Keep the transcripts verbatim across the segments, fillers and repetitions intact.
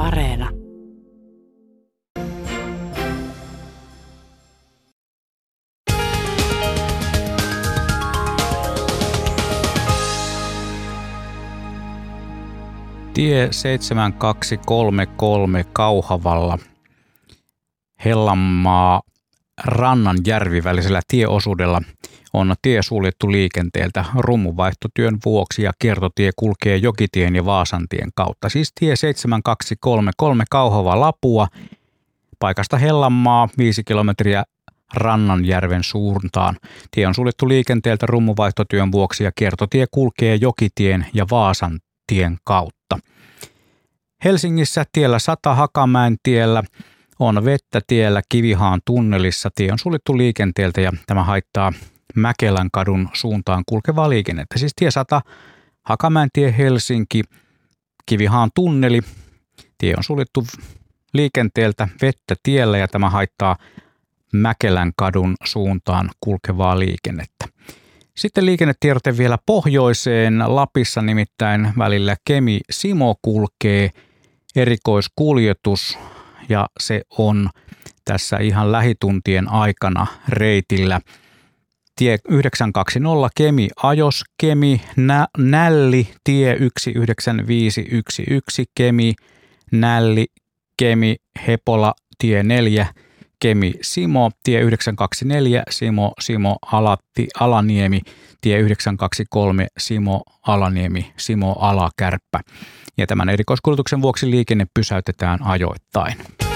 Areena. Tie seitsemän kaksi kolme kolme Kauhavalla Hellanmaa Rannanjärvi välisellä tieosuudella on tie suljettu liikenteeltä rummuvaihtotyön vuoksi ja kiertotie kulkee Jokitien ja Vaasantien kautta. Siis tie seitsemän kaksi kolme kolme Kauhava Lapua paikasta Hellanmaa viisi kilometriä Rannanjärven suuntaan. Tie on suljettu liikenteeltä rummuvaihtotyön vuoksi ja kiertotie kulkee Jokitien ja Vaasantien kautta. Helsingissä tiellä sata Hakamäen tiellä on vettä tiellä Kivihaan tunnelissa. Tie on suljettu liikenteeltä ja tämä haittaa Mäkelän kadun suuntaan kulkevaa liikennettä. Siis tie sata Hakamäen tie Helsinki, Kivihaan tunneli. Tie on suljettu liikenteeltä vettä tiellä ja tämä haittaa Mäkelän kadun suuntaan kulkevaa liikennettä. Sitten liikennetiedote vielä pohjoiseen. Lapissa nimittäin välillä Kemi-Simo kulkee erikoiskuljetus ja se on tässä ihan lähituntien aikana reitillä. Tie yhdeksän kaksikymmentä Kemi Ajos, Kemi Nä, Nälli, tie yksi yhdeksän viisi yksi yksi Kemi Nälli, Kemi Hepola, tie neljä Kemi Simo, tie yhdeksän kaksikymmentäneljä Simo Simo Alatti Alaniemi, tie yhdeksän kaksikymmentäkolme Simo Alaniemi Simo Alakärppä. Ja tämän erikoiskuljetuksen vuoksi liikenne pysäytetään ajoittain.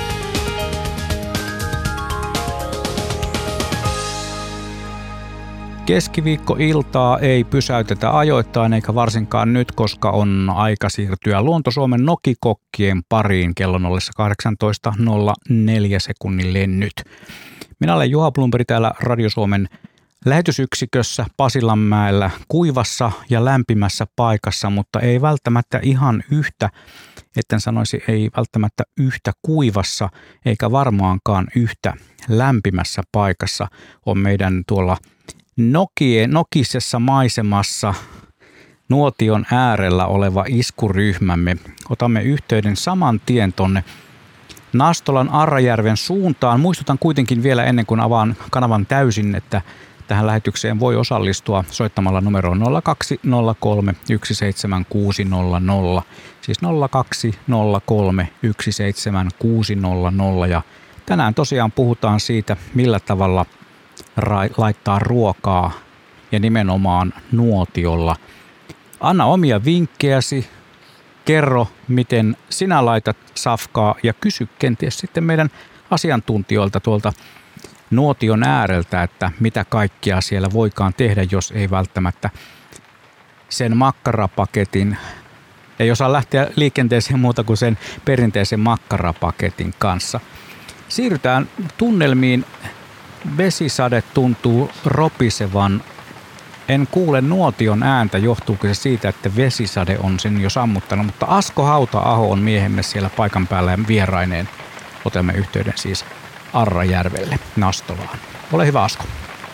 Keskiviikkoiltaa ei pysäytetä ajoittain eikä varsinkaan nyt, koska on aika siirtyä Luonto-Suomen nokikokkien pariin kello nolla kahdeksantoista nolla neljä sekunnille nyt. Minä olen Juha Blomberg täällä Radio Suomen lähetysyksikössä Pasilanmäellä kuivassa ja lämpimässä paikassa, mutta ei välttämättä ihan yhtä, etten sanoisi ei välttämättä yhtä kuivassa eikä varmaankaan yhtä lämpimässä paikassa on meidän tuolla Nokie, nokisessa maisemassa nuotion äärellä oleva iskuryhmämme. Otamme yhteyden saman tien tonne Nastolan Arrajärven suuntaan. Muistutan kuitenkin vielä ennen kuin avaan kanavan täysin, että tähän lähetykseen voi osallistua soittamalla numeroon nolla kaksi nolla kolme yksi seitsemän kuusi nolla nolla. Siis nolla kaksi nolla kolme yksi seitsemän kuusi nolla nolla. Ja tänään tosiaan puhutaan siitä, millä tavalla laittaa ruokaa ja nimenomaan nuotiolla. Anna omia vinkkejäsi, kerro miten sinä laitat safkaa ja kysy kenties sitten meidän asiantuntijoilta tuolta nuotion ääreltä, että mitä kaikkia siellä voikaan tehdä, jos ei välttämättä sen makkarapaketin, ei osaa lähteä liikenteeseen muuta kuin sen perinteisen makkarapaketin kanssa. Siirrytään tunnelmiin. Vesisade tuntuu ropisevan. En kuule nuotion ääntä, johtuuko se siitä, että vesisade on sen jo sammuttanut, mutta Asko Hauta-aho on miehemme siellä paikan päällä ja vieraineen. Otamme yhteyden siis Arrajärvelle, Nastolaan. Ole hyvä, Asko.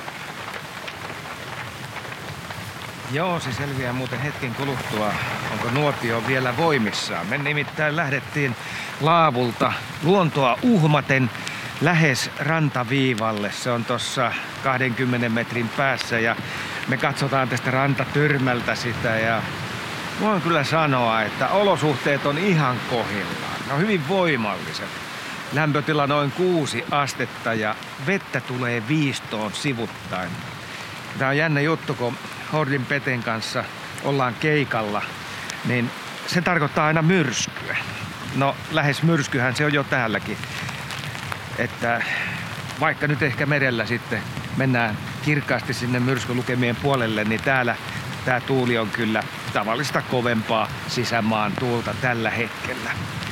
Joo, se selviää muuten hetken kuluttua, onko nuotio vielä voimissaan. Me nimittäin lähdettiin laavulta luontoa uhmaten lähes rantaviivalle. Se on tuossa kahdenkymmenen metrin päässä ja me katsotaan tästä rantatyrmältä sitä ja voin kyllä sanoa, että olosuhteet on ihan kohdillaan. Ne on hyvin voimalliset. Lämpötila noin kuusi astetta ja vettä tulee viistoon sivuttain. Tämä on jännä juttu, kun Hordin Peten kanssa ollaan keikalla, niin se tarkoittaa aina myrskyä. No lähes myrskyhän se on jo täälläkin. Että vaikka nyt ehkä merellä sitten mennään kirkkaasti sinne myrskylukemien puolelle, niin täällä tää tuuli on kyllä tavallista kovempaa sisämaan tuulta tällä hetkellä.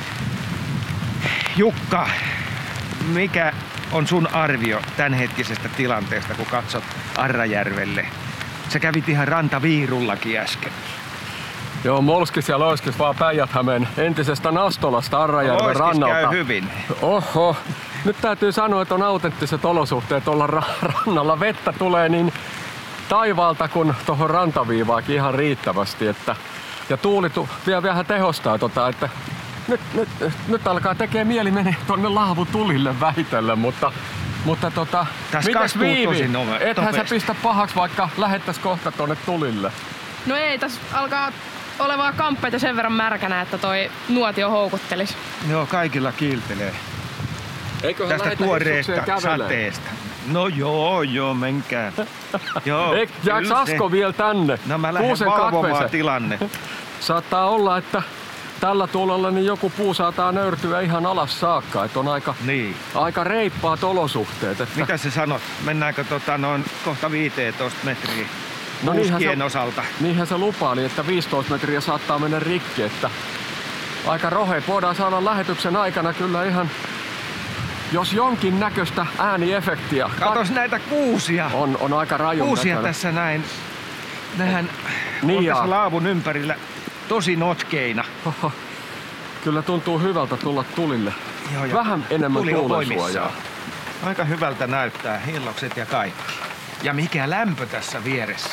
Jukka, mikä on sun arvio tämänhetkisestä tilanteesta, kun katsot Arrajärvelle? Sä kävit ihan rantaviirullakin äsken. Joo, molskis ja loiskis vaan Päijät-Hämeen entisestä Nastolasta Arrajärven loiskis rannalta. Käy hyvin. Oho, nyt täytyy sanoa, että on autenttiset olosuhteet olla ra- rannalla. Vettä tulee niin taivaalta kuin tuohon rantaviivaakin ihan riittävästi. Että, ja tuuli tu- vielä vähän tehostaa tota, että nyt, nyt, nyt alkaa tekee mieli mennä tuonne laavutulille vähitellen, mutta, mutta tota, tässä mitäs kastuu Viivi? tosi nome- Ethän sä nopeasti. pistä pahaksi, vaikka lähettäis kohta tuonne tulille. No ei, tässä alkaa olevaa kamppeita sen verran märkänä, että toi nuotio houkuttelisi. Joo, kaikilla kiiltelee. Eiköhän Tästä lähetä tuoreesta hissukseen kävelee. sateesta. No joo, joo, menkää. Joo, Eik, jääks kyllä Asko se- vielä tänne? No mä lähden Kuusen valvomaan katveeseen. tilanne. Saattaa olla, että tällä tuulella niin joku puu saattaa nöyrtyä ihan alas saakka. Että on aika, Niin. aika reippaat olosuhteet. Että Mitä sä sanot? Mennäänkö tota noin kohta viisitoista metriä No niinhän puuskien se- osalta? Niinhän se lupaili, että viisitoista metriä saattaa mennä rikki. Että aika roheet voidaan saada lähetyksen aikana kyllä ihan, jos jonkin näköistä ääniefektiä. Katos näitä kuusia. On, on aika rajun Kuusia näköinen. tässä näin. Nehän Niin on jaa. tässä laavun ympärillä tosi notkeina. Oho. Kyllä tuntuu hyvältä tulla tulille. Joo, ja Vähän enemmän tuli on tuulensuojaa. voimissaan. Aika hyvältä näyttää, hillokset ja kaikki. Ja mikä lämpö tässä vieressä.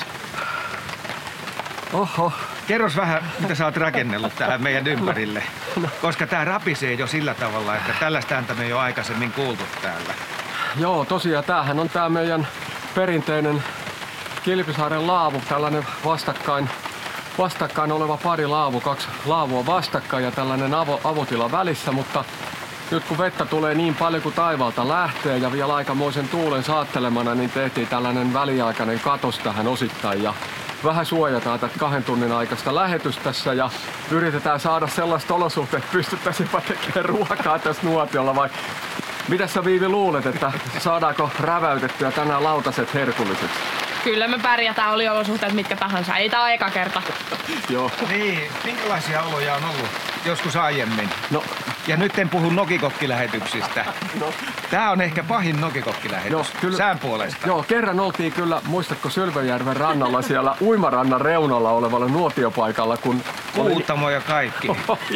Oho. Kerros vähän, mitä sä oot rakennellut tähän meidän ympärille. Koska tää rapisee jo sillä tavalla, että tällaista ääntä me ei ole aikaisemmin kuultu täällä. Joo, tosiaan tämähän on tää meidän perinteinen Kilpisaaren laavu, tällainen vastakkain, vastakkain oleva pari laavu, kaksi laavua vastakkain ja tällainen avo, avotila välissä, mutta nyt kun vettä tulee niin paljon kuin taivaalta lähtee ja vielä aikamoisen tuulen saattelemana, niin tehtiin tällainen väliaikainen katos tähän osittain ja vähän suojataan tätä kahden tunnin aikaista lähetystä tässä ja yritetään saada sellaista olosuhteet, että pystyttäisiin jopa tekemään ruokaa tässä nuotiolla vai mitä sä Viivi luulet, että saadaanko räväytettyä tänään lautaset herkulliseksi? Kyllä me pärjätään, oli olosuhteet mitkä tahansa. Ei tää ole eka kerta. Joo. Niin, minkälaisia oloja on ollut joskus aiemmin? No, Ja nyt en puhu nokikokkilähetyksistä. no. Tää on ehkä pahin nokikokkilähetys. Joo, kyllä. Sään puolesta. Joo, kerran oltiin kyllä, muistatko Sylvänjärven rannalla siellä uimarannan reunalla olevalla nuotiopaikalla, kun oli- Kuutamo ja kaikki.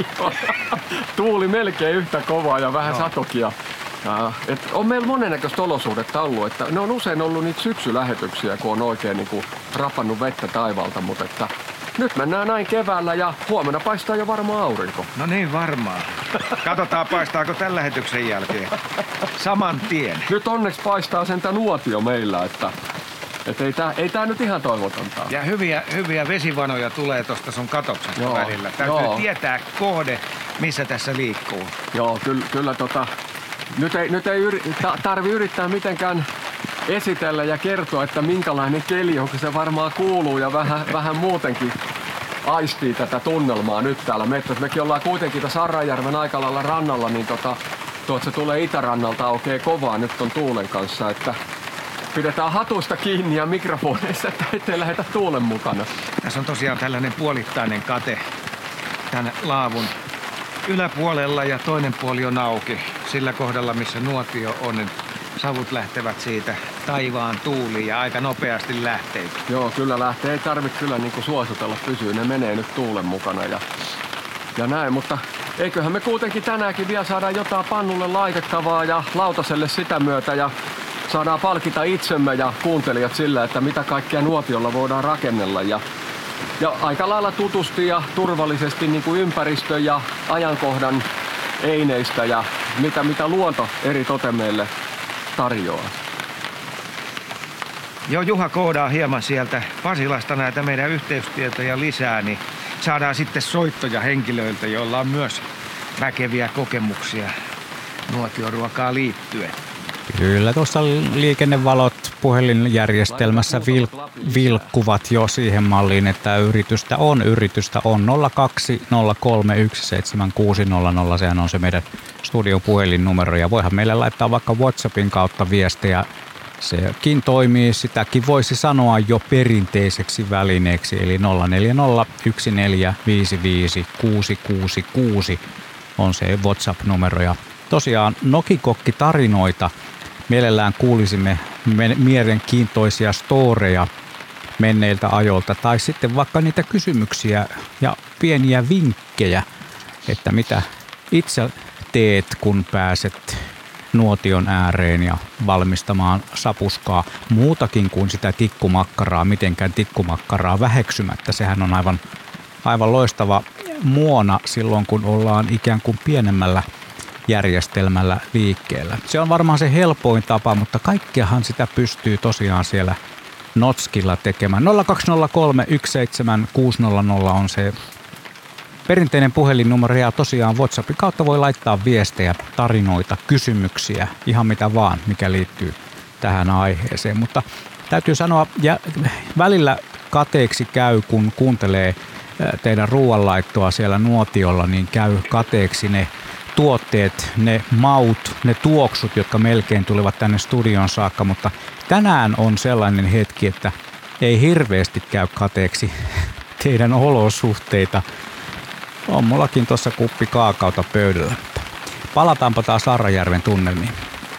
tuuli melkein yhtä kovaa ja vähän Joo. satokia. Ja, et on meillä monennäköistä olosuhdetta ollut, että ne on usein ollut niitä syksylähetyksiä, kun on oikein niin kuin rapannut vettä taivaalta, mutta että nyt mennään näin keväällä ja huomenna paistaa jo varmaan aurinko. No niin varmaan. Katsotaan paistaako tämän lähetyksen jälkeen. Saman tien. Nyt onneksi paistaa sentään nuotio meillä, että et ei tää, ei tää nyt ihan toivotonta. Ja hyviä, hyviä vesivanoja tulee tuosta sun katoksesta Joo, välillä. Täytyy joo. tietää kohde, missä tässä liikkuu. Joo, kyllä, kyllä tota, nyt ei, nyt ei yri, ta, tarvi yrittää mitenkään esitellä ja kertoa, että minkälainen keli on, kun se varmaan kuuluu ja vähän, vähän muutenkin aistii tätä tunnelmaa nyt täällä metsässä. Mekin ollaan kuitenkin tässä Arrajärven aika lailla rannalla, niin tota, tuot se tulee itärannalta oikein kovaa nyt on tuulen kanssa, että pidetään hatusta kiinni ja mikrofoneissa, että ettei lähetä tuulen mukana. Tässä on tosiaan tällainen puolittainen kate tämän laavun yläpuolella ja toinen puoli on auki. Sillä kohdalla, missä nuotio on, niin savut lähtevät siitä taivaan tuuliin ja aika nopeasti lähtee. Joo, kyllä lähtee. Ei tarvitse kyllä niin kuin suositella pysyä. Ne menee nyt tuulen mukana ja, ja näin. Mutta eiköhän me kuitenkin tänäänkin vielä saada jotain pannulle laitettavaa ja lautaselle sitä myötä. Ja saadaan palkita itsemme ja kuuntelijat sillä, että mitä kaikkea nuotiolla voidaan rakennella. Ja, ja aika lailla tutusti ja turvallisesti niin kuin ympäristön ja ajankohdan eineistä ja mitä, mitä luonto eri totemeille tarjoaa. Joo, Juha koodaa hieman sieltä Pasilasta näitä meidän yhteystietoja lisää, niin saadaan sitten soittoja henkilöiltä, joilla on myös väkeviä kokemuksia nuotioruokaa liittyen. Kyllä tuossa liikennevalot puhelinjärjestelmässä vil- vilkkuvat jo siihen malliin, että yritystä on. Yritystä on nolla kaksi nolla kolme yksi seitsemän kuusi nolla nolla. Sehän on se meidän studiopuhelinnumero ja voihan meille laittaa vaikka WhatsAppin kautta viestejä. Sekin toimii, sitäkin voisi sanoa jo perinteiseksi välineeksi, eli nolla neljä nolla yksi neljä viisi viisi kuusi kuusi kuusi on se WhatsApp-numero. Ja tosiaan nokikokkitarinoita mielellään kuulisimme mielenkiintoisia storeja menneiltä ajolta tai sitten vaikka niitä kysymyksiä ja pieniä vinkkejä, että mitä itse teet, kun pääset nuotion ääreen ja valmistamaan sapuskaa muutakin kuin sitä tikkumakkaraa, mitenkään tikkumakkaraa väheksymättä. Sehän on aivan, aivan loistava muona silloin, kun ollaan ikään kuin pienemmällä järjestelmällä liikkeellä. Se on varmaan se helpoin tapa, mutta kaikkeahan sitä pystyy tosiaan siellä Notskilla tekemään. nolla kaksi nolla kolme yksi seitsemän kuusi nolla nolla on se perinteinen puhelinnumero ja tosiaan WhatsAppin kautta voi laittaa viestejä, tarinoita, kysymyksiä, ihan mitä vaan, mikä liittyy tähän aiheeseen. Mutta täytyy sanoa, ja välillä kateeksi käy, kun kuuntelee teidän ruoanlaittoa siellä nuotiolla, niin käy kateeksi ne tuotteet, ne maut, ne tuoksut, jotka melkein tulivat tänne studion saakka, mutta tänään on sellainen hetki, että ei hirveästi käy kateeksi teidän olosuhteita. On mullakin tuossa kuppi kaakauta pöydällä. Palataanpa taas Arrajärven tunnelmiin.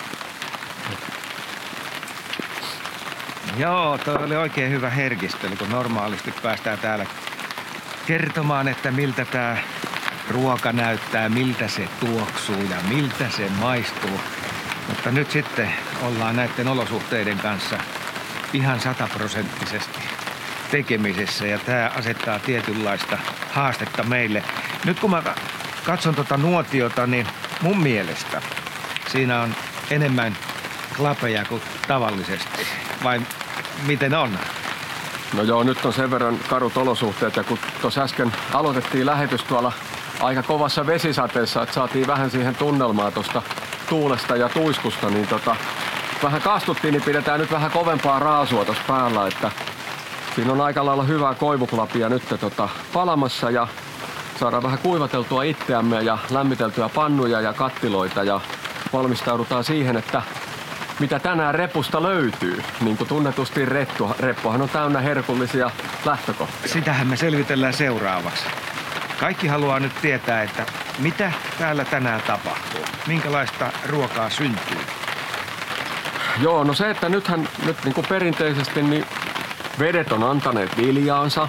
Joo, toi oli oikein hyvä herkistely, kun normaalisti päästään täällä kertomaan, että miltä tää ruoka näyttää, miltä se tuoksuu ja miltä se maistuu. Mutta nyt sitten ollaan näiden olosuhteiden kanssa ihan sataprosenttisesti tekemisessä ja tämä asettaa tietynlaista haastetta meille. Nyt kun mä katson tuota nuotiota, niin mun mielestä siinä on enemmän klapeja kuin tavallisesti. Vai miten on? No joo, nyt on sen verran karut olosuhteet ja kun tuossa äsken aloitettiin lähetys tuolla aika kovassa vesisateessa, että saatiin vähän siihen tunnelmaa tuosta tuulesta ja tuiskusta, niin tota, vähän kastuttiin, niin pidetään nyt vähän kovempaa raasua tuossa päällä, että siinä on aika lailla hyvää koivuklapia nyt tota, palamassa ja saadaan vähän kuivateltua itseämme ja lämmiteltyä pannuja ja kattiloita ja valmistaudutaan siihen, että mitä tänään repusta löytyy. Niin kuin tunnetusti rettu, reppuhan on täynnä herkullisia lähtökohtia. Sitähän me selvitellään seuraavaksi. Kaikki haluaa nyt tietää, että mitä täällä tänään tapahtuu. Minkälaista ruokaa syntyy? Joo, no se, että nythän nyt niin kuin perinteisesti niin vedet on antaneet viljaansa.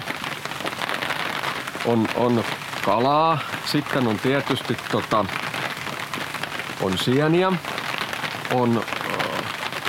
On, on kalaa. Sitten on tietysti tota, on sieniä. On, äh,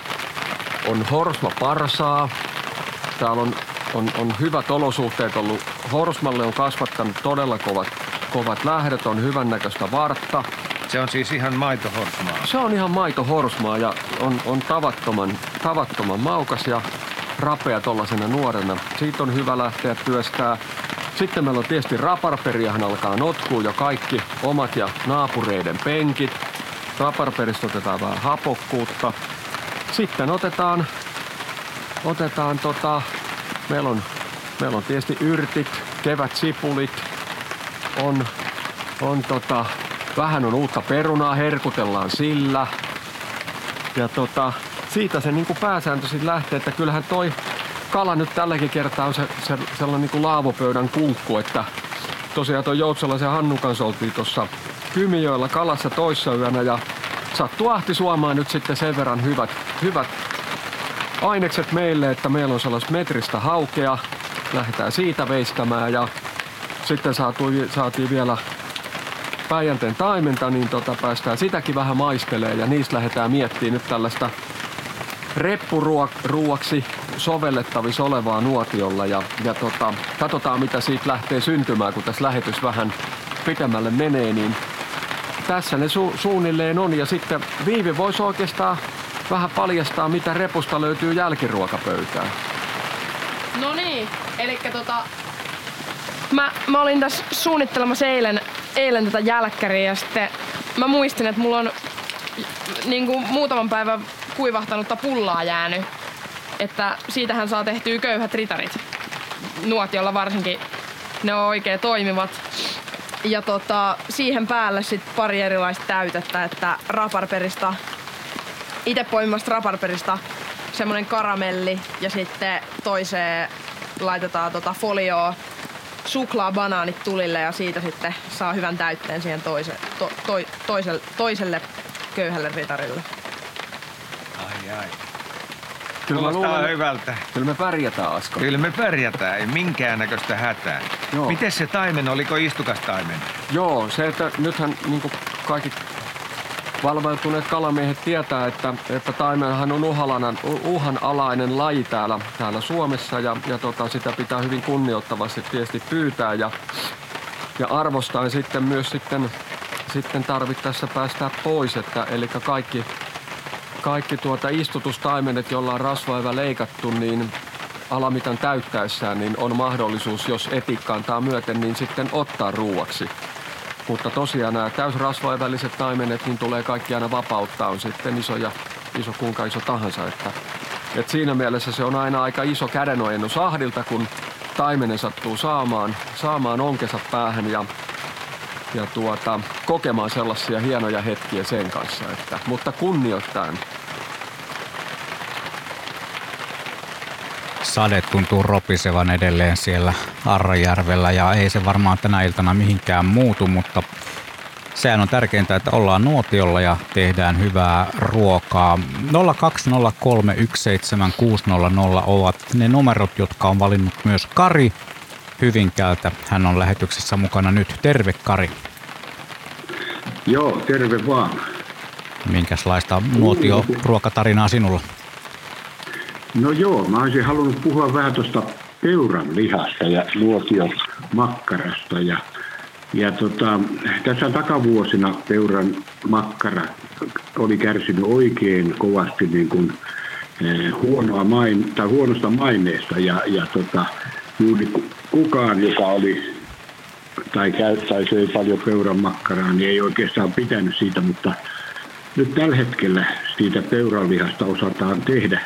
on horsmaparsaa. Täällä on, on, on hyvät olosuhteet ollut. Horsmalle on kasvattanut todella kovat, kovat lähdöt. On hyvännäköistä vartta. Se on siis ihan maitohorsmaa. Se on ihan maitohorsmaa ja on, on tavattoman, tavattoman maukas ja rapea tollasena nuorena. Siitä on hyvä lähteä työstää. Sitten meillä on tietysti raparperiahan alkaa notkuu jo kaikki omat ja naapureiden penkit. Raparperista otetaan vähän hapokkuutta. Sitten otetaan, otetaan tota, meillä on, meillä on tietysti yrtit, kevätsipulit, on, on tota, vähän on uutta perunaa, herkutellaan sillä. Ja tota, siitä se niinku pääsääntöisesti lähtee, että kyllähän toi kala nyt tälläkin kertaa on se, se sellainen niinku laavopöydän kunkku, että tosiaan toi Joutsalaisen Hannun kanssa oltiin tuossa Kymijoella kalassa toissa yönä ja sattuu ahti suomaan nyt sitten sen verran hyvät, hyvät ainekset meille, että meillä on sellaista metristä haukea. Lähdetään siitä veistämään ja sitten saatiin, saatiin vielä Päijänteen taimenta, niin tota, päästään sitäkin vähän maistelemaan ja niistä lähdetään miettimään nyt tällaista reppuruuaksi sovellettavissa olevaa nuotiolla ja, ja tota, katsotaan mitä siitä lähtee syntymään, kun tässä lähetys vähän pitemmälle menee, niin tässä ne su- suunnilleen on ja sitten Viivi voisi oikeastaan vähän paljastaa, mitä repusta löytyy jälkiruokapöytään. No niin, elikkä tota... Mä, mä olin tässä suunnittelemassa eilen, eilen tätä jälkkäriä ja sitten mä muistin, että mulla on niin kuin muutaman päivän kuivahtanutta pullaa jäänyt. Että siitähän saa tehtyä köyhät ritarit. Nuotiolla varsinkin ne on oikein toimivat. Ja tota, siihen päälle sitten pari erilaista täytettä, että raparperista, itse poimimasta raparperista semmonen karamelli ja sitten toiseen laitetaan tota folioa, suklaa, banaanit tulille ja siitä sitten saa hyvän täytteen siihen toise, to, to, toiselle, toiselle köyhälle ritarille. Ai ai. Kyllä mä Kuulostaa luulen, hyvältä. Kyllä me pärjätään, Asko. Kyllä me pärjätään, ei minkäännäköistä hätää. Joo. Miten se taimen, oliko istukas taimen? Joo, se, että nythän niin kuin kaikki valveutuneet kalamiehet tietää, että, että taimenhan on uhalainen, uhanalainen laji täällä, täällä Suomessa ja, ja tota, sitä pitää hyvin kunnioittavasti tietysti pyytää. Ja ja arvostaen sitten myös sitten, sitten tarvittaessa päästää pois, että eli kaikki, kaikki tuota istutustaimenet, joilla on rasvaevä leikattu, niin alamitan täyttäessään, niin on mahdollisuus, jos etiikka antaa myöten, niin sitten ottaa ruuaksi. Mutta tosiaan nämä täysrasvaevälliset taimenet, niin tulee kaikki aina vapauttaa, on sitten iso ja iso kuinka iso tahansa. Että, että siinä mielessä se on aina aika iso kädenojennus ahdilta, kun taimenen sattuu saamaan, saamaan onkensa päähän ja, ja tuota, kokemaan sellaisia hienoja hetkiä sen kanssa. Että, mutta kunnioittain. Sade tuntuu ropisevan edelleen siellä Arrajärvellä ja ei se varmaan tänä iltana mihinkään muutu, mutta sehän on tärkeintä, että ollaan nuotiolla ja tehdään hyvää ruokaa. nolla kaksi nolla kolme yksi seitsemän kuusi nolla nolla ovat ne numerot, jotka on valinnut myös Kari Hyvinkäältä. Hän on lähetyksessä mukana nyt. Terve Kari. Joo, terve vaan. Minkälaista nuotio-ruokatarinaa sinulla? No joo, mä olisin halunnut puhua vähän tuosta peuran lihasta ja nuotiomakkarasta. Ja, ja tota, tässä takavuosina peuran makkara oli kärsinyt oikein kovasti niin kuin, eh, huonoa main, tai huonosta maineesta. Ja, ja tota, juuri kukaan, joka oli tai käyttäisi söi paljon peuran makkaraa, niin ei oikeastaan pitänyt siitä, mutta nyt tällä hetkellä siitä peuranlihasta osataan tehdä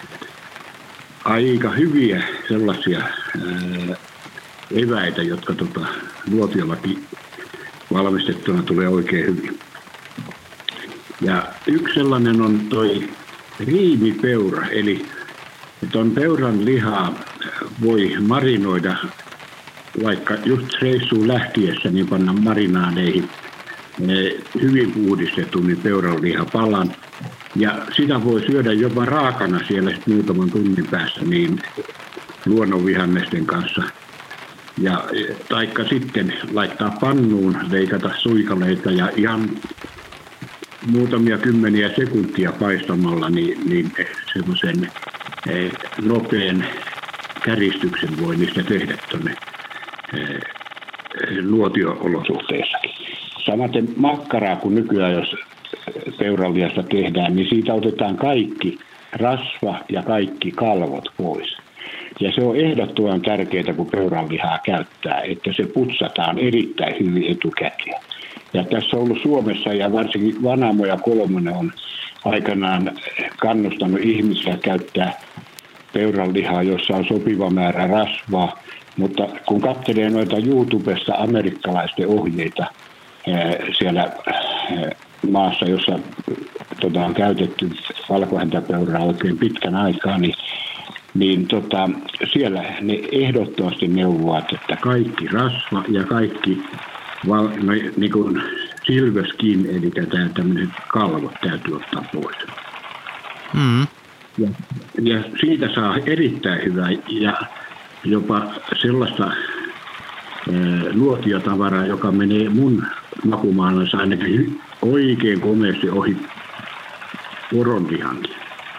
aika hyviä sellaisia ää, eväitä, jotka tota, nuotiollakin valmistettuna tulee oikein hyvin. Ja yksi sellainen on toi riimipeura, eli tuon peuran lihaa voi marinoida vaikka just reissuun lähtiessä, niin panna marinaadeihin hyvin puhdistetun niin peuranlihapalan. Ja sitä voi syödä jopa raakana siellä muutaman tunnin päästä niin luonnonvihannesten kanssa. Ja taikka sitten laittaa pannuun, leikata suikaleita ja ihan muutamia kymmeniä sekuntia paistamalla, niin, niin semmoisen eh, nopean käristyksen voi niistä tehdä tuonne eh, nuotio-olosuhteissakin. Samaten makkaraa, kun nykyään jos peuranlihasta tehdään, niin siitä otetaan kaikki rasva ja kaikki kalvot pois. Ja se on ehdottoman tärkeää, kun peuranlihaa käyttää, että se putsataan erittäin hyvin etukäteen. Ja tässä on ollut Suomessa ja varsinkin Vanamo ja Kolmonen on aikanaan kannustanut ihmisiä käyttää peuranlihaa, jossa on sopiva määrä rasvaa. Mutta kun katselee noita YouTubesta amerikkalaisten ohjeita siellä maassa, jossa tota, on käytetty valkohäntäpeuraa oikein pitkän aikaa, niin, niin tota, siellä ne ehdottomasti neuvovat, että kaikki rasva ja kaikki val, no, niin kuin silverskin, eli tämmöiset kalvot täytyy ottaa pois. Mm. Ja, ja siitä saa erittäin hyvää ja jopa sellaista ää, nuotiotavaraa, joka menee mun makumaailmassa ainakin oikein komeasti ohi poronlihankin.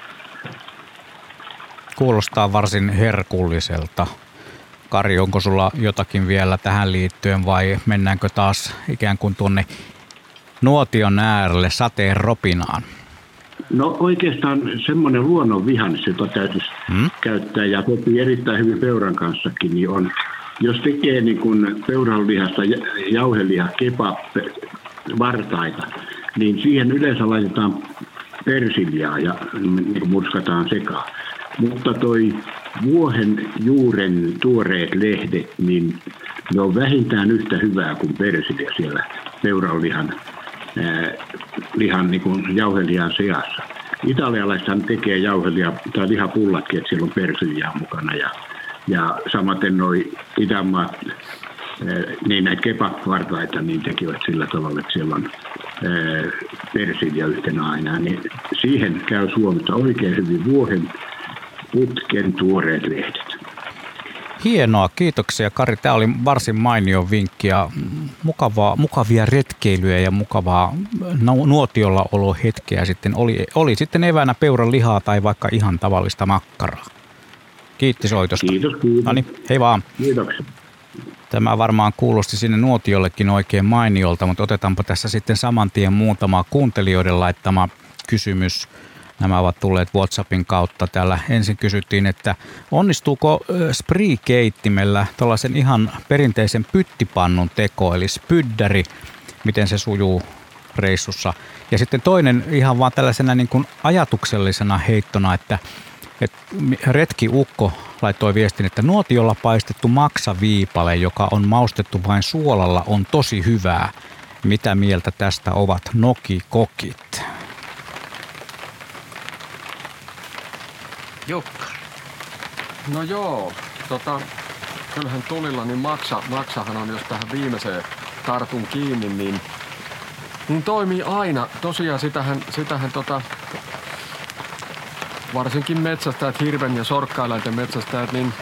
Kuulostaa varsin herkulliselta. Kari, onko sulla jotakin vielä tähän liittyen vai mennäänkö taas ikään kuin tuonne nuotion äärelle sateen ropinaan? No oikeastaan semmoinen luonnonvihannes, jota täytyisi hmm? käyttää ja sopii erittäin hyvin peuran kanssakin, niin on, jos tekee niin kuin peuranlihasta jauheliha kebab vartaita, niin siihen yleensä laitetaan persiljaa ja niin murskataan sekaan. Mutta toi vuohen juuren tuoreet lehdet, niin ne on vähintään yhtä hyvää kuin persilja siellä peuranlihan ää, lihan niin kuin jauhelihan seassa. Italialaisethan tekee jauhelia tai lihapullatkin, että siellä on persiljaa mukana ja, ja samaten noi Itämaat, niin näitä kebab-vartaita niin tekivät sillä tavalla, että siellä on persilja yhtenä aina. Niin siihen käy Suomessa oikein hyvin vuohen putken tuoreet lehdet. Hienoa, kiitoksia Kari. Tämä oli varsin mainio vinkki ja mukavaa, mukavia retkeilyjä ja mukavaa nuotiolla olo hetkeä sitten. Oli, oli sitten eväänä peuran lihaa tai vaikka ihan tavallista makkaraa. Kiitti soitosta. Kiitos, kiitos. Noniin, hei vaan. Kiitoksia. Tämä varmaan kuulosti sinne nuotiollekin oikein mainiolta, mutta otetaanpa tässä sitten saman tien muutama kuuntelijoiden laittama kysymys. Nämä ovat tulleet WhatsAppin kautta. Täällä ensin kysyttiin, että onnistuuko spriikeittimellä tuollaisen ihan perinteisen pyttipannun teko, eli spyddäri, miten se sujuu reissussa. Ja sitten toinen ihan vaan tällaisena niin kuin ajatuksellisena heittona, että, että retkiukko laittoi viestin, että nuotiolla paistettu maksaviipale, joka on maustettu vain suolalla, on tosi hyvää. Mitä mieltä tästä ovat nokikokit? Jukka. No joo, tota, kyllähän tulilla niin maksa, maksahan on, jos tähän viimeiseen tartun kiinni, niin, niin toimii aina. Tosiaan sitähän, sitähän tota, varsinkin metsästäjät, hirven ja sorkkaeläinten metsästäjät, niin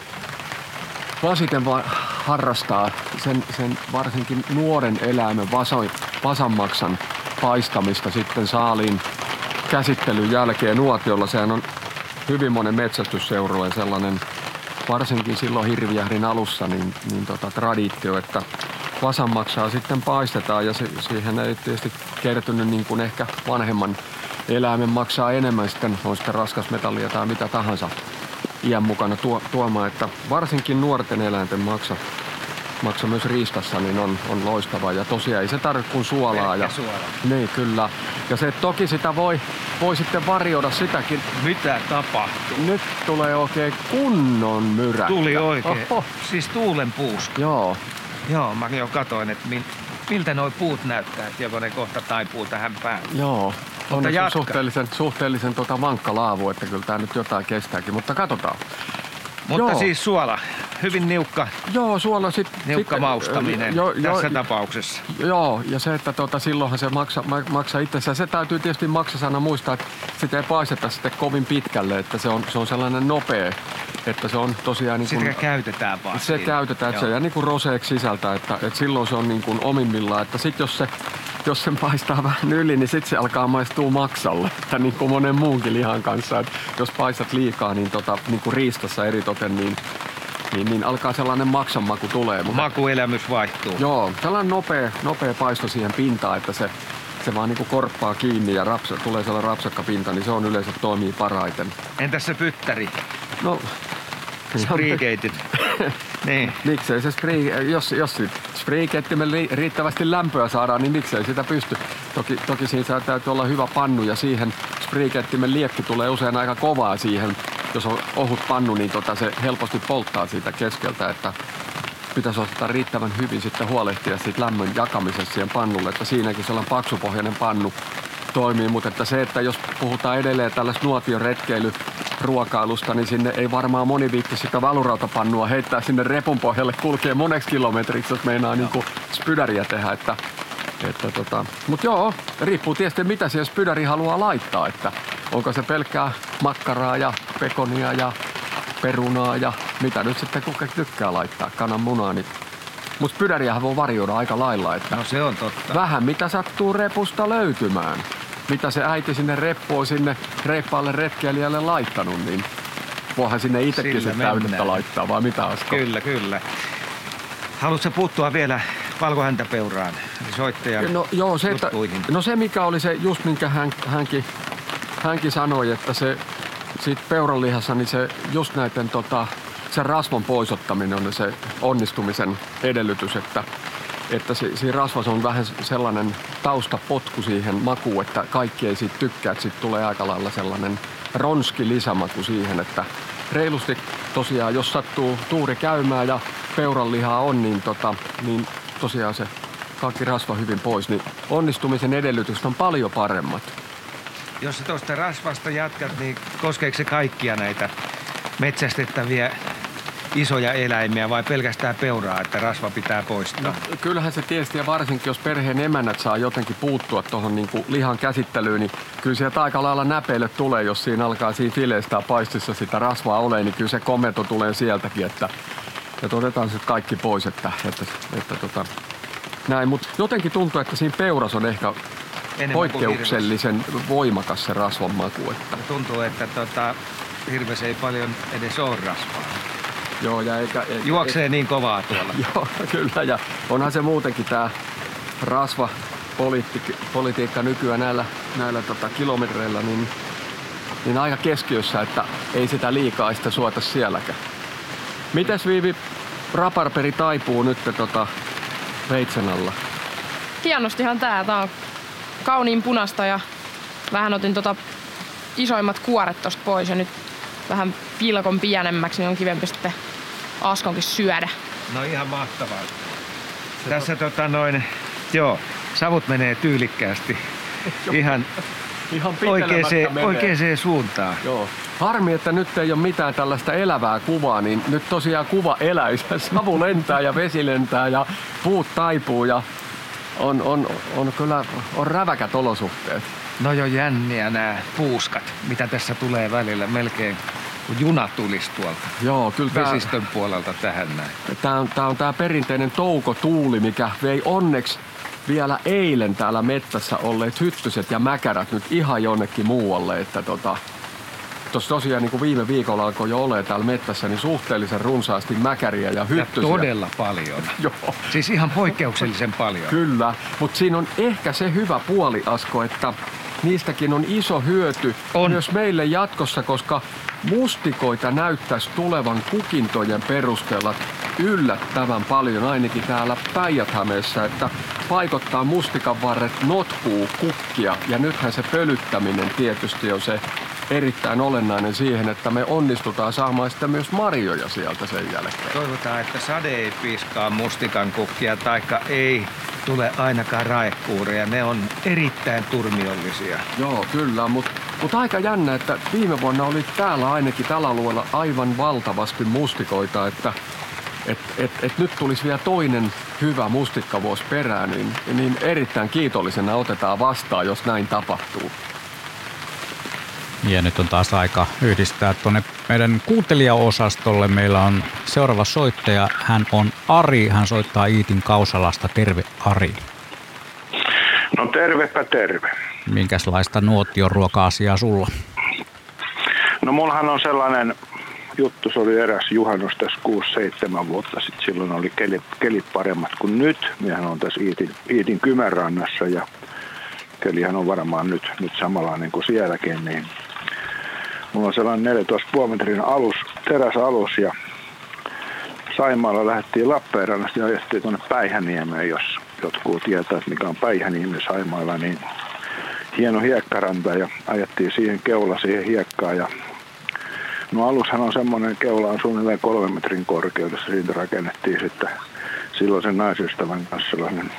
vasiten vaan harrastaa sen, sen varsinkin nuoren eläimen vasan, vasanmaksan paistamista sitten saaliin käsittelyn jälkeen nuotiolla. Sehän on hyvin monen metsästysseurojen sellainen, varsinkin silloin hirvijahdin alussa, niin, niin tota, traditio, että vasanmaksaa sitten paistetaan ja se, siihen ei tietysti kertynyt niin kuin ehkä vanhemman eläimen maksaa enemmän sitten, on sitten raskasmetallia tai mitä tahansa iän mukana tuo, tuomaan, että varsinkin nuorten eläinten maksa, maksa myös riistassa niin on, on loistava ja tosiaan ei se tarvitse kuin suolaa. Ja, niin kyllä. Ja se toki sitä voi, voi sitten varjoida sitäkin. Mitä tapahtuu? Nyt tulee oikein kunnon myrä. Tuli oikein. Oho. Siis tuulen puuska. Joo. Joo, mä jo katoin, että min, miltä nuo puut näyttää, että joko ne kohta taipuu tähän päälle. Joo. Mutta on jatka. suhteellisen, suhteellisen tota vankka laavu, että kyllä tää nyt jotain kestääkin, mutta katsotaan. Mutta Joo. siis suola, hyvin niukka, Joo, suola sit, niukka sit, maustaminen jo, tässä jo, tapauksessa. Joo, ja se, että tota, silloinhan se maksaa maksa itsessään. Se täytyy tietysti maksasana muistaa, että sitä ei paisteta sitten kovin pitkälle, että se on, se on sellainen nopea, että se on tosiaan niin kuin, Sitä käytetään vaan. se siinä. käytetään, että se jää niin kuin roseeksi sisältä, että, että silloin se on niin kuin omimmillaan, että sit jos se jos sen paistaa vähän yli, niin sitten se alkaa maistua maksalle, että niin kuin monen muunkin lihan kanssa, että jos paistat liikaa, niin, tota, niin kuin riistassa eritoten, niin Niin, niin alkaa sellainen maksanmaku tulee. Mutta makuelämys vaihtuu. Joo, sellainen nopea, nopea paisto siihen pintaan, että se, se vaan niinku korppaa kiinni ja rapsa, tulee sellainen rapsakka pinta, niin se on yleensä toimii parhaiten. Entäs se pyttäri? No, Spriikeitit. Niin. Miksei se sprii, jos, jos spriikeittimen riittävästi lämpöä saadaan, niin miksei sitä pysty. Toki, toki siinä täytyy olla hyvä pannu ja siihen spriikeittimen liekki tulee usein aika kovaa siihen. Jos on ohut pannu, niin tota se helposti polttaa siitä keskeltä, että pitäisi ottaa riittävän hyvin sitten huolehtia siitä lämmön jakamisesta siihen pannulle, että siinäkin sellainen paksupohjainen pannu toimii, mutta että se, että jos puhutaan edelleen tällaista nuotioretkeilyruokailusta, niin sinne ei varmaan moni viitti sitä valurautapannua heittää sinne repun pohjalle, kulkee moneksi kilometriksi, jos meinaa niin kuin spydäriä tehdä, että Että tota, mutta joo, riippuu tietysti mitä siihen spydäri haluaa laittaa, että onko se pelkkää makkaraa ja pekonia ja perunaa ja mitä nyt sitten kuka tykkää laittaa, kananmunaa. Niin. Mutta spydäriähän voi varjoida aika lailla, että No se on totta. vähän mitä sattuu repusta löytymään. Mitä se äiti sinne reppuun sinne reippaalle retkeilijälle laittanut, niin voihan sinne itsekin Sillä se täytettä mennään. laittaa, vai mitä Asko? Kyllä, kyllä. Haluatko puuttua vielä valkohäntäpeuraan, eli soittajan No, joo, se, että, juttuihin? no se mikä oli se just minkä hän, hänkin, hänkin sanoi, että se siitä peuranlihassa, niin se just näiden tota, sen rasvan poisottaminen on se onnistumisen edellytys, että, että se, siinä rasvassa on vähän sellainen taustapotku siihen makuun, että kaikki ei siitä tykkää, että siitä tulee aika lailla sellainen ronski lisämaku siihen, että reilusti tosiaan, jos sattuu tuuri käymään ja peuranlihaa on, niin, tota, niin tosiaan se kaikki rasva hyvin pois, niin onnistumisen edellytykset on paljon paremmat. Jos sä tuosta rasvasta jatkat, niin koskeeko se kaikkia näitä metsästettäviä isoja eläimiä vai pelkästään peuraa, että rasva pitää poistaa? No, kyllähän se tietysti, ja varsinkin jos perheen emännät saa jotenkin puuttua tuohon niinku lihan käsittelyyn, niin kyllä sieltä aika lailla näpeille tulee, jos siinä alkaa siinä fileistä ja paistissa sitä rasvaa ole, niin kyllä se komento tulee sieltäkin, että että otetaan se kaikki pois, että, että, että tota, näin. Mutta jotenkin tuntuu, että siinä peuras on ehkä Enemmän poikkeuksellisen voimakas se rasvan maku. Että. Tuntuu, että tota, hirves ei paljon edes ole rasvaa. Joo, ja eikä, eikä, Juoksee niin kovaa tuolla. Joo, kyllä. Ja onhan se muutenkin tää rasvapolitiikka nykyään näillä, näillä tota, kilometreillä niin, niin aika keskiössä, että ei sitä liikaa sitä suota sielläkään. Mites Viivi, raparperi taipuu nyt tota, veitsen alla? Hienostihan tää. Tää on kauniin punasta ja vähän otin tota isoimmat kuoret tosta pois ja nyt vähän pilkon pienemmäksi, niin on kivempi sitten Askonkin syödä. No ihan mahtavaa. Tässä tota noin, joo, savut menee tyylikkäästi. Ihan, Ihan oikeeseen, oikeeseen suuntaan. Joo. Harmi, että nyt ei ole mitään tällaista elävää kuvaa, niin nyt tosiaan kuva eläisi. Savu lentää ja vesi lentää ja puut taipuu ja on, on, on kyllä on räväkät olosuhteet. No jo jänniä nämä puuskat, mitä tässä tulee välillä melkein kun juna tulisi tuolta. Joo, kyllä tää, vesistön puolelta tähän näin. Tää on, tää on tää perinteinen toukotuuli, mikä vei onneksi vielä eilen täällä mettässä olleet hyttyset ja mäkärät nyt ihan jonnekin muualle, että tota, tuossa tosiaan niin kuin viime viikolla alkoi jo olemaan täällä mettässä niin suhteellisen runsaasti mäkäriä ja hyttysiä. Ja todella paljon. Joo. Siis ihan poikkeuksellisen paljon. Kyllä, mutta siinä on ehkä se hyvä puoli, Asko, että niistäkin on iso hyöty on. Myös meille jatkossa, koska mustikoita näyttäisi tulevan kukintojen perusteella yllättävän paljon, ainakin täällä Päijät-Hämeessä, että paikottaa mustikan varret notkuu kukkia ja nythän se pölyttäminen tietysti on se erittäin olennainen siihen, että me onnistutaan saamaan sitten myös marjoja sieltä sen jälkeen. Toivotaan, että sade ei piiskaa mustikan kukkia, taikka ei tule ainakaan raekuureja. Ne on erittäin turmiollisia. Joo, kyllä, mutta mut aika jännä, että viime vuonna oli täällä ainakin tällä alueella aivan valtavasti mustikoita, että et, et, et nyt tulisi vielä toinen hyvä mustikkavuosi perään, niin, niin erittäin kiitollisena otetaan vastaan, jos näin tapahtuu. Ja nyt on taas aika yhdistää tuonne meidän kuuntelijaosastolle. Meillä on seuraava soittaja. Hän on Ari. Hän soittaa Iitin Kausalasta. Terve, Ari. No tervepä terve. Minkälaista nuotion ruoka-asiaa sulla? No mullahan on sellainen juttu, se oli eräs juhannus tässä kuusi seitsemän vuotta sitten. Silloin oli kelit, kelit paremmat kuin nyt. Mehän on tässä Iitin, Iitin Kymenrannassa ja kelihän on varmaan nyt, nyt samanlainen kuin sielläkin, niin mulla on sellainen neljätoista pilkku viisi metrin alus, teräsalus ja Saimaalla lähdettiin Lappeenrannasta ja ajettiin tuonne Päihäniemeen, jos jotkut tietää, että mikä on Päihäniemi Saimaalla, niin hieno hiekkaranta ja ajettiin siihen keula siihen hiekkaan ja no alushan on semmoinen, keula on suunnilleen kolmen metrin korkeudessa, siitä rakennettiin sitten silloisen naisystävän kanssa sellainen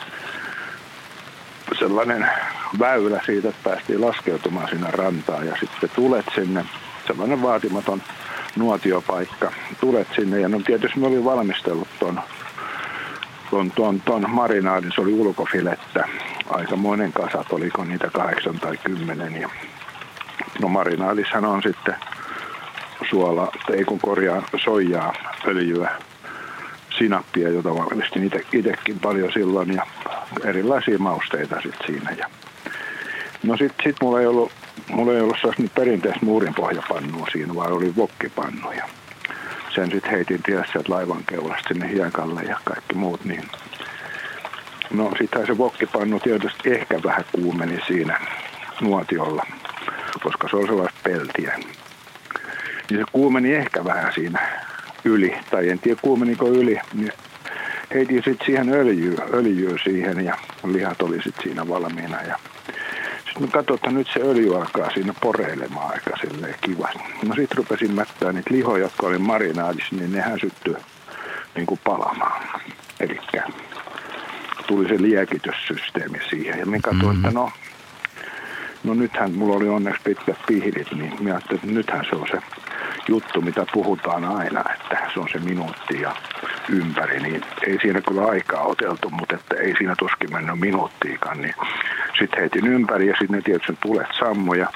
sellainen väylä siitä, että päästiin laskeutumaan sinne rantaan ja sitten tulet sinne, sellainen vaatimaton nuotiopaikka, tulet sinne ja no tietysti me olin valmistellut ton, ton, ton, ton marinaadin, se oli ulkofilettä, aikamoinen kasat, oliko niitä kahdeksan tai kymmenen ja no marinaadissahan on sitten suola, ei kun korjaa soijaa, öljyä, sinappia, jota valmistin ite, itekin paljon silloin ja erilaisia mausteita sitten siinä. Ja no sit, sit mulla ei ollut, mulla ei ollut sellaista perinteistä muurinpohjapannua siinä, vaan oli wokkipannu ja sen sitten heitin tietysti sieltä laivan keulasta sinne hiekalle ja kaikki muut. Niin. No sittenhän se wokkipannu tietysti ehkä vähän kuumeni siinä nuotiolla, koska se on sellaista peltiä. Niin se kuumeni ehkä vähän siinä yli, tai en tiedä kuumeniko yli, niin heitin sitten siihen öljyä, öljyä siihen ja lihat oli sitten siinä valmiina. Ja sitten mä katsoin, että nyt se öljy alkaa siinä poreilemaan aika silleen kivasti. No sitten rupesin mättää niitä lihoja, jotka oli marinaadissa, niin nehän syttyi niin kuin palamaan. Eli tuli se liekityssysteemi siihen ja mä katsoin, mm-hmm. että no, no nythän mulla oli onneksi pitkät pihdit, niin mä ajattelin, että nythän se on se juttu, mitä puhutaan aina, että se on se minuutti ja ympäri, niin ei siinä kyllä aikaa oteltu, mutta että ei siinä tuskin mennyt minuuttiikaan, niin sitten heitin ympäri ja sitten ne tietysti tulet sammuja.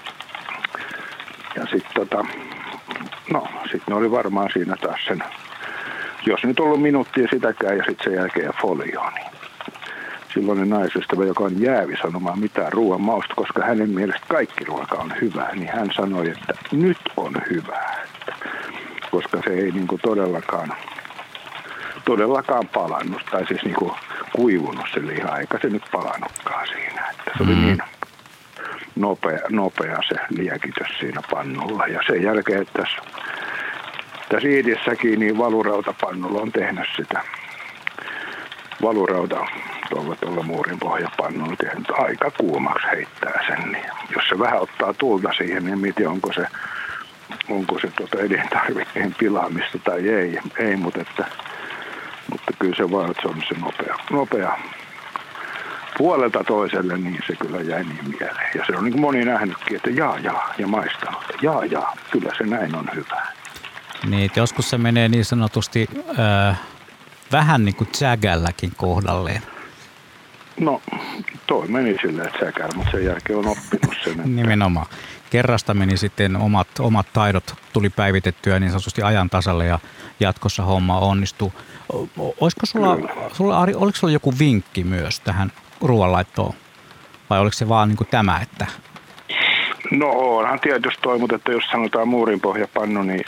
Ja sitten tota, no sitten ne oli varmaan siinä taas sen, jos nyt ollut minuuttia sitäkään ja sitten sen jälkeen folioon, niin silloinen naisystävä, joka on jäävi sanomaan mitään ruoan mausta, koska hänen mielestä kaikki ruoka on hyvää, niin hän sanoi, että nyt on hyvää. Että koska se ei niin kuin todellakaan, todellakaan palannut, tai siis niin kuin kuivunut se liha, eikä se nyt palannutkaan siinä. Että se oli mm. niin nopea, nopea se liekitys siinä pannulla. Ja sen jälkeen tässä, tässä Iidissäkin niin valurautapannulla on tehnyt sitä valurauta tuolla, tuolla muurin pohjapannulla tehnyt aika kuumaksi heittää sen. Niin jos se vähän ottaa tulta siihen, niin miten onko se, onko se tuota elintarvikkeen pilaamista tai ei, ei mutta, että, mutta kyllä se vaan, että se on se nopea, nopea puolelta toiselle, niin se kyllä jäi niin mieleen. Ja se on niin kuin moni nähnytkin, että jaa, jaa, ja maistanut. Jaa, jaa, kyllä se näin on hyvä. Niin, joskus se menee niin sanotusti äh, vähän niin kuin tsägälläkin kohdalleen. No, toi meni silleen tsäkällä, mutta sen jälkeen on oppinut sen. Että... Nimenomaan. Kerrasta meni sitten omat, omat taidot, tuli päivitettyä niin sanotusti ajan tasalle ja jatkossa homma onnistuu. Olisiko sulla, sulla Ari, oliko sulla joku vinkki myös tähän ruoanlaittoon? Vai oliko se vaan niin kuin tämä, että... No onhan tietysti toi, mutta että jos sanotaan muurinpohjapannu, niin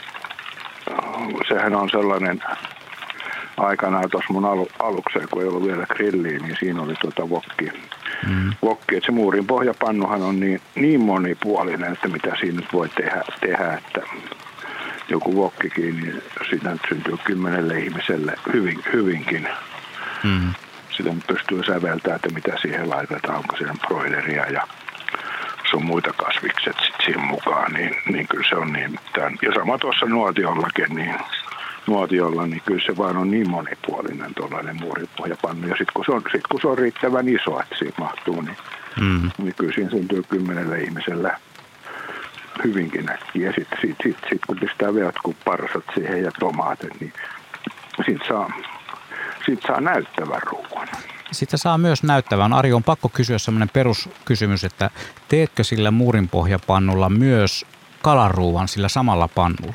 sehän on sellainen aikanaan tuossa mun alu, alukseen, kun ei ollut vielä grilliä, niin siinä oli tuota wokki. Mm. Wokki, että se muurinpohjapannuhan on niin, niin monipuolinen, että mitä siinä nyt voi tehdä, tehdä että joku wokkikin, niin siitä nyt syntyy kymmenelle ihmiselle hyvin, hyvinkin. Mm. Sitä pystyy säveltämään, että mitä siihen laitetaan, onko siihen broileria ja sun muita kasvikset sitten siihen mukaan, niin, niin kyllä se on niin. Tämän, ja sama tuossa nuotiollakin, niin nuotiolla, niin kyllä se vaan on niin monipuolinen tuollainen muurinpohjapannu. Ja sitten kun, sit, kun se on riittävän iso, että siinä mahtuu, niin, mm. niin kyllä siinä syntyy kymmenelle ihmisellä hyvinkin äkkiä. Ja sitten sit, sit, sit, kun pistää vielä jotkut parsat siihen ja tomaatit, niin siitä saa, sit saa näyttävän ruoan. Sitten saa myös näyttävän. Ari, on pakko kysyä sellainen peruskysymys, että teetkö sillä muurinpohjapannulla myös kalaruuan sillä samalla pannulla?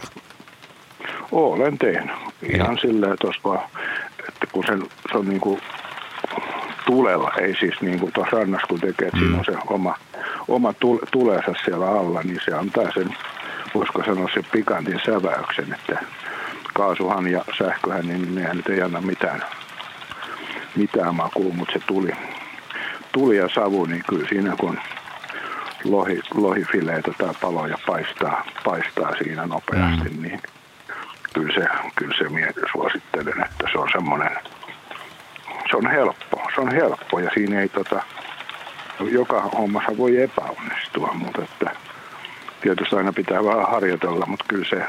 Olen tehnyt. Ihan ja. Silleen tuossa vaan, että kun sen, se on niin kuin tulella, ei siis niin kuin tuossa rannassa kun tekee, että mm. siinä on se oma, oma tuleensa siellä alla, niin se antaa sen, voisiko sanoa sen pikantin säväyksen, että kaasuhan ja sähköhän, niin nehän nyt ei anna mitään, mitään makua, mutta se tuli, tuli ja savu, niin kyllä siinä kun lohi, lohifileitä tai paloja paistaa, paistaa siinä nopeasti, mm. niin Kyllä se, kyllä se mietin, suosittelen, että se on semmoinen, se on helppo, se on helppo ja siinä ei tota, joka hommassa voi epäonnistua, mutta että tietysti aina pitää vähän harjoitella, mutta kyllä se,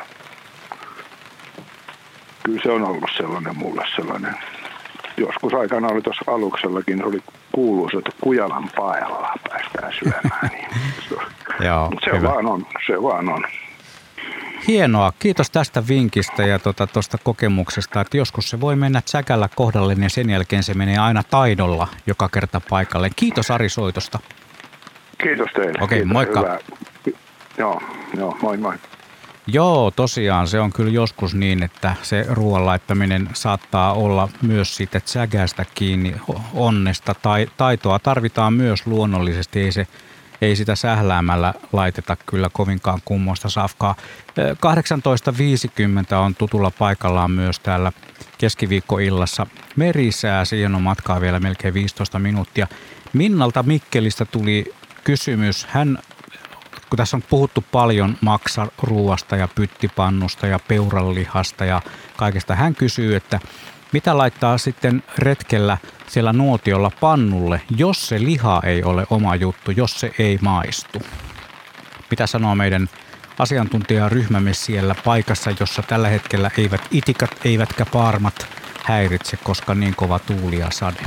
kyllä se on ollut sellainen mulle sellainen, joskus aikana oli tuossa aluksellakin, se oli kuuluisa, että Kujalan paella päästään syömään, niin se, Joo, mutta se vaan on, se vaan on. Hienoa. Kiitos tästä vinkistä ja tuosta tota, kokemuksesta, että joskus se voi mennä tsäkällä kohdalle ja sen jälkeen se menee aina taidolla joka kerta paikalle. Kiitos Ari soitosta. Kiitos teille. Okei, Kiitos, moikka. Hyvää. Joo, joo, moi moi. Joo, tosiaan se on kyllä joskus niin, että se ruoan laittaminen saattaa olla myös siitä tsägästä kiinni onnesta. Tai, taitoa tarvitaan myös luonnollisesti, ei se Ei sitä sähläämällä laiteta kyllä kovinkaan kummoista safkaa. kahdeksantoista viisikymmentä on tutulla paikallaan myös täällä keskiviikkoillassa merisää. Siihen on matkaa vielä melkein viisitoista minuuttia. Minnalta Mikkelistä tuli kysymys. Hän, kun tässä on puhuttu paljon maksaruuasta ja pyttipannusta ja peuralihasta ja kaikesta, hän kysyy, että mitä laittaa sitten retkellä siellä nuotiolla pannulle, jos se liha ei ole oma juttu, jos se ei maistu? Mitä sanoo meidän asiantuntijaryhmämme siellä paikassa, jossa tällä hetkellä eivät itikat eivätkä paarmat häiritse, koska niin kova tuuli ja sade?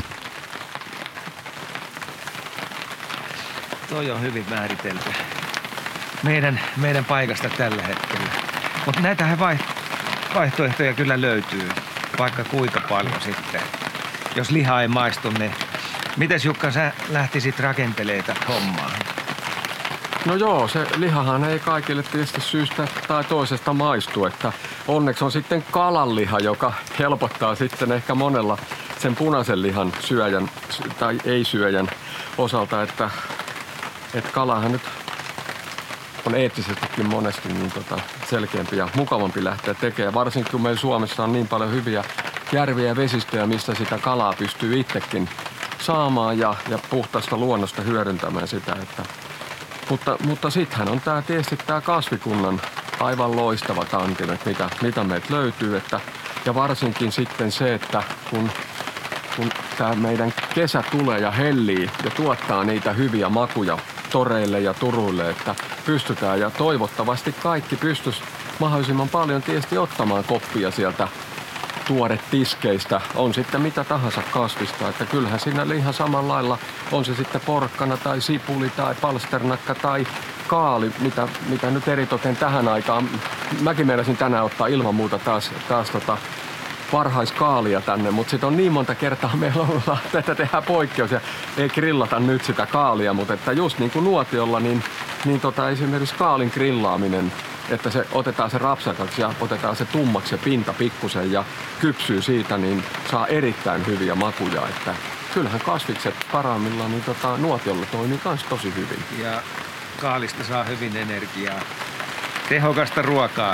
Toi on hyvin määritelty meidän, meidän paikasta tällä hetkellä. Mutta näitähän vaihtoehtoja kyllä löytyy. Vaikka kuinka paljon sitten. Jos liha ei maistu, niin mites Jukka sä lähtisit rakentelemaan tätä hommaa? No joo, se lihahan ei kaikille tietysti syystä tai toisesta maistu, että onneksi on sitten kalanliha, joka helpottaa sitten ehkä monella sen punaisen lihan syöjän tai ei-syöjän osalta, että, että kalahan nyt on eettisestikin monesti niin tota selkeämpi ja mukavampi lähteä tekemään. Varsinkin kun meillä Suomessa on niin paljon hyviä järviä ja vesistöjä, mistä sitä kalaa pystyy itsekin saamaan ja, ja puhtaasta luonnosta hyödyntämään sitä. Että, mutta mutta sittenhän on tämä tietysti tämä kasvikunnan aivan loistavat antimet, mitä, mitä meiltä löytyy. Että, ja varsinkin sitten se, että kun, kun tämä meidän kesä tulee ja hellii ja tuottaa niitä hyviä makuja toreille ja turuille, että pystytään ja toivottavasti kaikki pystyisi mahdollisimman paljon tietysti ottamaan koppia sieltä tuoretiskeistä, on sitten mitä tahansa kasvista, että kyllähän siinä ihan samalla lailla, on se sitten porkkana tai sipuli tai palsternakka tai kaali, mitä, mitä nyt eritoten tähän aikaan. Mäkin meinasin tänään ottaa ilman muuta taas, taas tota varhaiskaalia tänne, mutta sitten on niin monta kertaa meillä ollut, että tehdään poikkeus ja ei grillata nyt sitä kaalia, mutta että just niin kuin nuotiolla, niin, niin tota esimerkiksi kaalin grillaaminen, että se otetaan se rapsakaksi ja otetaan se tummaksi ja pinta pikkusen ja kypsyy siitä, niin saa erittäin hyviä makuja. Että kyllähän kasvikset parhaimmillaan niin tota, nuotiolla toimii myös tosi hyvin. Ja kaalista saa hyvin energiaa. Tehokasta ruokaa.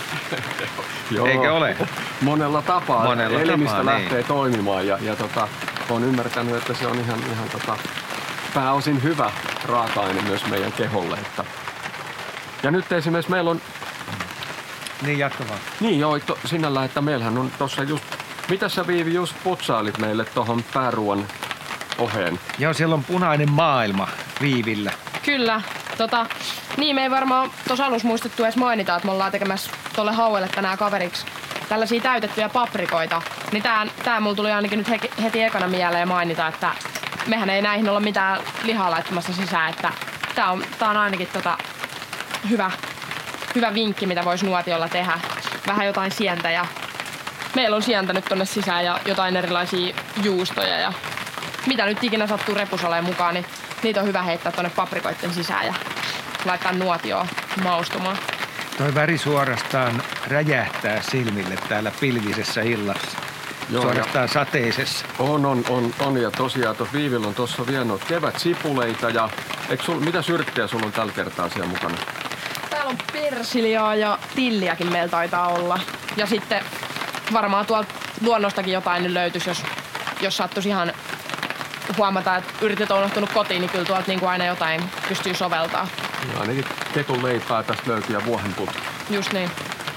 Joo, eikö ole? Monella tapaa. Monella elimistä tapaa, lähtee niin. toimimaan ja, ja tota, olen ymmärtänyt, että se on ihan, ihan tota, pääosin hyvä raaka-aine myös meidän keholle. Että. Ja nyt esimerkiksi meillä on... Niin, jatka vaan. Niin joo, to, sinällään, että meillähän on tuossa just... Mitä sä Viivi just putsailit meille tuohon pääruoan oheen? Joo, siellä on punainen maailma Viivillä. Kyllä. Tota, niin, me ei varmaan tuossa alussa muistettu edes mainita, että me ollaan tekemässä tolle hauelle tänään kaveriksi tällaisia täytettyjä paprikoita. Niin tää, tää mulla tuli ainakin nyt he, heti ekana mieleen mainita, että mehän ei näihin olla mitään lihaa laittamassa sisään, että tää on, tää on ainakin tota hyvä, hyvä vinkki, mitä voisi nuotiolla tehdä. Vähän jotain sientä ja meillä on sientä nyt tonne sisään ja jotain erilaisia juustoja ja mitä nyt ikinä sattuu repusoleen mukaan, niin niitä on hyvä heittää tonne paprikoitten sisään ja laittaa nuotioon maustumaan. Toi väri suorastaan räjähtää silmille täällä pilvisessä illassa. Joo, suorastaan sateisessa. On, on, on, on. Ja tosiaan tuossa Viivillä on tuossa vielä noita kevätsipuleita ja sul, mitä syrttiä sulla on tällä kertaa siellä mukana? Täällä on persiljaa ja tilliäkin meillä taitaa olla. Ja sitten varmaan tuolta luonnostakin jotain nyt löytyisi, jos, jos sattuisi ihan huomata, että yritet on unohtunut kotiin, niin kyllä tuolta niin kuin aina jotain pystyy soveltaa. Ja ainakin ketun leipää tästä löytyy ja vuohenputki. Just niin.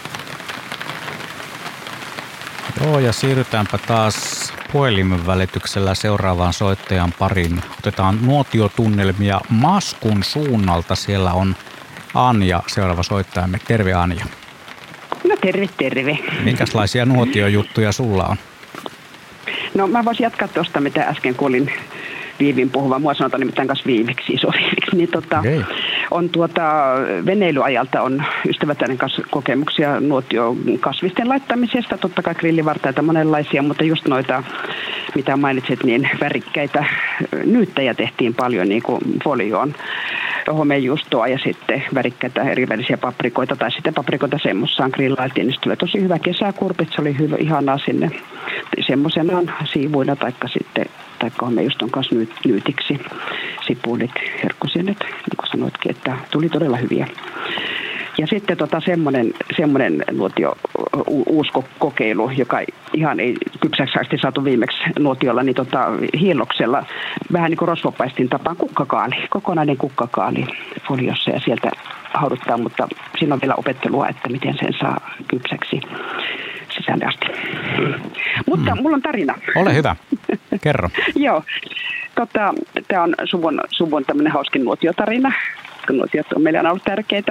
Joo, ja siirrytäänpä taas puhelimen välityksellä seuraavaan soittajan pariin. Otetaan nuotiotunnelmia Maskun suunnalta. Siellä on Anja, seuraava soittajamme. Terve Anja. No terve, terve. Minkälaisia nuotiojuttuja sulla on? No mä voisin jatkaa tuosta, mitä äsken kuulin Viivin puhuvan. Mua sanotaan nimittäin kanssa Viiviksi, iso Viiviksi. Niin tota, okay. On tuota, veneilyajalta on ystävätäinen kanssa kokemuksia nuotiokasvisten laittamisesta. Totta kai grillivartaita monenlaisia, mutta just noita, mitä mainitsit, niin värikkäitä nyyttäjä tehtiin paljon niin kuin folioon. Homejuustoa ja sitten värikkäitä erivälisiä paprikoita tai sitten paprikoita semmoisaan grillailtiin. Se tuli tosi hyvä kesäkurpit, se oli hyvä, ihanaa sinne semmoisenaan siivuina taikka sitten taikka homejuuston kanssa nyytiksi. Sipulit, herkkosienet, niin kuin sanoitkin, että tuli todella hyviä. Ja sitten tota semmoinen, semmoinen nuotio, u, uusi kokeilu, joka ihan ei kypsäksi asti saatu viimeksi nuotiolla, niin tota, hiilloksella vähän niin kuin rosvopaistin tapaan kukkakaali, kokonainen kukkakaali foliossa ja sieltä hauduttaa, mutta siinä on vielä opettelua, että miten sen saa kypsäksi sisälle asti. Mutta mm. mulla on tarina. Ole hyvä, kerro. Joo, tota, tämä on suvun, suvun tämmöinen hauskin nuotiotarina. Nuotiot on meillä on ollut tärkeitä.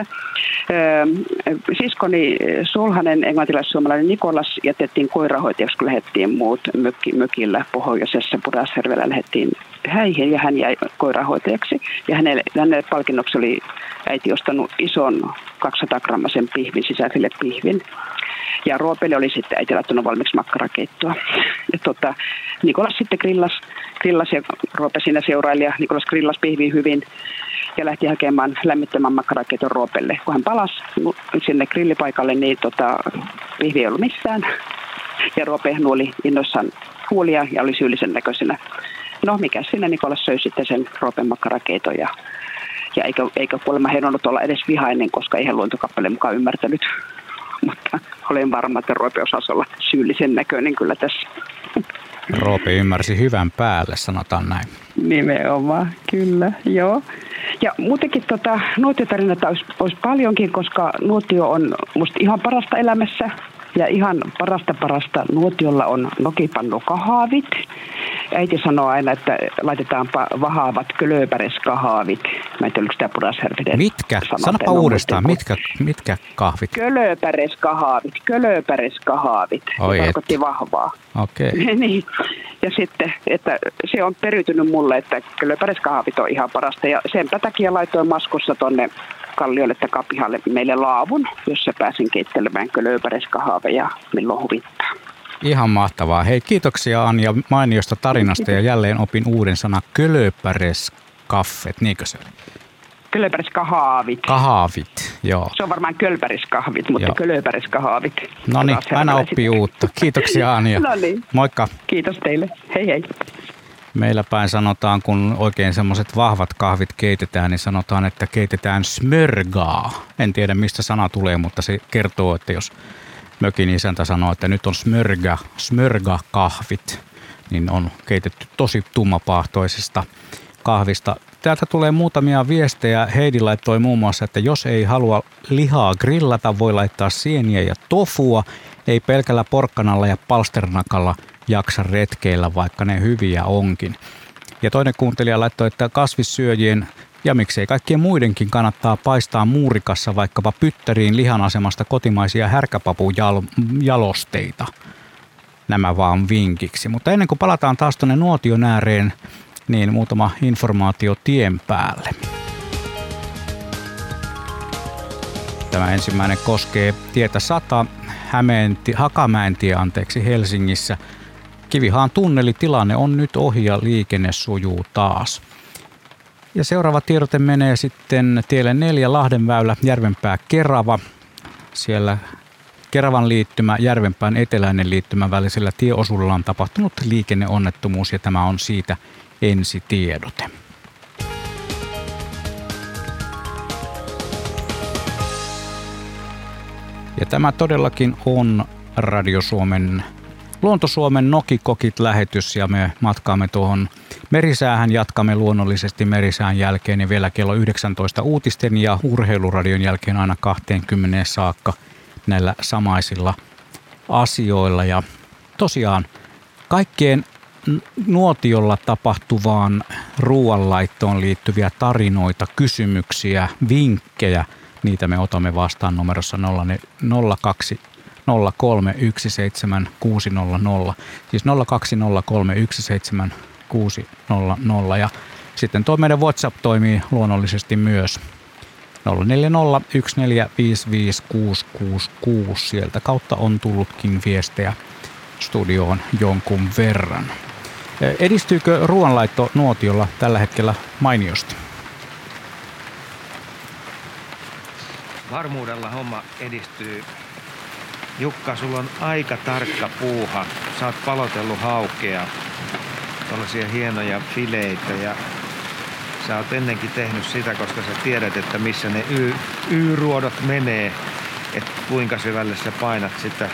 Siskoni Sulhanen, englantilais-suomalainen Nikolas, jätettiin koirahoitajaksi, kun lähdettiin muut mökki, mökillä pohjoisessa Pudasjärvellä lähdettiin häihin ja hän jäi koirahoitajaksi. Ja hänelle, hänelle palkinnoksi oli äiti ostanut ison kaksisataa grammasen pihvin, sisäfille pihvin. Ja Roopelle oli sitten äiti laittanut valmiiksi makkarakeittoa. Ja tota, Nikolas sitten grillas, grillas ja Roope siinä seuraili ja Nikolas grillas pihviin hyvin. Ja lähti hakemaan lämmittämään makkarakeiton Roopelle. Kun hän palasi sinne grillipaikalle, niin tota, pihvi ei ollut missään. Ja Roope nuoli innoissaan huulia ja oli syyllisen näköisenä. No mikä siinä, Nikolas söi sitten sen Roopen makkarakeiton ja, Ja eikä, eikä kuulemma heidonnut olla edes vihainen, koska eihän luontokappaleen mukaan ymmärtänyt. Mutta olen varma, että Roope osasi olla syyllisen näköinen kyllä tässä. Roope ymmärsi hyvän päälle, sanotaan näin. Nimenomaan, kyllä, joo. Ja muutenkin tota, nuotiotarinoita olisi, olisi paljonkin, koska nuotio on musta ihan parasta elämässä. Ja ihan parasta parasta nuotiolla on nokipannukahvit. Äiti sanoo aina, että laitetaanpa vahaavat kölöpäreskahvit. Mä en tiedä, oliko tämä Pudasjärvi. Mitkä? Sanoppa uudestaan. Mitkä, mitkä kahvit? Kölöpäreskahvit. Kölöpäreskahvit. Oi, se tarkoitti vahvaa. Okei. Okay. Niin. Ja sitten, että se on periytynyt mulle, että kölöpäreskahvit on ihan parasta. Ja senpä takia laitoin maskussa tonne Kalliolle takapihalle meille laavun, jossa pääsin keittelemään kölöpäreskahveja milloin huvittaa. Ihan mahtavaa. Hei, kiitoksia Anja mainiosta tarinasta ja jälleen opin uuden sanan kölöpäreskaffet, niinkö se oli? Kölöpäriskahvit. Kahvit, joo. Se on varmaan kölpäriskahvit, mutta kölöpäriskahvit. No niin, aina oppii uutta. Kiitoksia Anja. No niin. Moikka. Kiitos teille. Hei hei. Meillä päin sanotaan, kun oikein semmoiset vahvat kahvit keitetään, niin sanotaan, että keitetään smörgaa. En tiedä, mistä sana tulee, mutta se kertoo, että jos mökin isäntä sanoo, että nyt on smörga, smörga-kahvit, niin on keitetty tosi tummapahtoisesta kahvista. Täältä tulee muutamia viestejä. Heidi laittoi muun muassa, että jos ei halua lihaa grillata, voi laittaa sieniä ja tofua. Ei pelkällä porkkanalla ja palsternakalla jaksa retkeillä, vaikka ne hyviä onkin. Ja toinen kuuntelija laittoi, että kasvissyöjien ja miksei kaikkien muidenkin kannattaa paistaa muurikassa vaikkapa pyttäriin lihan asemasta kotimaisia härkäpapujalosteita. Nämä vaan vinkiksi. Mutta ennen kuin palataan taas tuonne nuotion ääreen, niin muutama informaatio tien päälle. Tämä ensimmäinen koskee tietä sata Hämeenti, Hakamäentie anteeksi, Helsingissä. Kivihaan tunnelitilanne on nyt ohi ja liikenne sujuu taas. Ja seuraava tiedote menee sitten tielle neljä Lahdenväylä, Järvenpää, Kerava. Siellä Keravan liittymä, Järvenpään eteläinen liittymä välisellä tieosuudella on tapahtunut liikenneonnettomuus ja tämä on siitä ensitiedote. Ja tämä todellakin on Radio Suomen, Luonto Suomen Nokikokit-lähetys ja me matkaamme tuohon merisäähän. Jatkamme luonnollisesti merisään jälkeen ja vielä kello yhdeksäntoista uutisten ja urheiluradion jälkeen aina kaksikymmentä saakka näillä samaisilla asioilla. Ja tosiaan kaikkeen nuotiolla tapahtuvaan ruoanlaittoon liittyviä tarinoita, kysymyksiä, vinkkejä, niitä me otamme vastaan numerossa nolla kaksi nolla kolme yksi seitsemän kuusi nolla nolla, siis nolla kaksi nolla kolme yksi seitsemän kuusi nolla nolla ja sitten tuo meidän WhatsApp toimii luonnollisesti myös nolla neljä nolla yksi neljä viisi viisi kuusi kuusi kuusi. Sieltä kautta on tullutkin viestejä studioon jonkun verran. Edistyykö ruoanlaitto nuotiolla tällä hetkellä mainiosti? Varmuudella homma edistyy. Jukka, sulla on aika tarkka puuha. Sä oot palotellut haukea, tällaisia hienoja fileitä ja sä oot ennenkin tehnyt sitä, koska sä tiedät, että missä ne y- y-ruodot menee, että kuinka syvälle sä painat sitä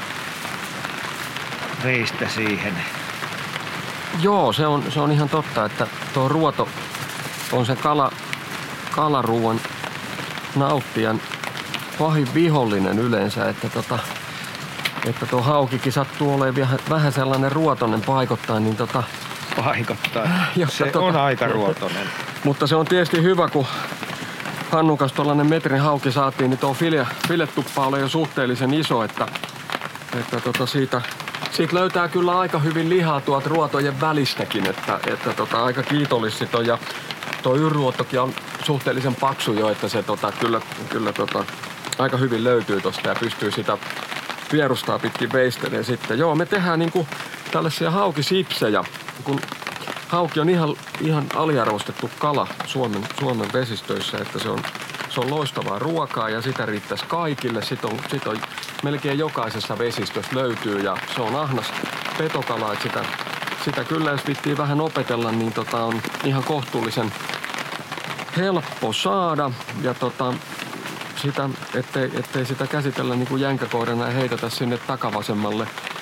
veistä siihen. Joo, se on, se on ihan totta, että tuo ruoto on se kala, kalaruuan nauttijan pahin vihollinen yleensä, että, tota, että tuo haukikin sattuu olemaan vähän sellainen ruotonen paikottain, niin tota... Paikottain. Se tota, on aika ruotonen. Mutta se on tietysti hyvä, kun Hannukas tuollainen metrin hauki saatiin, niin tuo file, filetuppa oli jo suhteellisen iso, että, että tota siitä, siitä löytää kyllä aika hyvin lihaa tuolta ruotojen välistäkin, että, että tota, aika kiitollis on ja tuo yrruottokin on suhteellisen paksu jo, että se tota, kyllä, kyllä tota, aika hyvin löytyy tosta ja pystyy sitä vierustaa pitkin veistelemään sitten. Joo, me tehdään niinku tällaisia haukisipsejä, kun hauki on ihan, ihan aliarvostettu kala Suomen, Suomen vesistöissä, että se on, se on loistavaa ruokaa ja sitä riittäisi kaikille. Sitten on, sit on melkein jokaisessa vesistössä löytyy ja se on ahnas petokala, että sitä, sitä kyllä jos vittiin vähän opetella, niin tota on ihan kohtuullisen helppo saada ja tota, sitä, ettei, ettei sitä käsitellä niin kuin jänkäkoirana ja heitetä sinne takavasemmalle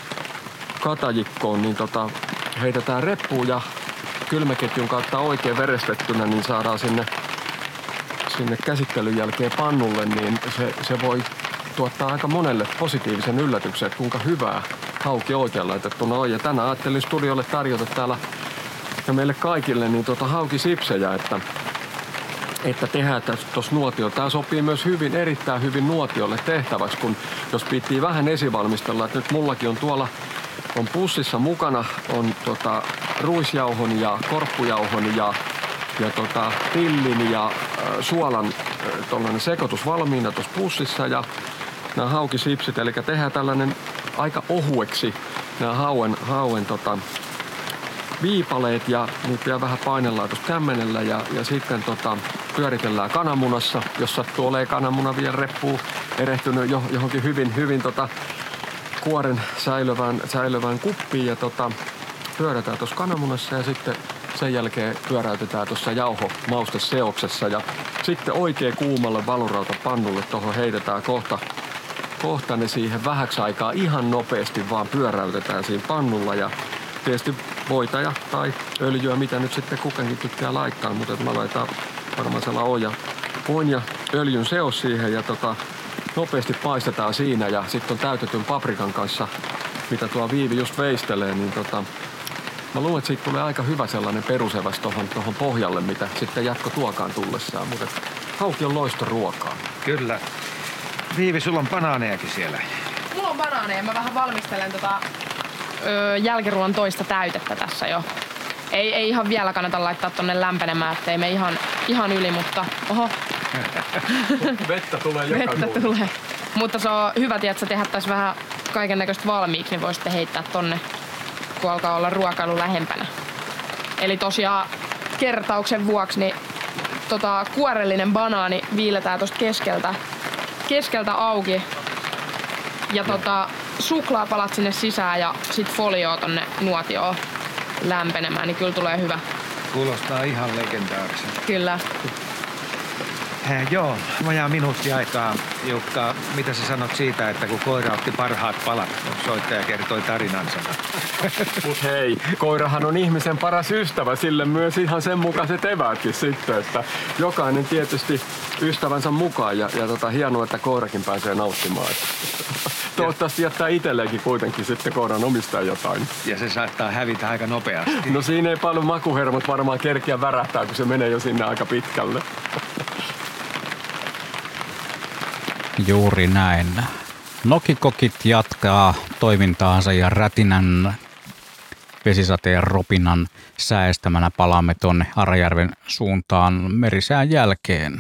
katajikkoon, niin tota, heitetään reppuun ja kylmäketjun kautta oikein verestettynä, niin saadaan sinne, sinne käsittelyn jälkeen pannulle, niin se, se voi tuottaa aika monelle positiivisen yllätyksen, että kuinka hyvää hauki oikein laitettuna on. Ja tänään ajattelin studiolle tarjota täällä ja meille kaikille niin tuota haukisipsejä, että, että tehdään tuossa nuotio. Tämä sopii myös hyvin, erittäin hyvin nuotiolle tehtäväksi, kun jos pitää vähän esivalmistella, että nyt mullakin on tuolla on pussissa mukana on tota, ruisjauhon ja korppujauhon ja, ja tota, tillin ja äh, suolan äh, sekoitus valmiina tuossa pussissa ja nämä haukisipsit, eli tehdään tällainen aika ohueksi nämä hauen, hauen tota, viipaleet ja niitä vielä vähän painellaan tuossa kämmenellä ja, ja sitten tota, pyöritellään kananmunassa, jos sattuu olemaan kananmuna vielä reppuun erehtynyt jo, johonkin hyvin, hyvin tota, kuoren säilyvään, säilyvään kuppiin ja tota, pyörätään tuossa kananmunassa ja sitten sen jälkeen pyöräytetään tuossa jauhomausteseoksessa ja sitten oikein kuumalle valurautapannulle tuohon heitetään kohta, kohta ne siihen vähäksi aikaa ihan nopeasti vaan pyöräytetään siinä pannulla ja tietysti voita tai öljyä, mitä nyt sitten kukakin tykkää laittaa, mutta mä laitan varmaan sellainen oja, voin ja öljyn seos siihen ja tota, nopeasti paistetaan siinä ja sitten on täytetyn paprikan kanssa, mitä tuo Viivi just veistelee, niin tota, mä luulen, että siitä tulee aika hyvä sellainen peruseväs tohon, tohon pohjalle, mitä sitten jatko tuokaan tullessaan, mutta hauki on loistoruokaa. Kyllä. Viivi, sulla on banaanejakin siellä. Mulla on banaaneja, mä vähän valmistelen tota öö, jälkiruoan toista täytettä tässä jo. Ei, ei ihan vielä kannata laittaa tonne lämpenemään, ettei me ihan, ihan yli, mutta oho. Vettä tulee joka Vettä kuulta. tulee. Mutta se on hyvä, että tehdä tässä vähän kaiken näköistä valmiiksi, niin voi sitten heittää tonne, kun alkaa olla ruokailu lähempänä. Eli tosiaan kertauksen vuoksi, niin tota, kuorellinen banaani viiletään tosta keskeltä, keskeltä auki. Ja tota, suklaapalat sinne sisään ja sit folioa tonne nuotioon lämpenemään, niin kyllä tulee hyvä. Kuulostaa ihan legendaariselta. Kyllä. Eh, joo, vajaa minuutti aikaa. Jukka, mitä sä sanot siitä, että kun koira otti parhaat palat, soittaja kertoi tarinansa? Mut hei, koirahan on ihmisen paras ystävä, sille myös ihan sen mukaiset eväätkin sitten, että jokainen tietysti ystävänsä mukaan ja, ja tota, hienoa, että koirakin pääsee nauttimaan. Toivottavasti jättää itselleenkin kuitenkin sitten koiran omistaa jotain. Ja se saattaa hävitä aika nopeasti. No siinä ei paljon makuhermot varmaan kerkiä värähtää, kun se menee jo sinne aika pitkälle. Juuri näin. Nokikokit jatkaa toimintaansa ja rätinän, vesisateen ropinan säestämänä palaamme tuonne Arajärven suuntaan merisään jälkeen.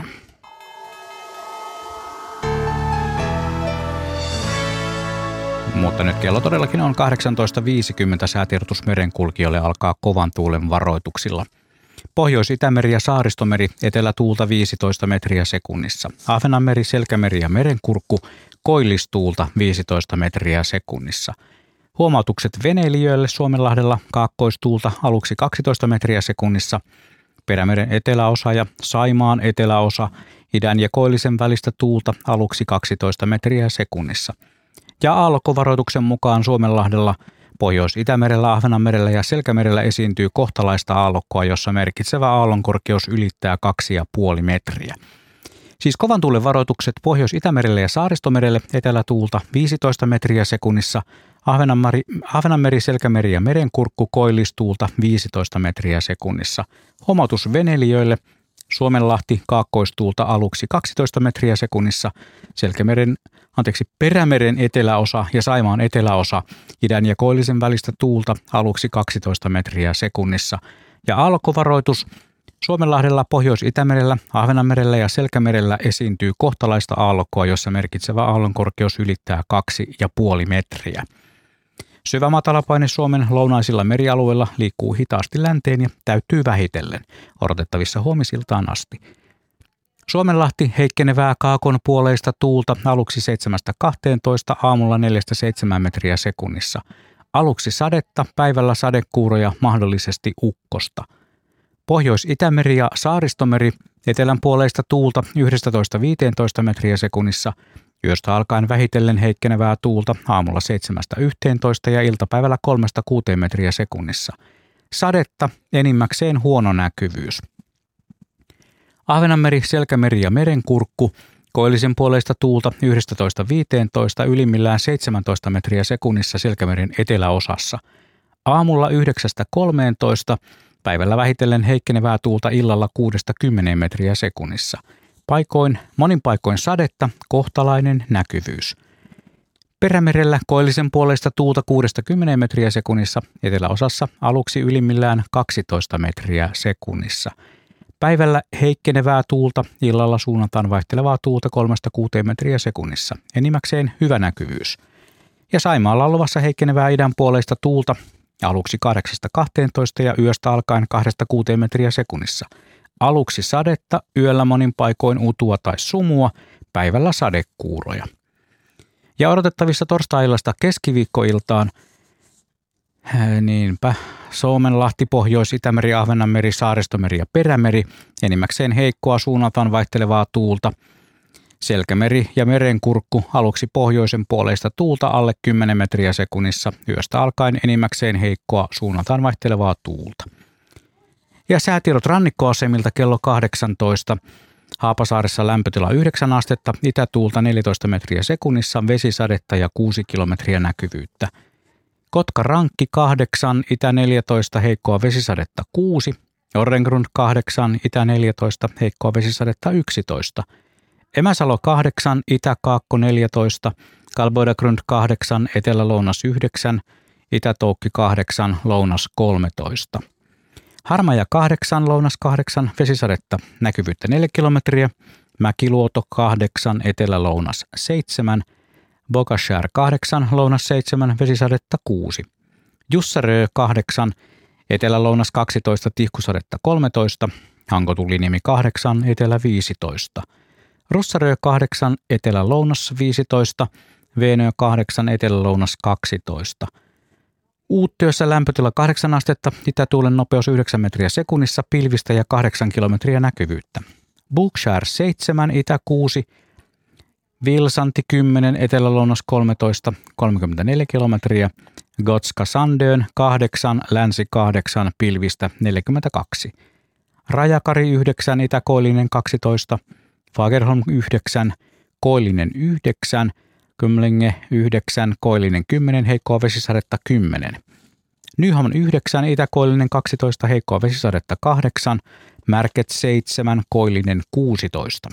Mutta nyt kello todellakin on kahdeksantoista viisikymmentä. Säätiedotus merenkulkijoille alkaa kovan tuulen varoituksilla. Pohjois-Itämeri ja Saaristomeri etelätuulta viisitoista metriä sekunnissa. Ahvenanmeri, Selkämeri ja Merenkurkku koillistuulta viisitoista metriä sekunnissa. Huomautukset veneilijöille Suomenlahdella kaakkoistuulta aluksi kaksitoista metriä sekunnissa. Perämeren eteläosa ja Saimaan eteläosa idän ja koillisen välistä tuulta aluksi kaksitoista metriä sekunnissa. Ja aallokkovaroituksen mukaan Suomenlahdella, Pohjois-Itämerellä, Ahvenanmerellä ja Selkämerellä esiintyy kohtalaista aallokkoa, jossa merkitsevä aallonkorkeus ylittää kaksi pilkku viisi metriä. Siis kovan tuulen varoitukset Pohjois-Itämerelle ja Saaristomerelle etelätuulta viisitoista metriä sekunnissa, Ahvenanmeri, Ahvenanmeri, Selkämeri ja Merenkurkku koillistuulta viisitoista metriä sekunnissa. Huomautus veneilijöille Suomenlahti kaakkoistuulta aluksi kaksitoista metriä sekunnissa, Selkämeren, anteeksi, Perämeren eteläosa ja Saimaan eteläosa idän ja koillisen välistä tuulta aluksi kaksitoista metriä sekunnissa. Ja aallokkovaroitus Suomenlahdella, Pohjois-Itämerellä, Ahvenanmerellä ja Selkämerellä esiintyy kohtalaista aallokkoa, jossa merkitsevä aallonkorkeus ylittää kaksi pilkku viisi metriä. Syvä matalapaine Suomen lounaisilla merialueilla liikkuu hitaasti länteen ja täyttyy vähitellen, odotettavissa huomisiltaan asti. Suomenlahti heikkenevää kaakon puoleista tuulta aluksi seitsemästä kahteentoista, aamulla neljästä seitsemään metriä sekunnissa. Aluksi sadetta, päivällä sadekuuroja, mahdollisesti ukkosta. Pohjois-Itämeri ja Saaristomeri etelän puoleista tuulta yksitoista viisitoista metriä sekunnissa, yöstä alkaen vähitellen heikkenevää tuulta aamulla seitsemästä yhteentoista ja iltapäivällä kolmesta kuuteen metriä sekunnissa. Sadetta, enimmäkseen huono näkyvyys. Ahvenanmeri, Selkämeri ja Merenkurkku, koillisen puoleista tuulta yksitoista viisitoista, ylimmillään seitsemäntoista metriä sekunnissa Selkämeren eteläosassa. Aamulla yhdeksästä kolmeentoista, päivällä vähitellen heikkenevää tuulta illalla kuudesta kymmeneen metriä sekunnissa. Paikoin, monin paikoin sadetta, kohtalainen näkyvyys. Perämerellä koillisen puoleista tuulta kuudesta kymmeneen metriä sekunnissa, eteläosassa aluksi ylimmillään kaksitoista metriä sekunnissa. Päivällä heikkenevää tuulta, illalla suunnataan vaihtelevaa tuulta kolmesta kuuteen metriä sekunnissa, enimmäkseen hyvä näkyvyys. Ja Saimaalla on luvassa heikkenevää idän puoleista tuulta, aluksi kahdeksasta kahteentoista ja yöstä alkaen kahdesta kuuteen metriä sekunnissa. Aluksi sadetta, yöllä monin paikoin utua tai sumua, päivällä sadekuuroja. Ja odotettavissa torstai-illasta keskiviikkoiltaan, niinpä, Suomenlahti, Pohjois-Itämeri, Ahvenanmeri, Saaristomeri ja Perämeri, enimmäkseen heikkoa suunnataan vaihtelevaa tuulta. Selkämeri ja Merenkurkku, aluksi pohjoisen puoleista tuulta alle kymmenen metriä sekunnissa, yöstä alkaen enimmäkseen heikkoa suunnataan vaihtelevaa tuulta. Ja säätiedot rannikkoasemilta kello kahdeksantoista. Haapasaaressa lämpötila yhdeksän astetta, itätuulta neljätoista metriä sekunnissa, vesisadetta ja kuusi kilometriä näkyvyyttä. Kotka-Rankki kahdeksan, itä neljätoista, heikkoa vesisadetta kuusi. Orrengrund kahdeksan, itä neljätoista, heikkoa vesisadetta yksitoista. Emäsalo kahdeksan, itä-Kaakko neljätoista, Kalboidagrund kahdeksan, etelä-lounas yhdeksän, itä-Toukki kahdeksan, lounas kolmetoista. Harmaja kahdeksan, lounas kahdeksan, vesisadetta, näkyvyyttä neljä kilometriä. Mäkiluoto kahdeksan, etelä-lounas seitsemän. Bogashär kahdeksan, lounas seitsemän, vesisadetta kuusi. Jussarö kahdeksan, etelä-lounas kaksitoista, tihkusadetta kolmetoista. Hankotuliniemi kahdeksan, etelä viisitoista. Russarö kahdeksan, etelä-lounas viisitoista. Veenö kahdeksan, etelä-lounas kaksitoista. Uuttyössä lämpötila kahdeksan astetta, itätuulen nopeus yhdeksän metriä sekunnissa, pilvistä ja kahdeksan kilometriä näkyvyyttä. Bogashär seitsemän, itä kuusi, Vilsanti kymmenen, etelä-lounas kolmetoista, kolmekymmentäneljä kilometriä. Gotska Sandön kahdeksan, länsi kahdeksan, pilvistä neljäkymmentäkaksi. Rajakari yhdeksän, itä-koillinen kaksitoista, Fagerholm yhdeksän, koillinen yhdeksän, Kymlinge yhdeksän, koillinen kymmenen, heikkoa vesisadetta kymmenen. Nyhamn yhdeksän, itäkoillinen kaksitoista, heikkoa vesisadetta kahdeksan, Märket seitsemän, koillinen kuusitoista.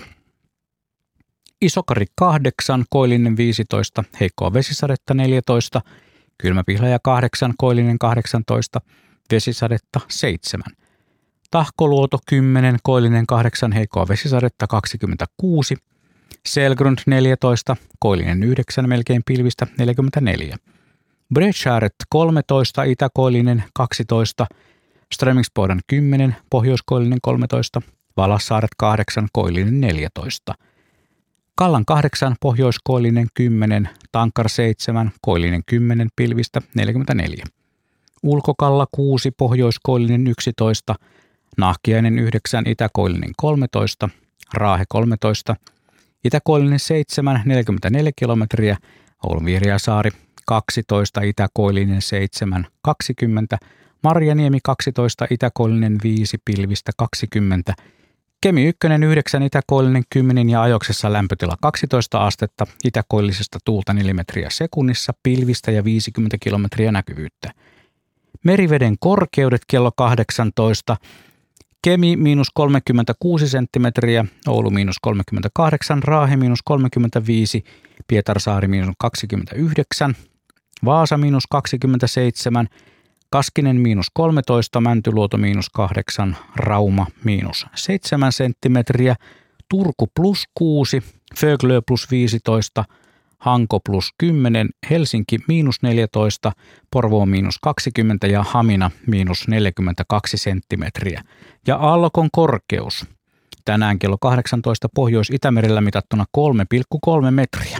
Isokari kahdeksan, koillinen viisitoista, heikkoa vesisadetta neljätoista, Kylmäpihlaja kahdeksan, koillinen kahdeksantoista, vesisadetta seitsemän. Tahkoluoto kymmenen, koillinen kahdeksan, heikkoa vesisadetta kaksikymmentäkuusi. Selgrund neljätoista, koillinen yhdeksän, melkein pilvistä neljäkymmentäneljä. Bredskäret kolmetoista, itäkoillinen kaksitoista, Strömingsboden kymmenen, pohjoiskoillinen kolmetoista, Valassaaret kahdeksan, koillinen neljätoista. Kallan kahdeksan, pohjoiskoillinen kymmenen, Tankar seitsemän, koillinen kymmenen, pilvistä neljäkymmentäneljä. Ulkokalla kuusi, pohjoiskoillinen yksitoista, Nahkiainen yhdeksän, itäkoillinen kolmetoista, Raahe kolmetoista, itäkoillinen seitsemän, neljäkymmentäneljä kilometriä, Oulun Vihreäsaari kaksitoista, itäkoillinen seitsemän, kaksikymmentä, Marjaniemi kaksitoista, itäkoillinen viisi, pilvistä kaksikymmentä, Kemi yksi yhdeksän, itäkoillinen kymmenen ja Ajoksessa lämpötila kaksitoista astetta, itäkoillisesta tuulta neljä metriä sekunnissa, pilvistä ja viisikymmentä kilometriä näkyvyyttä. Meriveden korkeudet kello kahdeksantoista, Kemi miinus kolmekymmentäkuusi senttimetriä, Oulu miinus kolmekymmentäkahdeksan, Raahe miinus kolmekymmentäviisi, Pietarsaari miinus kaksikymmentäyhdeksän, Vaasa miinus kaksikymmentäseitsemän, Kaskinen miinus kolmetoista, Mäntyluoto miinus kahdeksan, Rauma miinus seitsemän senttimetriä, Turku plus kuusi, Föglö plus viisitoista, Hanko plus kymmenen, Helsinki miinus neljätoista, Porvoo miinus kaksikymmentä ja Hamina miinus neljäkymmentäkaksi senttimetriä. Ja aallokon korkeus tänään kello kahdeksantoista Pohjois-Itämerellä mitattuna kolme pilkku kolme metriä.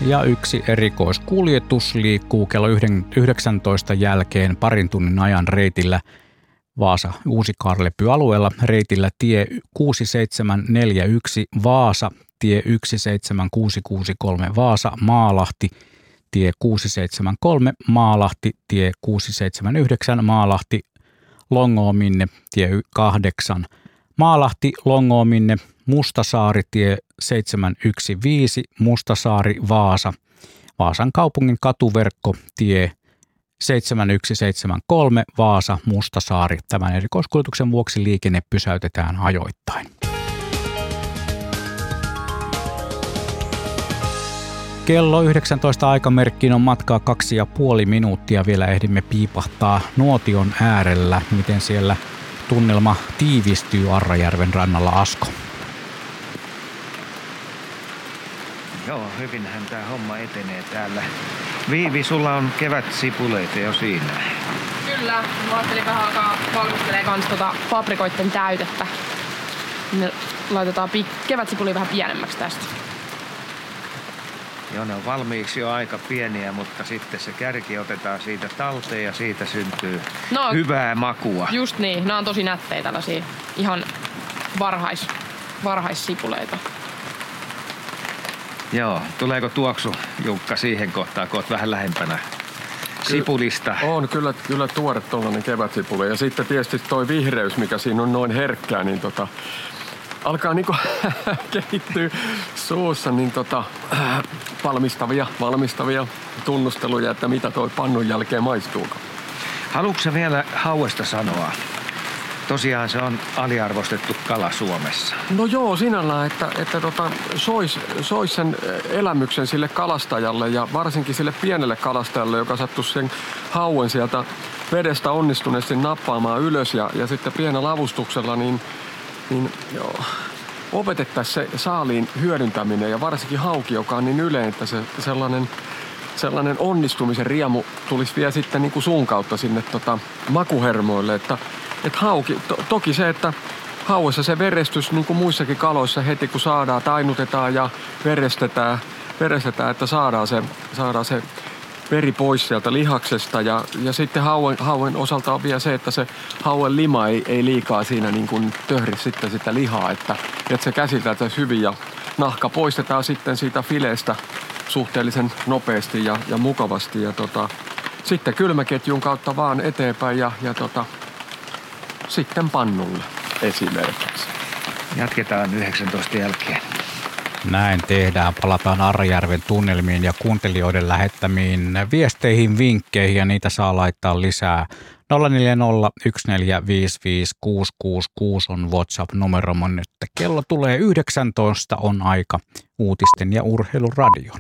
Ja yksi erikoiskuljetus liikkuu kello yhdeksäntoista jälkeen parin tunnin ajan reitillä Vaasa Uusi-Kaarlepy-alueella reitillä tie kuusi seitsemän neljä yksi Vaasa, tie yksi seitsemän kuusi kuusi kolme Vaasa Maalahti, tie kuusi seitsemän kolme Maalahti, tie kuusi seitsemän yhdeksän Maalahti Longoominne, tie kahdeksan Maalahti Longoominne, Mustasaari, tie seitsemän yksi viisi Mustasaari Vaasa, Vaasan kaupungin katuverkko, tie seitsemän yksi seitsemän kolme Vaasa Mustasaari. Tämän erikoiskuljetuksen vuoksi liikenne pysäytetään ajoittain. Kello yhdeksäntoista aikamerkkiin on matkaa kaksi ja puoli minuuttia. Vielä ehdimme piipahtaa nuotion äärellä. Miten siellä tunnelma tiivistyy Arrajärven rannalla, Asko? Joo, hyvinhän tää homma etenee täällä. Viivi, sulla on kevätsipuleita jo siinä. Kyllä, mä ajattelin vähän alkaa valmistelemaan kans tota paprikoitten täytettä. Ne laitetaan pik- kevätsipuli vähän pienemmäksi tästä. Joo, ne on valmiiksi jo aika pieniä, mutta sitten se kärki otetaan siitä talteen ja siitä syntyy no, hyvää makua. Just niin, nämä on tosi nättejä tällaisia ihan varhais, varhaissipuleita. Joo, tuleeko tuoksu, Jukka, siihen kohtaan, kun oot vähän lähempänä sipulista? On kyllä, kyllä tuore tuollainen kevätsipuli. Ja sitten tietysti toi vihreys, mikä siinä on noin herkkää, niin tota, alkaa niinku kehittyä suussa niin tota, valmistavia, valmistavia tunnusteluja, että mitä toi pannun jälkeen maistuuko. Haluatko sä vielä hauesta sanoa? Tosiaan se on aliarvostettu kala Suomessa. No joo, sinällään, että, että tota, sois, sois sen elämyksen sille kalastajalle ja varsinkin sille pienelle kalastajalle, joka sattuisi sen hauen sieltä vedestä onnistuneesti nappaamaan ylös ja, ja sitten pienellä avustuksella, niin, niin joo, opetettaisiin se saaliin hyödyntäminen ja varsinkin hauki, joka on niin yleinen, että se sellainen, sellainen onnistumisen riemu tulisi vielä sitten niin kuin sun kautta sinne tota, makuhermoille, että Et hauki, to, toki se, että hauessa se verestys, niin kuin muissakin kaloissa, heti kun saadaan, tainutetaan ja verestetään, verestetään että saadaan se, saadaan se veri pois sieltä lihaksesta. Ja, ja sitten hauen, hauen osalta on vielä se, että se hauen lima ei, ei liikaa siinä niin kuin töhri sitten sitä lihaa, että, että se käsitellään hyvin ja nahka poistetaan sitten siitä fileestä suhteellisen nopeasti ja, ja mukavasti. Ja tota, sitten kylmäketjun kautta vaan eteenpäin ja, ja tota, sitten pannulle esimerkiksi. Jatketaan yhdeksäntoista jälkeen. Näin tehdään. Palataan Arrajärven tunnelmiin ja kuuntelijoiden lähettämiin viesteihin, vinkkeihin ja niitä saa laittaa lisää. nolla neljä nolla yksi neljä viisi viisi kuusi kuusi kuusi on WhatsApp-numeromme nyt. Kello tulee yhdeksäntoista, on aika uutisten ja urheiluradion.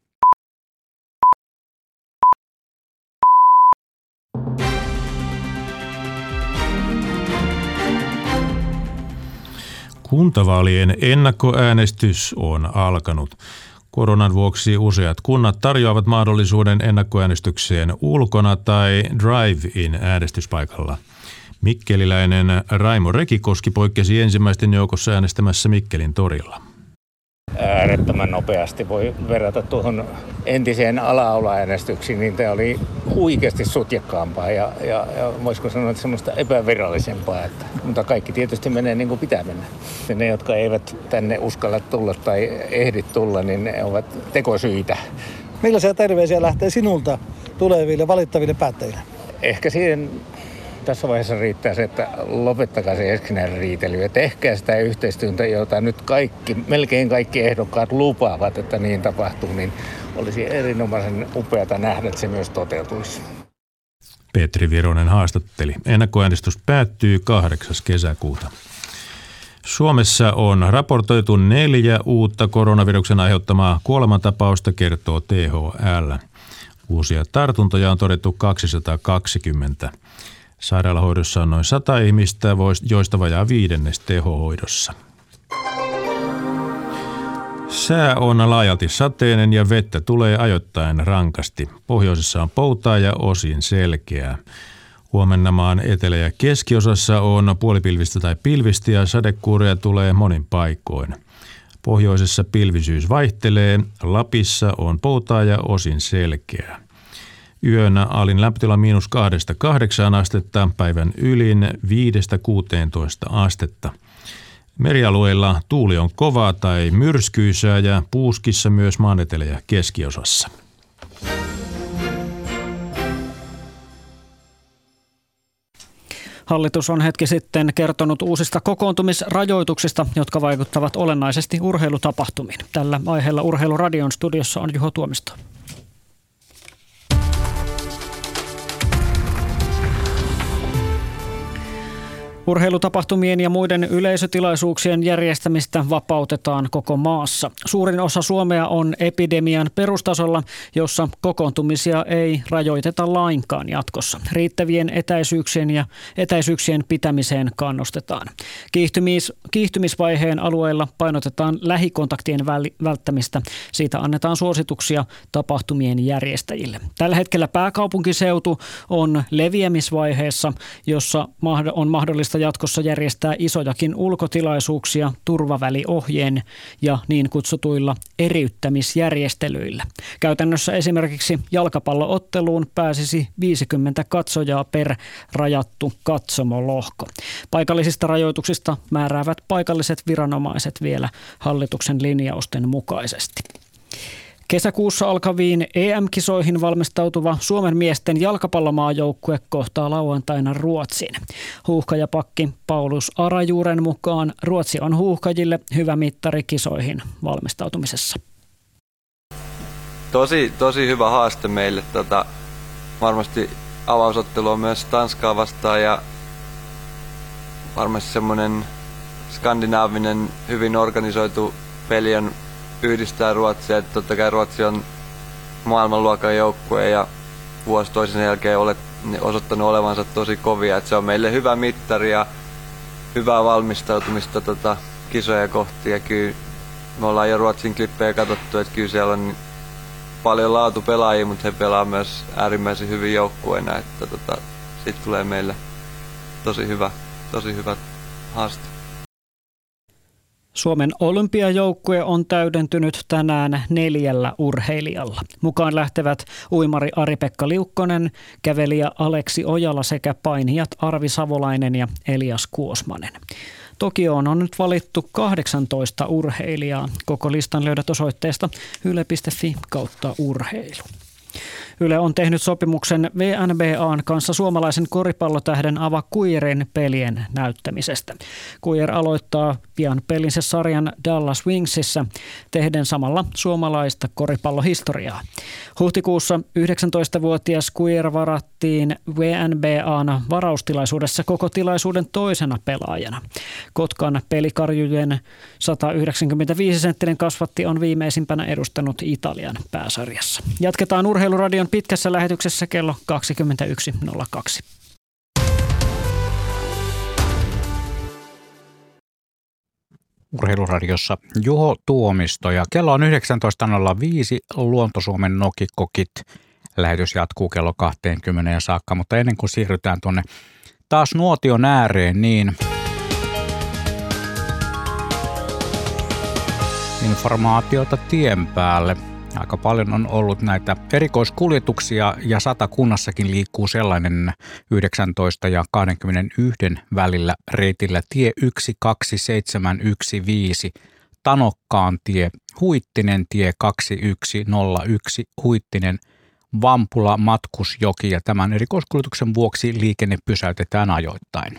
Kuntavaalien ennakkoäänestys on alkanut. Koronan vuoksi useat kunnat tarjoavat mahdollisuuden ennakkoäänestykseen ulkona tai drive-in äänestyspaikalla. Mikkeliläinen Raimo Rekikoski poikkesi ensimmäisten joukossa äänestämässä Mikkelin torilla. Äärettömän nopeasti voi verrata tuohon entiseen ala-aula-äänestyksiin, niin tämä oli huikeasti sutjakkaampaa ja, ja, ja voisiko sanoa, että semmoista epävirallisempaa. Että, mutta kaikki tietysti menee niin kuin pitää mennä. Ja ne, jotka eivät tänne uskalla tulla tai ehdi tulla, niin ne ovat tekosyitä. Millaisia terveisiä lähtee sinulta tuleville valittaville päättäjille? Ehkä siihen tässä vaiheessa riittää se, että lopettakaa se keskinäinen riitely ja tehkää sitä yhteistyötä, jota nyt kaikki, melkein kaikki ehdokkaat lupaavat, että niin tapahtuu, niin olisi erinomaisen upeata nähdä, että se myös toteutuisi. Petri Vironen haastatteli. Ennakkoäänestys päättyy kahdeksas kesäkuuta. Suomessa on raportoitu neljä uutta koronaviruksen aiheuttamaa kuolemantapausta, kertoo T H L. Uusia tartuntoja on todettu kaksisataakaksikymmentä. Sairaalahoidossa on noin sata ihmistä, joista vajaa viidennes tehohoidossa. Sää on laajalti sateinen ja vettä tulee ajoittain rankasti. Pohjoisessa on poutaa ja osin selkeää. Huomenna maan etelä- ja keskiosassa on puolipilvistä tai pilvistä ja sadekuuria tulee monin paikoin. Pohjoisessa pilvisyys vaihtelee, Lapissa on poutaa ja osin selkeää. Yönä alin lämpötila miinus kahdesta kahdeksaan astetta, päivän ylin viidestä kuuteentoista astetta. Merialueilla tuuli on kovaa tai myrskyisää ja puuskissa myös maan etelä- ja keskiosassa. Hallitus on hetki sitten kertonut uusista kokoontumisrajoituksista, jotka vaikuttavat olennaisesti urheilutapahtumiin. Tällä aiheella Urheiluradion studiossa on Juho Tuomisto. Urheilutapahtumien ja muiden yleisötilaisuuksien järjestämistä vapautetaan koko maassa. Suurin osa Suomea on epidemian perustasolla, jossa kokoontumisia ei rajoiteta lainkaan jatkossa. Riittävien etäisyyksien ja etäisyyksien pitämiseen kannustetaan. Kiihtymis, kiihtymisvaiheen alueilla painotetaan lähikontaktien välttämistä. Siitä annetaan suosituksia tapahtumien järjestäjille. Tällä hetkellä pääkaupunkiseutu on leviämisvaiheessa, jossa on mahdollista jatkossa järjestää isojakin ulkotilaisuuksia turvaväliohjeen ja niin kutsutuilla eriyttämisjärjestelyillä. Käytännössä esimerkiksi jalkapallootteluun pääsisi viisikymmentä katsojaa per rajattu katsomolohko. Paikallisista rajoituksista määräävät paikalliset viranomaiset vielä hallituksen linjausten mukaisesti. Kesäkuussa alkaviin E M-kisoihin valmistautuva Suomen miesten jalkapallomaajoukkue kohtaa lauantaina Ruotsin. Huuhkajapakki Paulus Arajuuren mukaan Ruotsi on huuhkajille hyvä mittari kisoihin valmistautumisessa. Tosi, tosi hyvä haaste meille. Tota, varmasti avausottelu on myös Tanskaa vastaan ja varmasti semmoinen skandinaavinen hyvin organisoitu peli on yhdistää Ruotsia. Totta kai Ruotsi on maailmanluokan joukkue ja vuosi toisen jälkeen olet osoittanut olevansa tosi kovia. Et se on meille hyvä mittari ja hyvää valmistautumista tota, kisoja kohti. Ja kyllä me ollaan jo Ruotsin klippejä katsottu, että kyllä siellä on paljon laatupelaajia, mutta he pelaa myös äärimmäisen hyvin joukkueena. Että tota, siitä tulee meille tosi hyvä, tosi hyvä haaste. Suomen olympiajoukkue on täydentynyt tänään neljällä urheilijalla. Mukaan lähtevät uimari Ari-Pekka Liukkonen, kävelijä Aleksi Ojala sekä painijat Arvi Savolainen ja Elias Kuosmanen. Tokioon on nyt valittu kahdeksantoista urheilijaa. Koko listan löydät osoitteesta yle piste fi kautta urheilu. Yle on tehnyt sopimuksen V N B A:n kanssa suomalaisen koripallotähden Ava Kuijerin pelien näyttämisestä. Kuijer aloittaa pian pelinsä sarjan Dallas Wingsissä tehden samalla suomalaista koripallohistoriaa. Huhtikuussa yhdeksäntoistavuotias Kuijer varattiin V N B A:n varaustilaisuudessa koko tilaisuuden toisena pelaajana. Kotkan pelikarjujen sata yhdeksänkymmentäviisi senttinen kasvatti on viimeisimpänä edustanut Italian pääsarjassa. Jatketaan Urheiluradion pitkässä lähetyksessä kello kaksikymmentäyksi nolla kaksi. Urheiluradiossa Juho Tuomisto ja kello on yhdeksäntoista nolla viisi Luonto-Suomen nokikokit. Lähetys jatkuu kello kaksikymmentä saakka, mutta ennen kuin siirrytään tuonne taas nuotion ääreen, niin informaatiota tien päälle. Aika paljon on ollut näitä erikoiskuljetuksia ja Satakunnassakin liikkuu sellainen yhdeksäntoista ja kaksikymmentäyksi välillä reitillä tie yksi kaksi seitsemän yksi viisi, Tanokkaan tie, Huittinen tie kaksi yksi nolla yksi, Huittinen, Vampula, Matkusjoki ja tämän erikoiskuljetuksen vuoksi liikenne pysäytetään ajoittain.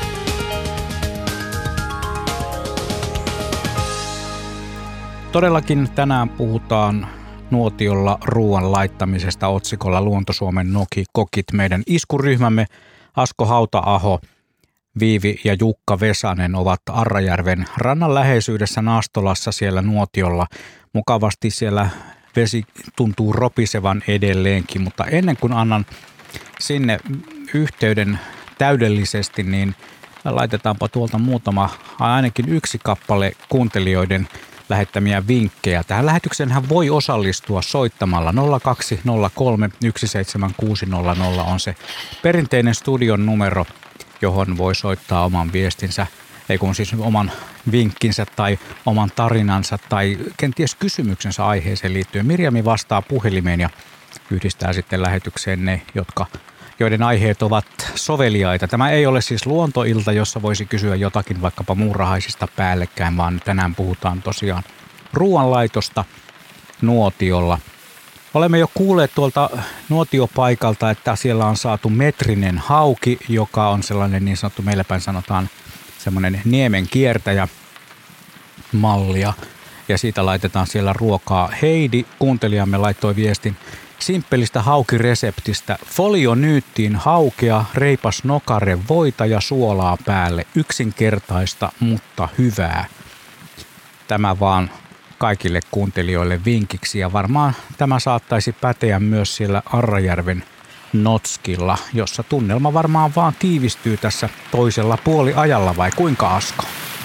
Todellakin tänään puhutaan nuotiolla ruoan laittamisesta otsikolla Luonto-Suomen nokikokit. Meidän iskuryhmämme Asko Hauta-aho, Viivi ja Jukka Vesanen ovat Arrajärven rannan läheisyydessä Nastolassa siellä nuotiolla. Mukavasti siellä vesi tuntuu ropisevan edelleenkin, mutta ennen kuin annan sinne yhteyden täydellisesti, niin laitetaanpa tuolta muutama, ainakin yksi kappale kuuntelijoiden lähettämiä vinkkejä. Tähän lähetykseenhän voi osallistua soittamalla nolla kaksi nolla kolme yksi seitsemän kuusi nolla nolla on se perinteinen studion numero, johon voi soittaa oman viestinsä ei kun siis oman vinkkinsä tai oman tarinansa tai kenties kysymyksensä aiheeseen liittyen. Mirjami vastaa puhelimeen ja yhdistää sitten lähetykseen ne, jotka, joiden aiheet ovat soveliaita. Tämä ei ole siis luontoilta, jossa voisi kysyä jotakin vaikkapa muurahaisista päällekkäin, vaan tänään puhutaan tosiaan ruoanlaitosta nuotiolla. Olemme jo kuulleet tuolta nuotiopaikalta, että siellä on saatu metrinen hauki, joka on sellainen niin sanottu, meillä päin sanotaan semmoinen niemen kiertäjä mallia. Ja siitä laitetaan siellä ruokaa. Heidi, kuuntelijamme, laittoi viestin simppelistä haukireseptistä. Folionyyttiin haukea, reipas nokare, voita ja suolaa päälle. Yksinkertaista, mutta hyvää. Tämä vaan kaikille kuuntelijoille vinkiksi ja varmaan tämä saattaisi päteä myös siellä Arrajärven Notskilla, jossa tunnelma varmaan vaan tiivistyy tässä toisella puoliajalla, vai kuinka, Asko?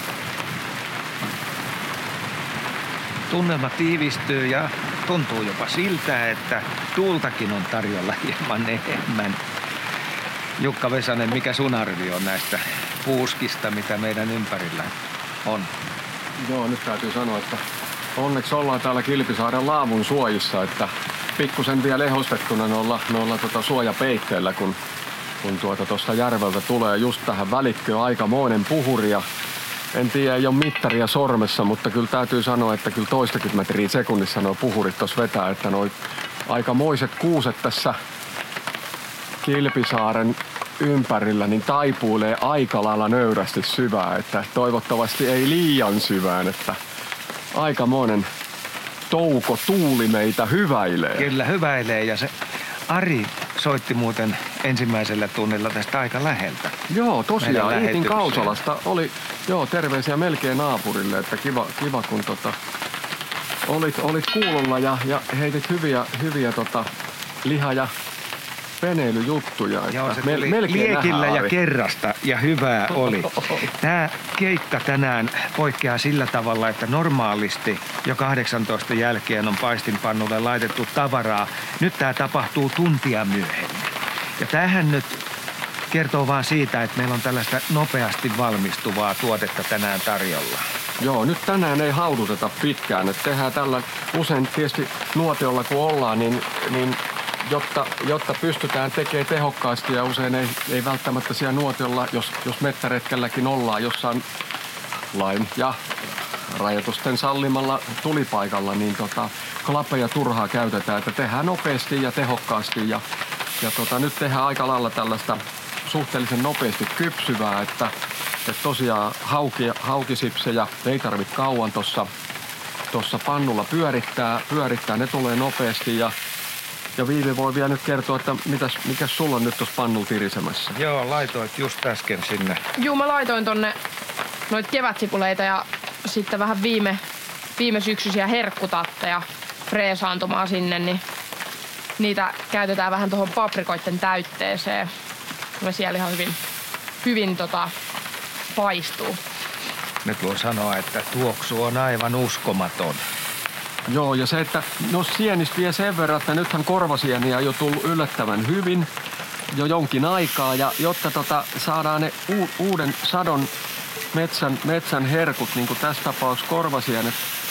Tunnelma tiivistyy ja tuntuu jopa siltä, että tuultakin on tarjolla hieman enemmän. Jukka Vesanen, mikä sun arvio on näistä puuskista, mitä meidän ympärillä on? Joo, nyt täytyy sanoa, että onneksi ollaan täällä Kilpisaaren laavun suojissa, että pikkusen vielä ehostettuna noilla, noilla tota suojapeitteillä, kun, kun tuota tuosta järveltä tulee just tähän välikköön aikamoinen puhuri. Ja en tiedä, ei ole mittaria sormessa, mutta kyllä täytyy sanoa, että kyllä toistakymmentä metriä sekunnissa nuo puhurit tuossa vetää, että nuo aikamoiset kuuset tässä Kilpisaaren ympärillä niin taipuilee aika lailla nöyrästi syvään, että toivottavasti ei liian syvään, että aikamoinen touko tuuli meitä hyväilee. Kyllä hyväilee ja se Ari soitti muuten ensimmäisellä tunnilla tästä aika läheltä. Joo, tosiaan Iitin Kausalasta oli, joo, terveisiä melkein naapurille, että kiva, kiva kun tota, olit, olit kuulolla ja, ja heitit hyviä, hyviä tota, liha- ja veneilyjuttuja. Joo, se mel- tuli liekillä ja kerrasta ja hyvää oli. Tämä keikka tänään poikkeaa sillä tavalla, että normaalisti jo kahdeksantoista jälkeen on paistinpannulle laitettu tavaraa. Nyt tämä tapahtuu tuntia myöhemmin. Ja tämähän nyt kertoo vaan siitä, että meillä on tällaista nopeasti valmistuvaa tuotetta tänään tarjolla. Joo, nyt tänään ei hauduteta pitkään. Että tehdään tällä usein tietysti nuotiolla kun ollaan, niin, niin Jotta, jotta pystytään tekemään tehokkaasti ja usein ei, ei välttämättä siellä nuotiolla, jos, jos mettäretkelläkin ollaan jossain lain ja rajoitusten sallimalla tulipaikalla, niin tota, klapeja turhaa käytetään, että tehdään nopeasti ja tehokkaasti ja, ja tota, nyt tehdään aika lailla tällaista suhteellisen nopeasti kypsyvää, että, että tosiaan hauki, haukisipsejä ei tarvitse kauan tuossa tossa pannulla pyörittää, pyörittää, ne tulee nopeasti ja Ja Viivi voi vielä nyt kertoa, että mitäs, mikäs sulla on nyt tuossa pannulla tirisemässä? Joo, laitoit just äsken sinne. Juu, mä laitoin tonne noita kevätsipuleita ja sitten vähän viime, viime syksyisiä herkkutatteja freesaantumaan sinne, niin niitä käytetään vähän tuohon paprikoiden täytteeseen. Ja siellä ihan hyvin, hyvin tota, paistuu. Nyt voi sanoa, että tuoksu on aivan uskomaton. Joo, ja se, että no sienistä vie sen verran, että nythän korvasieniä on jo tullut yllättävän hyvin jo jonkin aikaa. Ja jotta tota, saadaan ne u- uuden sadon metsän, metsän herkut, niin kuin tässä tapauksessa korvasienet,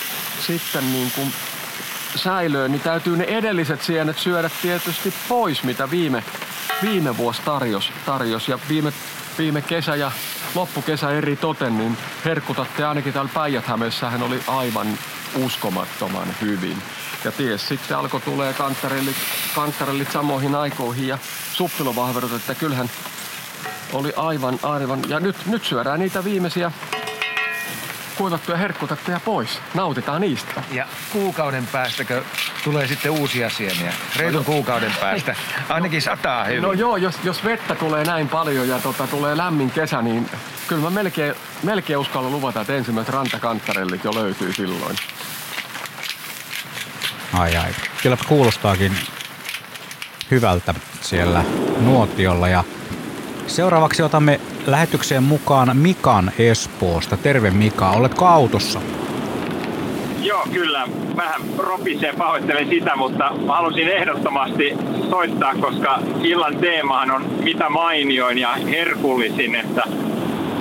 sitten niin kuin säilöön, niin täytyy ne edelliset sienet syödä tietysti pois, mitä viime, viime vuosi tarjosi. Tarjos. Ja viime, viime kesä ja loppukesä eri toten, niin herkkutatte ainakin täällä Päijät-Hämeessähän oli aivan uskomattoman hyvin. Ja ties, sitten alkoi tulee kanttarellit, kanttarellit samoihin aikoihin ja suppilovahverot, että kyllähän oli aivan, aivan. Ja nyt, nyt syödään niitä viimeisiä kuivattuja herkkutatteja pois. Nautitaan niistä. Ja kuukauden päästäkö tulee sitten uusia sieniä? Reilun kuukauden päästä. Ainakin sataa hyvin. No joo, jos, jos vettä tulee näin paljon ja tota, tulee lämmin kesä, niin kyllä mä melkein, melkein uskallan luvata, että ensimmäiset rantakanttarellit jo löytyy silloin. Ai ai. Kyllä kuulostaakin hyvältä siellä nuotiolla. Ja seuraavaksi otamme lähetykseen mukaan Mikan Espoosta. Terve Mika, oletko autossa? Joo, kyllä. Vähän ropisee, pahoittelen sitä, mutta mä halusin ehdottomasti soittaa, koska illan teemahan on mitä mainioin ja herkullisin, että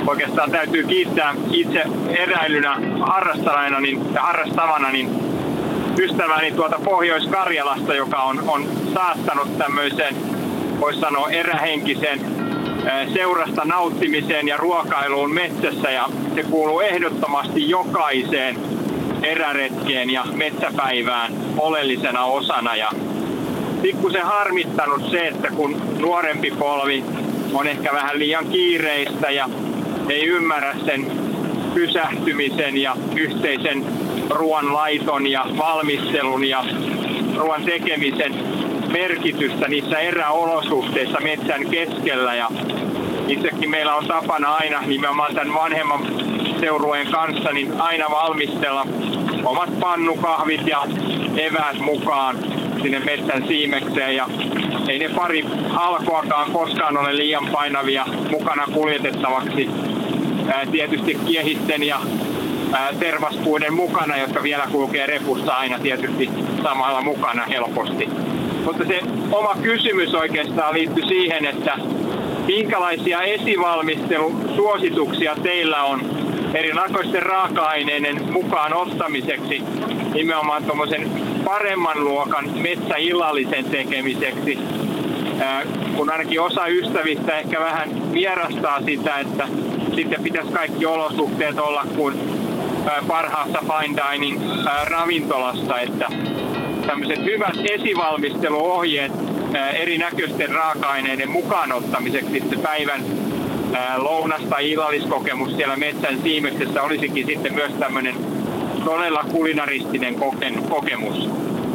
oikeastaan täytyy kiittää itse eräilynä harrastajana niin, ja harrastavana niin ystäväni tuolta Pohjois-Karjalasta, joka on, on saattanut tämmöisen, voisi sanoa, erähenkisen seurasta nauttimiseen ja ruokailuun metsässä, ja se kuuluu ehdottomasti jokaiseen eräretkeen ja metsäpäivään oleellisena osana. Ja pikkusen harmittanut se, että kun nuorempi polvi on ehkä vähän liian kiireistä ja ei ymmärrä sen pysähtymisen ja yhteisen ruoan laiton ja valmistelun ja ruoan tekemisen merkitystä niissä eräolosuhteissa metsän keskellä. Ja itsekin meillä on tapana aina nimenomaan tämän vanhemman seurueen kanssa niin aina valmistella omat pannukahvit ja eväät mukaan sinne metsän siimekseen. Ja ei ne pari alkoakaan koskaan ole liian painavia mukana kuljetettavaksi. Ää, tietysti kiehisten ja ää, tervaspuiden mukana, jotka vielä kulkee repussa aina tietysti samalla mukana helposti. Mutta se oma kysymys oikeastaan liittyy siihen, että minkälaisia esivalmistelusuosituksia teillä on erinäköisten raaka-aineiden mukaan ottamiseksi nimenomaan tuommoisen paremman luokan metsäillallisen tekemiseksi, kun ainakin osa ystävistä ehkä vähän vierastaa sitä, että sitten pitäisi kaikki olosuhteet olla kuin parhaassa fine dining ravintolassa, että tämmöiset hyvät esivalmisteluohjeet erinäköisten raaka-aineiden mukaan ottamiseksi sitten päivän lounas- tai illalliskokemus siellä metsän siimeksessä olisikin sitten myös tämmöinen todella kulinaristinen kokemus.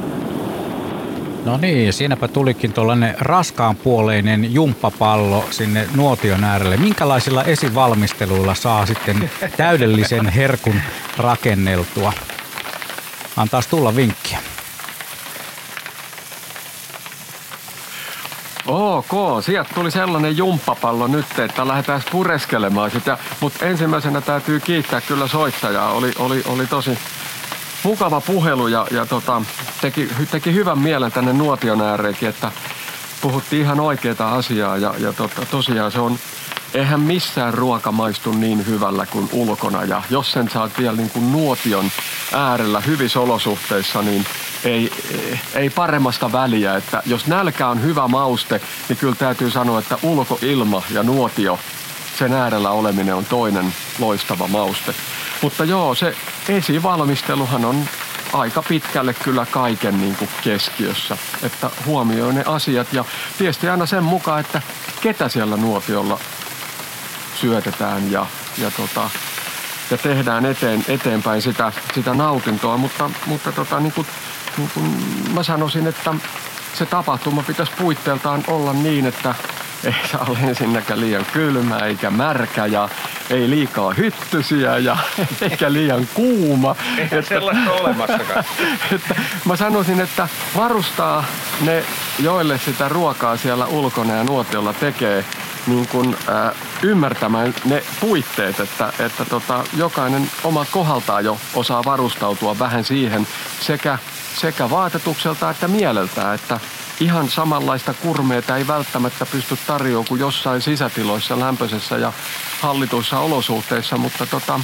No niin, siinäpä tulikin tuollainen raskaanpuoleinen jumppapallo sinne nuotion äärelle. Minkälaisilla esivalmisteluilla saa sitten täydellisen herkun rakenneltua? Antaas tulla vinkkiä. Ok, sieltä tuli sellainen jumppapallo nyt, että lähdetään pureskelemaan sitä. Mutta ensimmäisenä täytyy kiittää kyllä soittajaa. Oli, oli, oli tosi mukava puhelu ja, ja tota, teki, teki hyvän mielen tänne nuotion ääreenkin, että puhuttiin ihan oikeaa asiaa. Ja, ja tota, tosiaan se on, eihän missään ruoka maistu niin hyvällä kuin ulkona. Ja jos sen saat vielä niin kuin nuotion äärellä hyvissä olosuhteissa, niin ei, ei paremmasta väliä. Että jos nälkä on hyvä mauste, niin kyllä täytyy sanoa, että ulkoilma ja nuotio, sen äärellä oleminen on toinen loistava mauste. Mutta joo, se esivalmisteluhan on aika pitkälle kyllä kaiken niin kuin keskiössä, että huomioi ne asiat ja tietysti aina sen mukaan, että ketä siellä nuotiolla syötetään ja, ja, tota, ja tehdään eteen, eteenpäin sitä, sitä nautintoa, mutta, mutta tota, niin kuin, niin kuin mä sanoisin, että se tapahtuma pitäisi puitteeltaan olla niin, että ei saa ole ensinnäkään liian kylmä eikä märkä ja ei liikaa hyttysiä ja eikä liian kuuma. Eihän sellaista olemassakaan. Että mä sanoisin, että varustaa ne, joille sitä ruokaa siellä ulkona ja nuotiolla tekee, niin kun, äh, ymmärtämään ne puitteet, että, että tota, jokainen omat kohdaltaan jo osaa varustautua vähän siihen sekä, sekä vaatetukselta että mieleltään, että ihan samanlaista kurmeeta ei välttämättä pysty tarjoamaan kuin jossain sisätiloissa, lämpöisessä ja hallituissa olosuhteissa, mutta tota,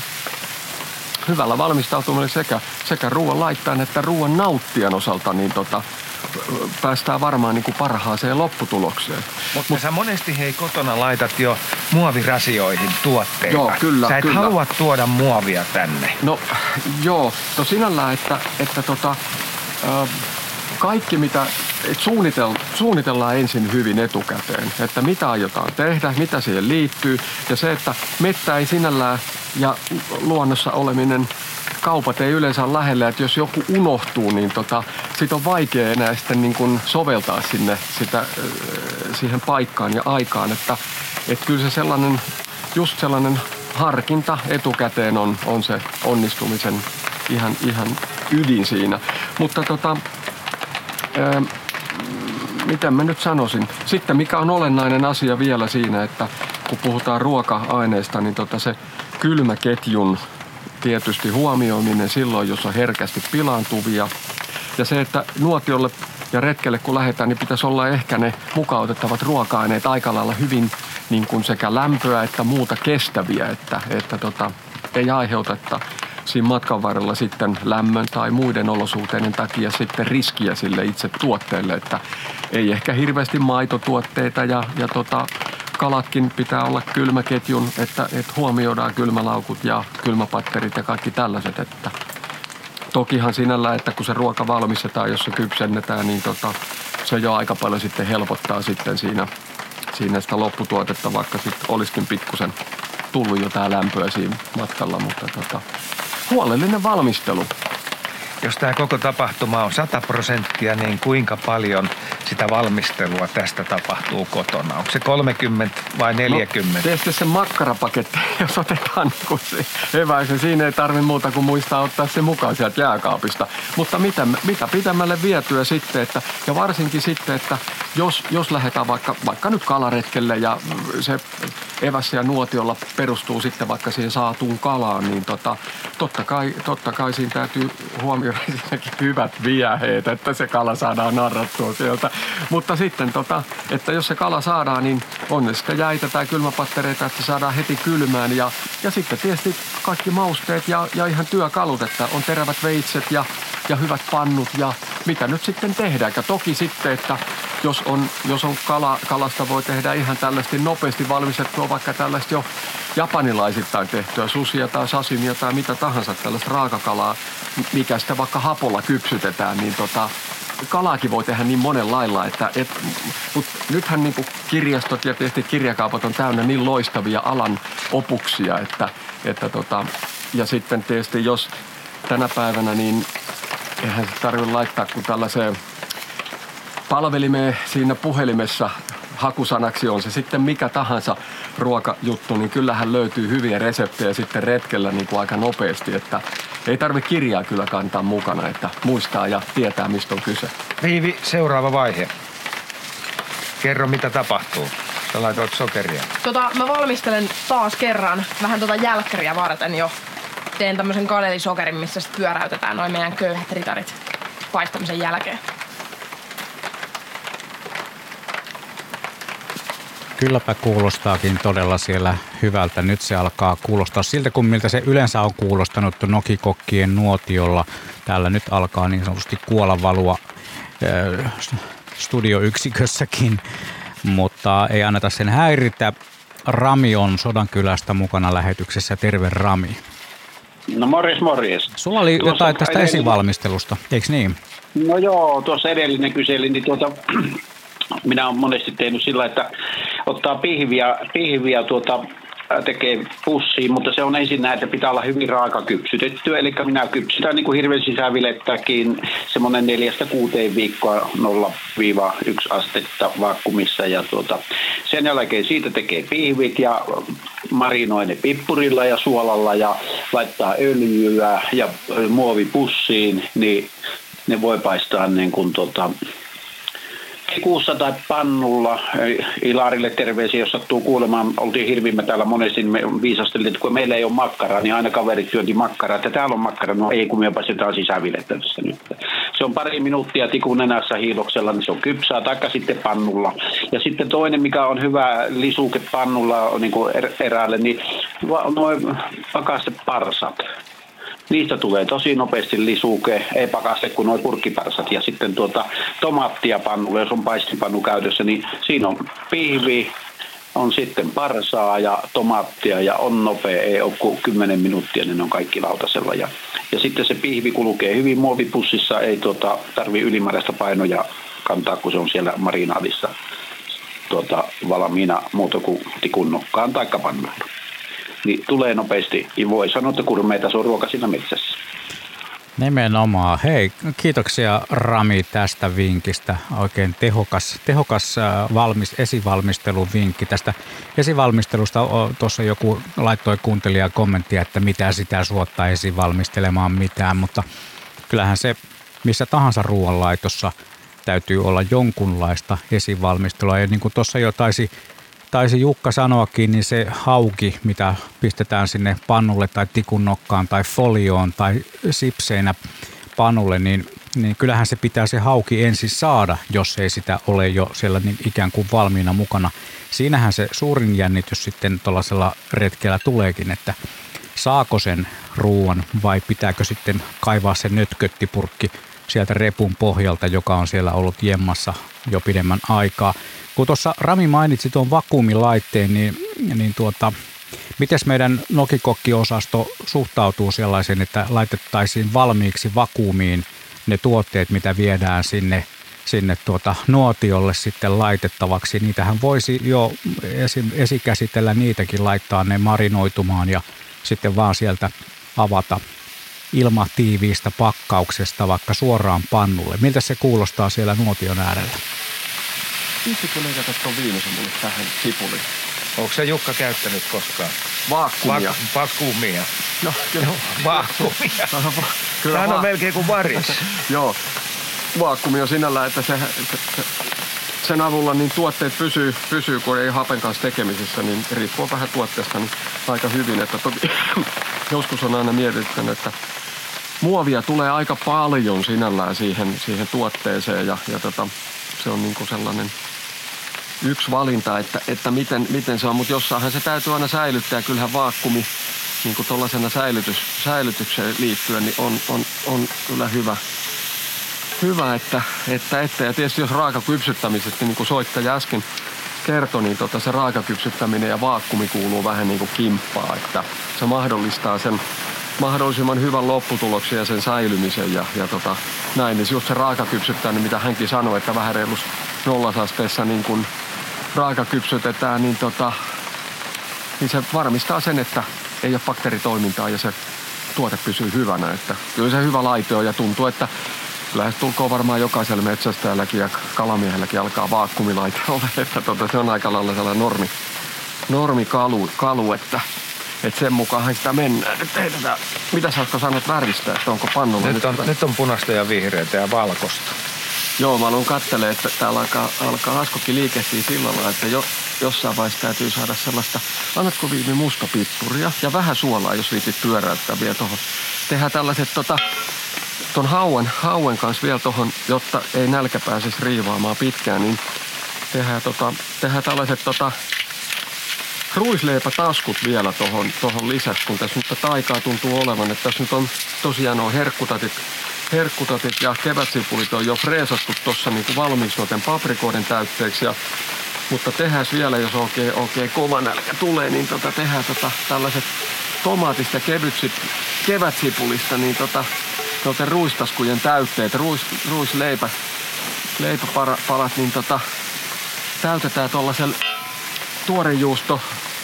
hyvällä valmistautuminen sekä, sekä ruoan laittajan että ruoan nauttijan osalta, niin tota, päästään varmaan niin kuin parhaaseen lopputulokseen. Mutta Mut, sä monesti hei kotona laitat jo muovirasioihin tuotteita. Joo, kyllä, Sä et kyllä. halua tuoda muovia tänne. No joo, no sinällään, että, että tota, äh, kaikki mitä suunnitel, suunnitellaan ensin hyvin etukäteen, että mitä aiotaan tehdä, mitä siihen liittyy ja se, että metsä ei sinällään ja luonnossa oleminen, kaupat ei yleensä ole lähellä, että jos joku unohtuu, niin tota, sit on vaikea enää sitten niin kuin soveltaa sinne sitä, siihen paikkaan ja aikaan, että et kyllä se sellainen, just sellainen harkinta etukäteen on, on se onnistumisen ihan, ihan ydin siinä, mutta tota, ää, miten mä nyt sanoisin, sitten mikä on olennainen asia vielä siinä, että kun puhutaan ruoka-aineista, niin tota se kylmäketjun tietysti huomioiminen silloin, jos on herkästi pilaantuvia. Ja se, että nuotiolle ja retkelle kun lähdetään, niin pitäisi olla ehkä ne mukaan otettavat ruoka-aineet aika lailla hyvin niin kuin sekä lämpöä että muuta kestäviä, että, että tota, ei aiheuteta siinä matkan varrella sitten lämmön tai muiden olosuhteiden takia sitten riskiä sille itse tuotteelle, että ei ehkä hirveästi maitotuotteita ja, ja tota, kalatkin pitää olla kylmäketjun, että, että huomioidaan kylmälaukut ja kylmäpatterit ja kaikki tällaiset, että tokihan sinällä, että kun se ruoka valmistetaan, jos se kypsennetään, niin tota, se jo aika paljon sitten helpottaa sitten siinä, siinä sitä lopputuotetta, vaikka sitten olisikin pikkusen tullut jotain lämpöä siinä matkalla, mutta tota, huolellinen valmistelu. Jos tämä koko tapahtuma on sata prosenttia, niin kuinka paljon sitä valmistelua tästä tapahtuu kotona? Onko se kolmekymmentä vai neljäkymmentä? No, tietysti se makkarapaketti, jos otetaan niin se eväisen, siinä ei tarvitse muuta kuin muistaa ottaa se mukaan sieltä jääkaapista. Mutta mitä, mitä pitämälle vietyä sitten, että, ja varsinkin sitten, että jos, jos lähdetään vaikka, vaikka nyt kalaretkelle ja se eväs ja nuotiolla perustuu sitten vaikka siihen saatuun kalaan, niin tota, totta, kai, totta kai siinä täytyy huomioida siinäkin hyvät viäheet, että se kala saadaan narrattua sieltä. Mutta sitten, tota, että jos se kala saadaan, niin on ne sitten jäitä tai kylmäpattereita, että saadaan heti kylmään. Ja, ja sitten tietysti kaikki mausteet ja, ja ihan työkalut, että on terävät veitset ja, ja hyvät pannut ja mitä nyt sitten tehdään. Ja toki sitten, että jos on, jos on kala, kalasta voi tehdä ihan tällaisesti nopeasti valmistettua, vaikka tällaista jo japanilaisittain tehtyä susia tai sasimia tai mitä tahansa tällaista raakakalaa, mikä sitä vaikka hapolla kypsytetään, niin tota, kalaakin voi tehdä niin monen lailla, että et, mut nythän niin kuin kirjastot ja tietysti kirjakaupat on täynnä niin loistavia alan opuksia, että, että tota, ja sitten tietysti jos tänä päivänä, niin eihän se tarvitse laittaa kuin tällaiseen palvelimeen siinä puhelimessa hakusanaksi on se sitten mikä tahansa ruokajuttu, niin kyllähän löytyy hyviä reseptejä sitten retkellä niin kuin aika nopeasti, että ei tarvitse kirjaa kyllä kantaa mukana, että muistaa ja tietää, mistä on kyse. Viivi, seuraava vaihe. Kerro, mitä tapahtuu. Sä laitoit sokeria. Tota, mä valmistelen taas kerran vähän tota jälkkäriä varten jo. Teen tämmöisen kanelisokerin, missä sitten pyöräytetään noin meidän köyhät ritarit paistamisen jälkeen. Kylläpä kuulostaakin todella siellä hyvältä. Nyt se alkaa kuulostaa siltä, kun miltä se yleensä on kuulostanut nokikokkien nuotiolla. Täällä nyt alkaa niin sanotusti kuola valua äh, studioyksikössäkin, mutta ei anneta sen häiritä. Rami on Sodankylästä mukana lähetyksessä. Terve, Rami. No morjes, morjes. Sulla oli tuossa jotain tästä edellinen esivalmistelusta, eikö niin? No joo, tuossa edellinen kyseli, niin tuota, minä olen monesti tehnyt sillä, että ottaa pihviä, pihviä tuota, tekee pussiin, mutta se on ensin näin, että pitää olla hyvin raaka kypsytettyä, eli minä kypsytän niin kuin hirveän sisävilettäkin semmoinen neljästä kuuteen viikkoa nolla yksi astetta vaakkumissa ja tuota, sen jälkeen siitä tekee pihvit ja marinoi ne pippurilla ja suolalla ja laittaa öljyä ja muovipussiin, niin ne voi paistaa niin kuin tuota kuussa tai pannulla. Ilarille terveisiä, jos sattuu kuulemaan. Oltiin hirvimme täällä monesti, me viisasteltiin, että kun meillä ei ole makkaraa, niin aina kaverit työnti makkaraa. Että täällä on makkara, no ei kun me paistetaan sisävilettä tässä nyt. Se on pari minuuttia tikun nenässä hiiloksella, niin se on kypsää, taikka sitten pannulla. Ja sitten toinen, mikä on hyvä lisuke pannulla niin kuin eräälle, niin noin pakasteparsat. Niistä tulee tosi nopeasti lisuke, ei pakaste kuin nuo purkkiparsat ja sitten tuota tomaattia pannulle, jos on paistipannu käytössä, niin siinä on pihvi, on sitten parsaa ja tomaattia ja on nopea, ei ole kuin kymmenen minuuttia, niin ne on kaikki lautasella. Ja, ja sitten se pihvi kulkee hyvin muovipussissa, ei tuota, tarvitse ylimääräistä painoja kantaa, kun se on siellä marinaadissa tuota, valmiina muuta kuin tikun nokkaan tai pannulla. Niin tulee nopeasti, ja voi sanoa, että kurmeita se on ruoka siinä metsässä. Nimenomaan. Hei, kiitoksia Rami tästä vinkistä. Oikein tehokas, tehokas valmis, esivalmisteluvinkki. Tästä esivalmistelusta tuossa joku laittoi kuuntelija kommenttia, että mitä sitä suottaa esivalmistelemaan mitään, mutta kyllähän se missä tahansa ruoanlaitossa täytyy olla jonkunlaista esivalmistelua. Ja niin kuin tuossa jo taisi Taisi Jukka sanoakin, niin se hauki, mitä pistetään sinne pannulle tai tikun nokkaan tai folioon tai sipseinä pannulle, niin niin kyllähän se pitää se hauki ensin saada, jos ei sitä ole jo siellä niin ikään kuin valmiina mukana. Siinähän se suurin jännitys sitten tuollaisella retkellä tuleekin, että saako sen ruuan vai pitääkö sitten kaivaa se nötköttipurkki sieltä repun pohjalta, joka on siellä ollut jemmassa jo pidemmän aikaa. Kun tuossa Rami mainitsi tuon vakuumilaitteen, niin, niin tuota, miten meidän nokikokkiosasto suhtautuu sellaiseen, että laitettaisiin valmiiksi vakuumiin ne tuotteet, mitä viedään sinne, sinne tuota nuotiolle sitten laitettavaksi? Niitähän voisi jo esi- esikäsitellä niitäkin, laittaa ne marinoitumaan ja sitten vaan sieltä avata ilmatiiviistä pakkauksesta vaikka suoraan pannulle. Miltä se kuulostaa siellä nuotion äärellä? Itsekö leikata tuon viimeisen mulle tähän sipuliin? Onko se Jukka käyttänyt koskaan? Vaakkumia. Va- vakuumia. No, kyllä. Vaakkumia. Kyllä Tämä va- on melkein kuin varis. Joo. Vaakumi on sinällään, että se, se, se, sen avulla niin tuotteet pysyy, pysyy, kun ei hapen kanssa tekemisissä, niin riippuu vähän tuotteesta niin aika hyvin. Että toki, joskus on aina mietittänyt, että muovia tulee aika paljon sinällään siihen, siihen tuotteeseen ja, ja tota, se on niin kuin sellainen yksi valinta, että, että miten, miten se on, mutta jossainhan se täytyy aina säilyttää. Kyllähän vaakkumi niin kuin tuollaisena säilytys, säilytykseen liittyen niin on, on, on kyllä hyvä. Hyvä, että, että, että ja tietysti jos raakakypsyttämisestä, niin kuin soittaja äsken kertoi, niin tota se raakakypsyttäminen ja vaakkumi kuuluu vähän niin kuin kimppaa, että se mahdollistaa sen mahdollisimman hyvän lopputuloksen ja sen säilymisen ja, ja tota, näin. Niin just se raakakypsyttäminen, mitä hänkin sanoi, että vähän reilus nollasasteessa niin kun raakakypsytetään, niin, tota, niin se varmistaa sen, että ei ole bakteeritoimintaa ja se tuote pysyy hyvänä. Että kyllä se hyvä laite on ja tuntuu, että lähestulkoon varmaan jokaisella metsästäjälläkin ja kalamiehelläkin alkaa vaakkumilaite olla, että tota, se on aika lailla sellainen normi, normikalu, kalu, että että sen mukaan sitä mennään. Nyt heitetään. Mitä sä ootko sanonut väristä, että onko pannulla? Nyt on, nyt on punaista ja vihreätä ja valkoista. Joo, mä aloin katselemaan, että täällä alkaa, alkaa askokki liikehtiä sillä lailla, että jo, jossain vaiheessa täytyy saada sellaista, annatko Viivi mustapippuria ja vähän suolaa, jos viitit pyöräyttää vielä tuohon. Tehdään tällaiset tota, ton hauen, hauen kanssa vielä tuohon, jotta ei nälkä pääsisi riivaamaan pitkään, niin tehdään, tota, tehdään tällaiset tota, ruisleipätaskut vielä tuohon tohon lisäksi, kun tässä nyt taikaa tuntuu olevan, että tässä nyt on tosiaan on herkkutatit, herkkutatit ja kevätsipulit on jo freesattu tuossa niin kuin valmiiksi noiden paprikoiden täytteeksi. Ja, mutta tehdään vielä, jos oikein, oikein kova nälkä tulee, niin tota, tehdään tota, tällaiset tomaatista ja kevätsipulista, niin tota, noiden ruistaskujen täytteet, ruis, ruisleipä, leipäpalat, niin tota, täytetään tuollaisella tuorejuusto,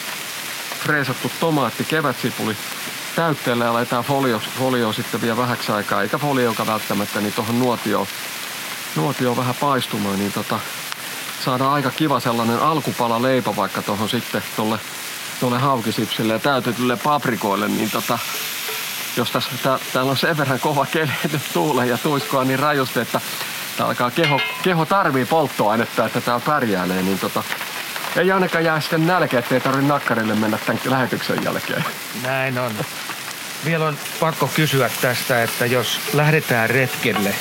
freesattu tomaatti, kevätsipuli täytteelle ja laitetaan folio, folio sitten vielä vähäksi aikaa, eikä folio, joka välttämättä, niin tuohon nuotioon, nuotioon vähän paistumaan, niin tota, saadaan aika kiva sellainen alkupala leipä vaikka tuohon sitten tuolle, tuolle haukisipsille ja täytetylle paprikoille, niin tota, jos tässä, tää, täällä on sen verran kova keli, tuule ja tuiskua niin rajusti, että tää alkaa keho, keho tarvii polttoainetta, että tää pärjäilee, niin tota, ei ainakaan jää sitten nälkeä, ettei tarvitse nakkarille mennä tämän lähetyksen jälkeen. Näin on. Vielä on pakko kysyä tästä, että jos lähdetään retkelle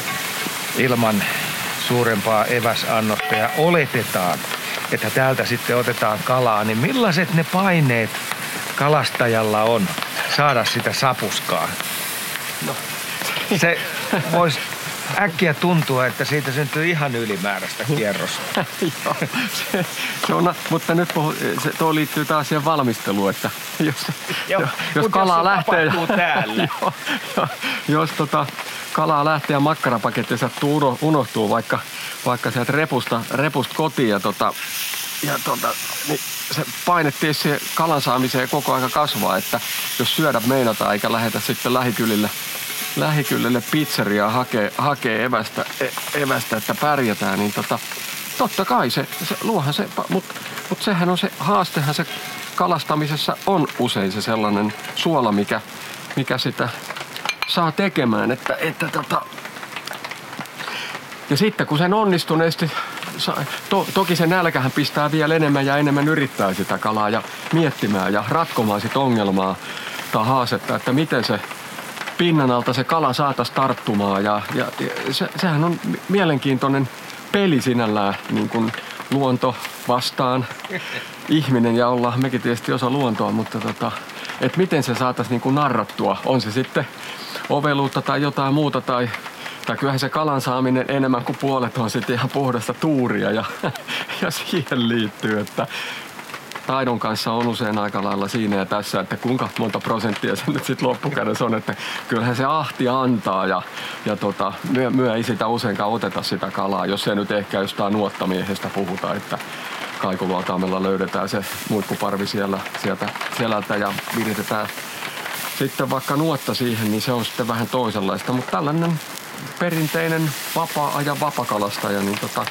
ilman suurempaa eväsannosta ja oletetaan, että täältä sitten otetaan kalaa, niin millaiset ne paineet kalastajalla on saada sitä sapuskaa? No. Se voisi äkkiä tuntua, että siitä syntyy ihan ylimääräistä kierrosta. Joo, se, se on, mutta nyt puhu, se, tuo liittyy taas siihen valmisteluun, että jos, Joo, jos kalaa jos lähtee... täällä. jo, jo, jos tota, kalaa lähtee ja makkarapaketti sattuu unohtuu vaikka, vaikka sieltä repusta, repusta kotiin ja, tota, ja tota, niin se paine tietysti kalan saamiseen koko ajan kasvaa, että jos syödä meinataan eikä lähetä sitten lähikylille lähikyllille pizzeriaa hakee, hakee evästä, evästä, että pärjätään, niin tota, totta kai se, se luohan se, mutta mut sehän on se haastehan se kalastamisessa on usein se sellainen suola, mikä, mikä sitä saa tekemään, että, että tota, ja sitten kun sen onnistuneesti, to, toki se nälkähän pistää vielä enemmän ja enemmän yrittää sitä kalaa ja miettimään ja ratkomaan sitä ongelmaa tai haastetta, että miten se pinnan alta se kala saataisiin tarttumaan. Ja, ja, ja se, sehän on mielenkiintoinen peli sinällään, niin kuin luonto vastaan ihminen, ja ollaan mekin tietysti osa luontoa, mutta tota, että miten se saataisiin niin kuin narrattua. On se sitten oveluutta tai jotain muuta, tai, tai kyllähän se kalan saaminen enemmän kuin puolet on sitten ihan puhdasta tuuria, ja, ja siihen liittyy, että taidon kanssa on usein aika lailla siinä ja tässä, että kuinka monta prosenttia se nyt sitten loppukädessä on, että kyllähän se ahti antaa ja, ja tota, myö, myö ei sitä useinkaan oteta sitä kalaa, jos ei nyt ehkä jostain nuottamiehestä puhuta, että Kaikuluotaamella löydetään se muikkuparvi siellä, sieltä selältä ja viritetään sitten vaikka nuotta siihen, niin se on sitten vähän toisenlaista, mutta tällainen perinteinen vapaa-ajan vapakalastaja, niin tota,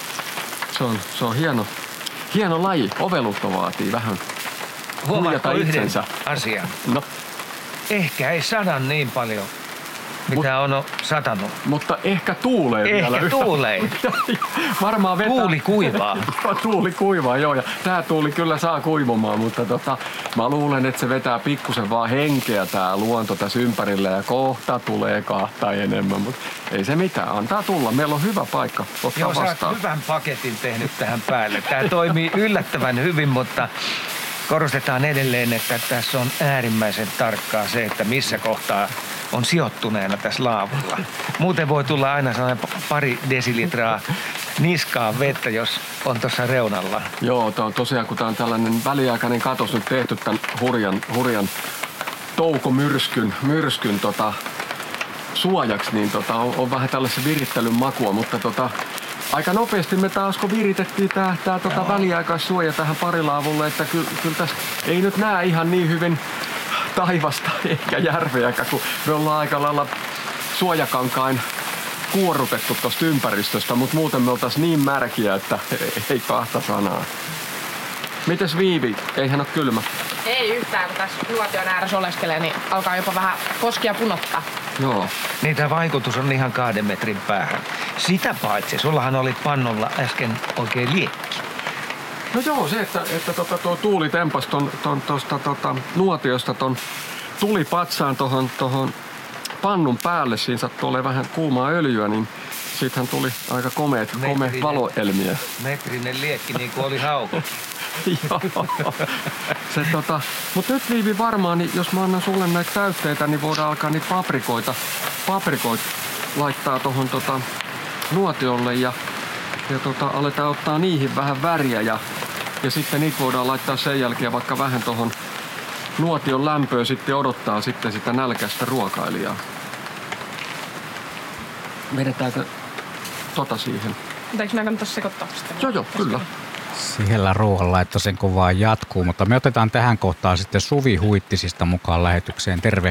se on, se on hieno. Hieno laji. Ovelutto vaatii vähän huomata yhden itsensä. asian. No. Ehkä ei sadan niin paljon, mitä Mut, on satanut. Mutta ehkä tuulee vielä. Ehkä tuulee. Varmaan vetää. Tuuli kuivaa. Tuuli kuivaa, joo. Ja tää tuuli kyllä saa kuivumaan, mutta tota, mä luulen, että se vetää pikkusen vaan henkeä tää luonto tässä ympärillä ja kohta tulee kahta enemmän. Mutta ei se mitään. Antaa tulla. Meillä on hyvä paikka ottaa joo, vastaan. Sä oot hyvän paketin tehnyt tähän päälle. Tää toimii yllättävän hyvin, mutta korostetaan edelleen, että tässä on äärimmäisen tarkkaa se, että missä kohtaa on sijoittuneena tässä laavulla. Muuten voi tulla aina sellainen pari desilitraa niskaan vettä, jos on tuossa reunalla. Joo, to, tosiaan kun tämä on tällainen väliaikainen katos nyt tehty tämän hurjan, hurjan toukomyrskyn myrskyn, tota, suojaksi, niin tota, on, on vähän tällaisen virittelyn makua, mutta tota, aika nopeasti me taas kun viritettiin tämä tää, tota, väliaikaissuoja tähän parilaavulle, että kyllä kyl tästä ei nyt näe ihan niin hyvin taivasta eikä järveäkään, kun me ollaan aika lailla suojakankain kuorrutettu tuosta ympäristöstä, mutta muuten me oltaisiin niin märkiä, että ei kahta sanaa. Mites Viivi? Eihän ole kylmä? Ei yhtään, kun tässä nuotion ääressä oleskelee, niin alkaa jopa vähän poskia punottaa. Joo. Niin tämä vaikutus on ihan kahden metrin päähän. Sitä paitsi, sullahan oli pannolla äsken oikein liekki. No joo, se, että, että tota, tuo tuuli tempas ton, ton, tosta, tota, nuotiosta ton tulipatsaan tohon, tohon pannun päälle. Siinä sattui olemaan vähän kuumaa öljyä, niin siitähän tuli aika komeet, komeet valoelmiä. Metrinen liekki, niin kuin oli hauko. Joo. Se, tota, mutta nyt Viivi varmaan, niin jos mä annan sulle näitä täytteitä, niin voidaan alkaa niitä paprikoita, paprikoita laittaa tohon tota, nuotiolle ja, ja tota, aletaan ottaa niihin vähän väriä ja, ja sitten niitä voidaan laittaa sen jälkeen vaikka vähän tohon nuotion lämpöön sitten odottaa sitten sitä nälkäistä ruokailijaa. Vedetäänkö tota siihen? Eikö nää kannattaa sekoittaa sitä? Joo, joo, kyllä. Siellä ruoanlaitto sen kun vaan jatkuu, mutta me otetaan tähän kohtaan sitten Suvi Huittisista mukaan lähetykseen. Terve.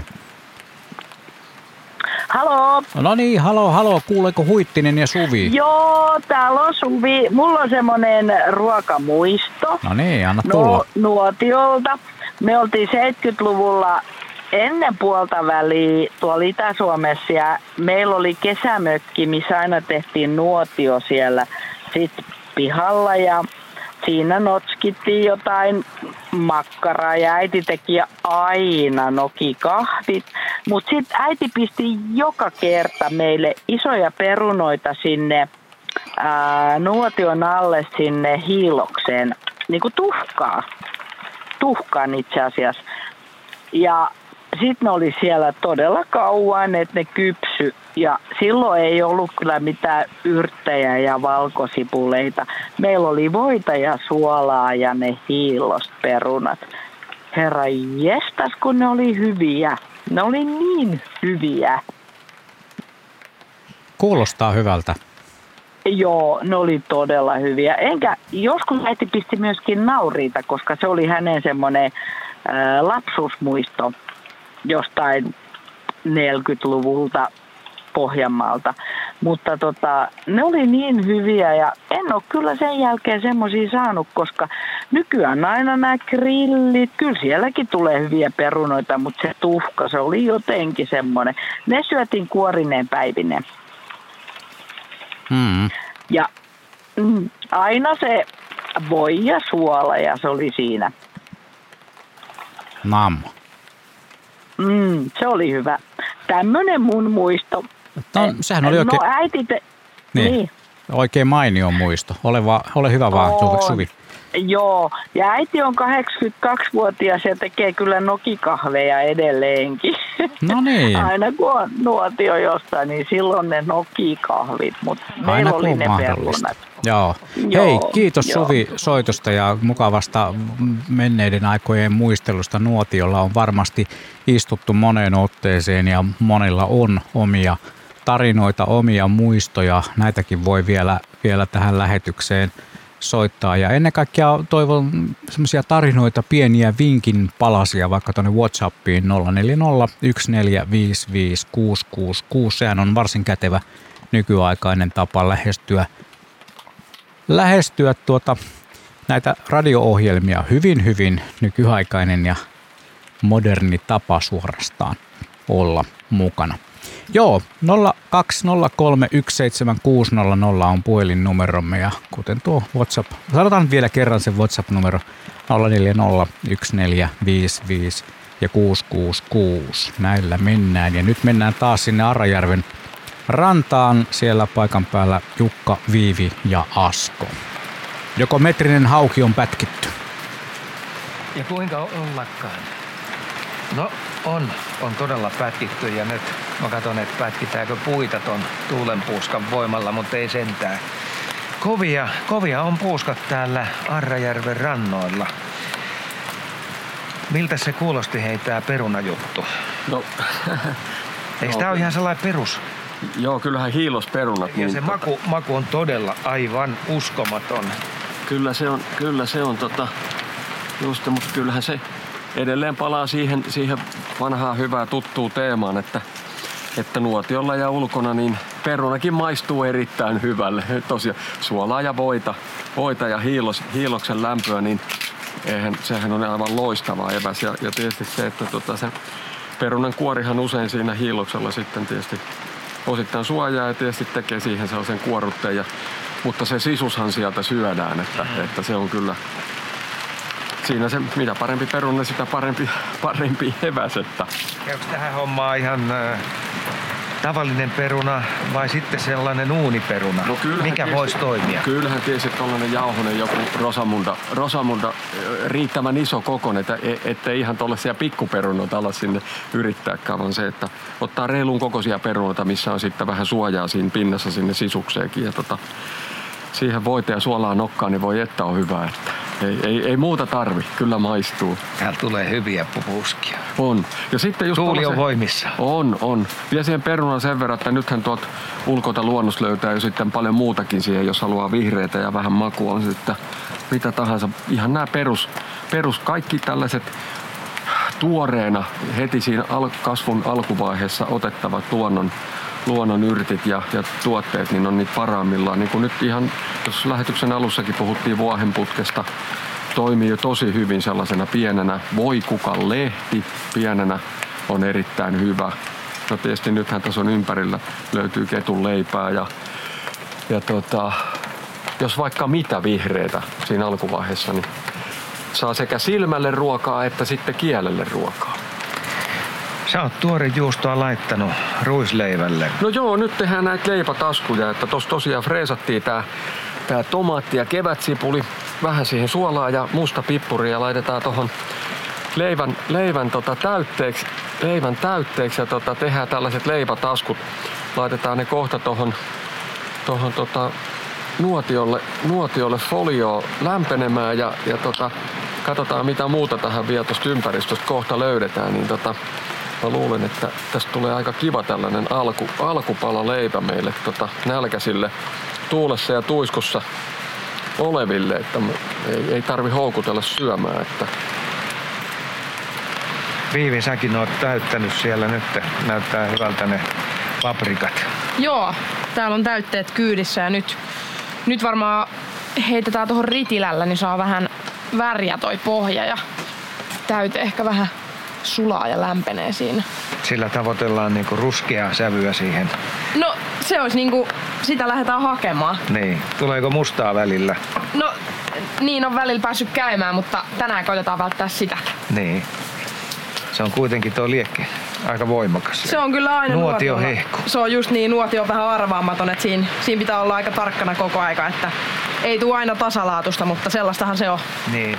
Haloo. No niin, haloo, haloo. Kuuleeko Huittinen ja Suvi? Joo, täällä on Suvi. Mulla on semmoinen ruokamuisto. No niin, anna tulla. No, nuotiolta. Me oltiin seitsemänkymmentäluvulla ennen puolta väliä tuolla Itä-Suomessa ja meillä oli kesämökki, missä aina tehtiin nuotio siellä sit pihalla ja siinä notskittiin jotain makkaraa ja äiti teki aina nokikahvit. Mutta sitten äiti pisti joka kerta meille isoja perunoita sinne ää, nuotion alle sinne hiilokseen, niinku tuhkaa. Tuhkaan itse asiassa. Ja sitten ne oli siellä todella kauan, että ne kypsy. Ja silloin ei ollut kyllä mitään yrttejä ja valkosipuleita. Meillä oli voita ja suolaa ja ne hiilosperunat. Herra jestas, kun ne oli hyviä. Ne oli niin hyviä. Kuulostaa hyvältä. Joo, ne oli todella hyviä. Enkä joskus äiti pisti myöskin nauriita, koska se oli hänen semmoinen ää, lapsuusmuisto jostain neljäkymmentäluvulta Pohjanmaalta. Mutta tota, ne oli niin hyviä ja en ole kyllä sen jälkeen semmoisia saanut, koska nykyään aina nämä grillit, kyllä sielläkin tulee hyviä perunoita, mutta se tuhka, se oli jotenkin semmoinen. Ne syötiin kuorineen päivineen. Mm. Ja mm, aina se voi ja suola ja se oli siinä. Nam. Mm, se oli hyvä. tämmönen mun muisto. No, sehän oli oikein, No äiti te... niin, niin. oikein mainio muisto. Ole, va, ole hyvä vaan, On. Suvi. Joo, ja äiti on kahdeksankymmentäkaksivuotias ja tekee kyllä nokikahveja edelleenkin. No niin. Aina kun on nuotio jostain, niin silloin ne nokikahvit, mutta Aina meillä kun oli on ne mahdollista. perunat. Joo. Joo, Hei, kiitos joo. Suvi soitosta ja mukavasta menneiden aikojen muistelusta. Nuotiolla on varmasti istuttu moneen otteeseen ja monilla on omia tarinoita, omia muistoja. Näitäkin voi vielä, vielä tähän lähetykseen soittaa. Ja ennen kaikkea toivon semmoisia tarinoita, pieniä vinkin palasia vaikka tuonne WhatsAppiin nolla neljä nolla yksi neljä viisi viisi kuusi kuusi kuusi. Sehän on varsin kätevä nykyaikainen tapa lähestyä, lähestyä tuota, näitä radio-ohjelmia. Hyvin, hyvin nykyaikainen ja moderni tapa suorastaan olla mukana. Joo, nolla kaksi nolla kolme yksi seitsemän kuusi nolla nolla on puhelinnumeromme ja kuten tuo WhatsApp, sanotaan vielä kerran sen WhatsApp-numero nolla neljä nolla yksi neljä viisi viisi ja kuusi kuusi kuusi. Näillä mennään ja nyt mennään taas sinne Arajärven rantaan. Siellä paikan päällä Jukka, Viivi ja Asko. Joko metrinen hauki on pätkitty? Ja kuinka ollakaan? No on, on todella pätkitty ja nyt mä katson, että pätkitäänkö puita ton tuulenpuuskan voimalla, mutta ei sentään. Kovia, kovia on puuskat täällä Arrajärven rannoilla. Miltä se kuulosti hei tää perunajuttu? No, Eikö no, tää ole ihan sellainen perus? Joo, kyllähän hiilosperunat. Ja niin se tota, maku, maku on todella aivan uskomaton. Kyllä se on, kyllä se on tota, just, mutta kyllähän se edelleen palaa siihen, siihen vanhaan hyvään tuttuun teemaan, että, että nuotiolla ja ulkona niin perunakin maistuu erittäin hyvälle. Tosiaan suolaa ja voita, voita ja hiilos, hiiloksen lämpöä, niin eihän, sehän on aivan loistavaa eväs. Ja, ja tietysti se, että tota, se perunan kuorihan usein siinä hiiloksella sitten tietysti osittain suojaa ja tietysti tekee siihen sellaisen kuorrutteen. Ja, mutta se sisushan sieltä syödään, että, mm. että se on kyllä... Siinä se, mitä parempi peruna, sitä parempi, parempi eväs. Että. Käykö tähän hommaan ihan äh, tavallinen peruna vai sitten sellainen uuniperuna? No mikä voisi toimia? Kyllähän tietysti tuollainen jauhonen, joku rosamunda, rosamunda riittävän iso kokoinen, että ettei ihan tuollaisia pikkuperunoita ala sinne yrittääkään, vaan se, että ottaa reilun kokoisia perunoita, missä on sitten vähän suojaa siinä pinnassa sinne sisukseenkin. Ja tota, siihen voita ja suolaa nokkaan, niin voi että on hyvä. Että ei, ei, ei muuta tarvi, kyllä maistuu. Täällä tulee hyviä puuskia. On. Ja sitten just tuuli on se, voimissa. On, on. Vielä siihen perunan sen verran, että nythän tuolta ulkoilta luonnossa löytää jo sitten paljon muutakin siihen, jos haluaa vihreitä ja vähän makua on sitten mitä tahansa. Ihan nämä perus, perus kaikki tällaiset tuoreena heti siinä al- kasvun alkuvaiheessa otettavat luonnon luonnon yrtit ja, ja tuotteet, niin on niitä parhaimmillaan. Niin kuin nyt ihan, jos lähetyksen alussakin puhuttiin vuohenputkesta, toimii jo tosi hyvin sellaisena pienenä voikukan lehti. Pienenä on erittäin hyvä. No tietysti nythän tässä on ympärillä, löytyy ketun leipää ja, ja tota, jos vaikka mitä vihreitä siinä alkuvaiheessa, niin saa sekä silmälle ruokaa että sitten kielelle ruokaa. Sä oot tuorejuustoa laittanut ruisleivälle. No joo, nyt tehdään näitä leipätaskuja, että tossa tosiaan freesattiin tää, tää tomaatti ja kevätsipuli, vähän siihen suolaa ja musta pippuri ja laitetaan tohon leivän, leivän tota täytteeksi, leivän täytteeksi ja tota tehdään tällaiset leipätaskut. Laitetaan ne kohta tohon, tohon tota nuotiolle, nuotiolle folioon lämpenemään ja, ja tota, katsotaan mitä muuta tähän vielä tosta ympäristöstä kohta löydetään, niin tota, mä luulen, että tästä tulee aika kiva tällainen alku, alkupala leipä meille tota, nälkäisille tuulessa ja tuiskussa oleville, että ei, ei tarvi houkutella syömään. Että. Viivi, säkin oot täyttänyt siellä nyt. Näyttää hyvältä ne paprikat. Joo, täällä on täytteet kyydissä ja nyt, nyt varmaan heitetään tuohon ritilällä, niin saa vähän väriä toi pohja ja täyte ehkä vähän sulaa ja lämpenee siinä. Sillä tavoitellaan niinku ruskeaa sävyä siihen. No se olisi niinku, sitä lähdetään hakemaan. Niin. Tuleeko mustaa välillä? No niin on välillä päässyt käymään, mutta tänään koitetaan välttää sitä. Niin. Se on kuitenkin tuo liekki aika voimakas. Se on kyllä aina nuotio nuotiolla. hehku. Se on just niin, nuotio on vähän arvaamaton, että siinä, siinä pitää olla aika tarkkana koko aika, että ei tule aina tasalaatusta, mutta sellaistahan se on. Niin.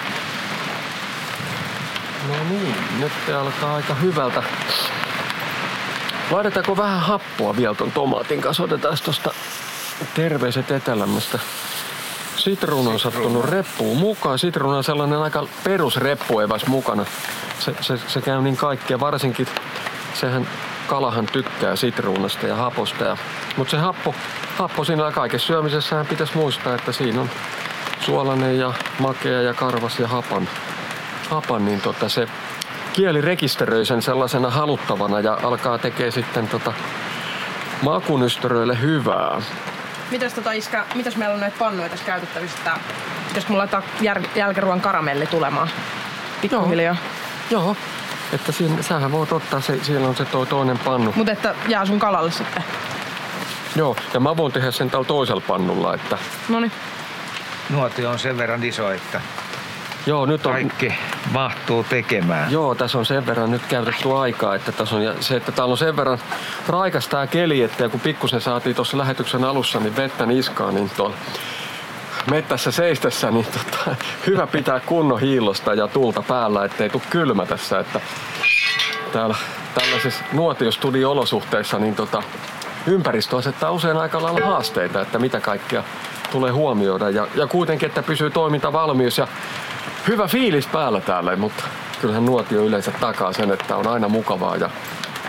No niin, nyt alkaa aika hyvältä. Laitetaanko vähän happoa vielä ton tomaatin kanssa? Otetaan tosta terveiset Etelämästä. Sitruuna on sattunut reppuun mukaan. Sitruuna on sellainen aika perusreppueväs mukana. Se, se, se käy niin kaikkea, varsinkin sehän kalahan tykkää sitruunasta ja haposta. Ja, mutta se happo, happo siinä kaikessa syömisessähän pitäisi muistaa, että siinä on suolainen ja makea ja karvas ja hapan. hapan niin tota se kieli rekisteröi sen sellaisena haluttavana ja alkaa tekee sitten tota makunystyröille hyvää. Mitäs tota iskä, mitäs meillä on näitä pannuja tässä käytettävissä? Tää, pitäisikö mulla laittaa jär, jälkiruoan karamelli tulemaan pikkuhiljaa? Joo, Joo. Että siinä, sähän voit ottaa, se, siellä on se toi toinen pannu. Mut että jää sun kalalle sitten? Joo, ja mä voin tehdä sen tällä toisella pannulla, että... Noniin. Nuotio on sen verran iso, että Joo, nyt on... kaikki mahtuu tekemään. Joo, tässä on sen verran nyt käytetty aikaa, että tässä on, ja se, että täällä on sen verran raikas tää keli, että kun pikkusen saatiin tuossa lähetyksen alussa niin vettä niskaan, niin tuolla mettässä seistessä, niin tota, hyvä pitää kunnon hiillosta ja tulta päällä, ettei tule kylmä tässä, että täällä tällaisessa nuotiostudio-olosuhteissa niin tota, ympäristö asettaa usein aika lailla haasteita, että mitä kaikkea tulee huomioida ja, ja kuitenkin, että pysyy toimintavalmius ja hyvä fiilis päällä täällä, mutta kyllähän nuotio yleensä takaa sen, että on aina mukavaa. Ja...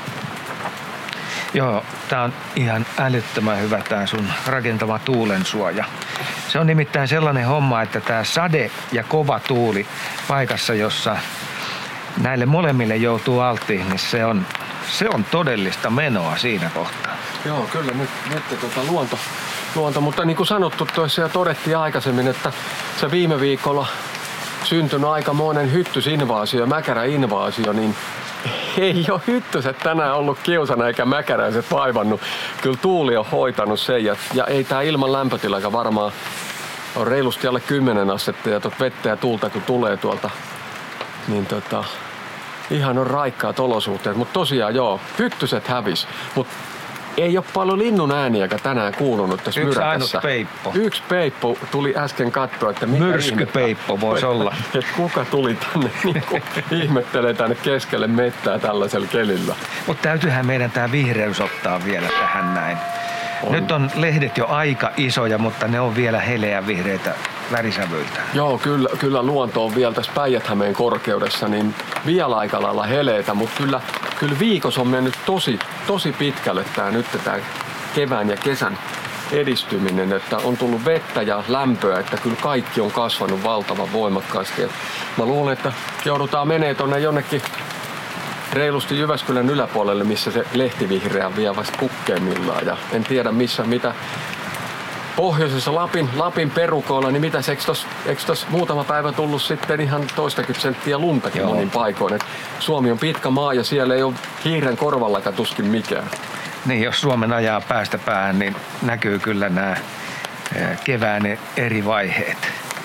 Joo, tää on ihan älyttömän hyvä tää sun rakentama tuulensuoja. Se on nimittäin sellainen homma, että tää sade ja kova tuuli paikassa, jossa näille molemmille joutuu alttiin, niin se on, se on todellista menoa siinä kohtaa. Joo, kyllä nyt, nyt tuota, luonto, luonto, mutta niin kuin sanottu tuossa ja todettiin aikaisemmin, että se viime viikolla syntynyt aikamoinen hyttysinvaasio ja mäkäräinvaasio, niin ei ole hyttyset tänään ollut kiusana eikä mäkäräiset vaivannut. Kyllä tuuli on hoitanut sen ja, ja ei tää ilman lämpötilakaan varmaan on reilusti alle kymmenen astetta ja tuot vettä ja tuulta kun tulee tuolta, niin tota, ihan on raikkaat olosuhteet. Mutta tosiaan joo, hyttyset hävis, mutta ei ole paljon linnun ääniäkään tänään kuulunut tässä Yksi myräkässä. ainut peippo. Yksi peippo tuli äsken katsoa, että mikä myrskypeippo voisi olla. Että kuka tuli tänne niin ihmettelee tänne keskelle mettää tällaisella kelillä. Mutta täytyyhän meidän tää vihreys ottaa vielä tähän näin. On. Nyt on lehdet jo aika isoja, mutta ne on vielä heleä vihreitä värisävyiltä. Joo, kyllä, kyllä luonto on vielä tässä Päijät-Hämeen korkeudessa niin vielä aika lailla heleitä, mutta kyllä, kyllä viikossa on mennyt tosi, tosi pitkälle tää nyt tää kevään ja kesän edistyminen, että on tullut vettä ja lämpöä, että kyllä kaikki on kasvanut valtavan voimakkaasti. Et mä luulen, että joudutaan menee tonne jonnekin reilusti Jyväskylän yläpuolelle, missä se lehtivihreä vie vasta kukkeemmillaan. Ja en tiedä missä, mitä pohjoisessa Lapin, Lapin perukoilla, niin mitä eikö tos, eikö tos muutama päivä tullut sitten ihan toistakymmentä senttiä luntakin Joo. monin paikoin. Et Suomi on pitkä maa ja siellä ei ole hiiren korvallakaan tuskin mikään. Niin, jos Suomen ajaa päästä päähän, niin näkyy kyllä nämä kevään eri vaiheet.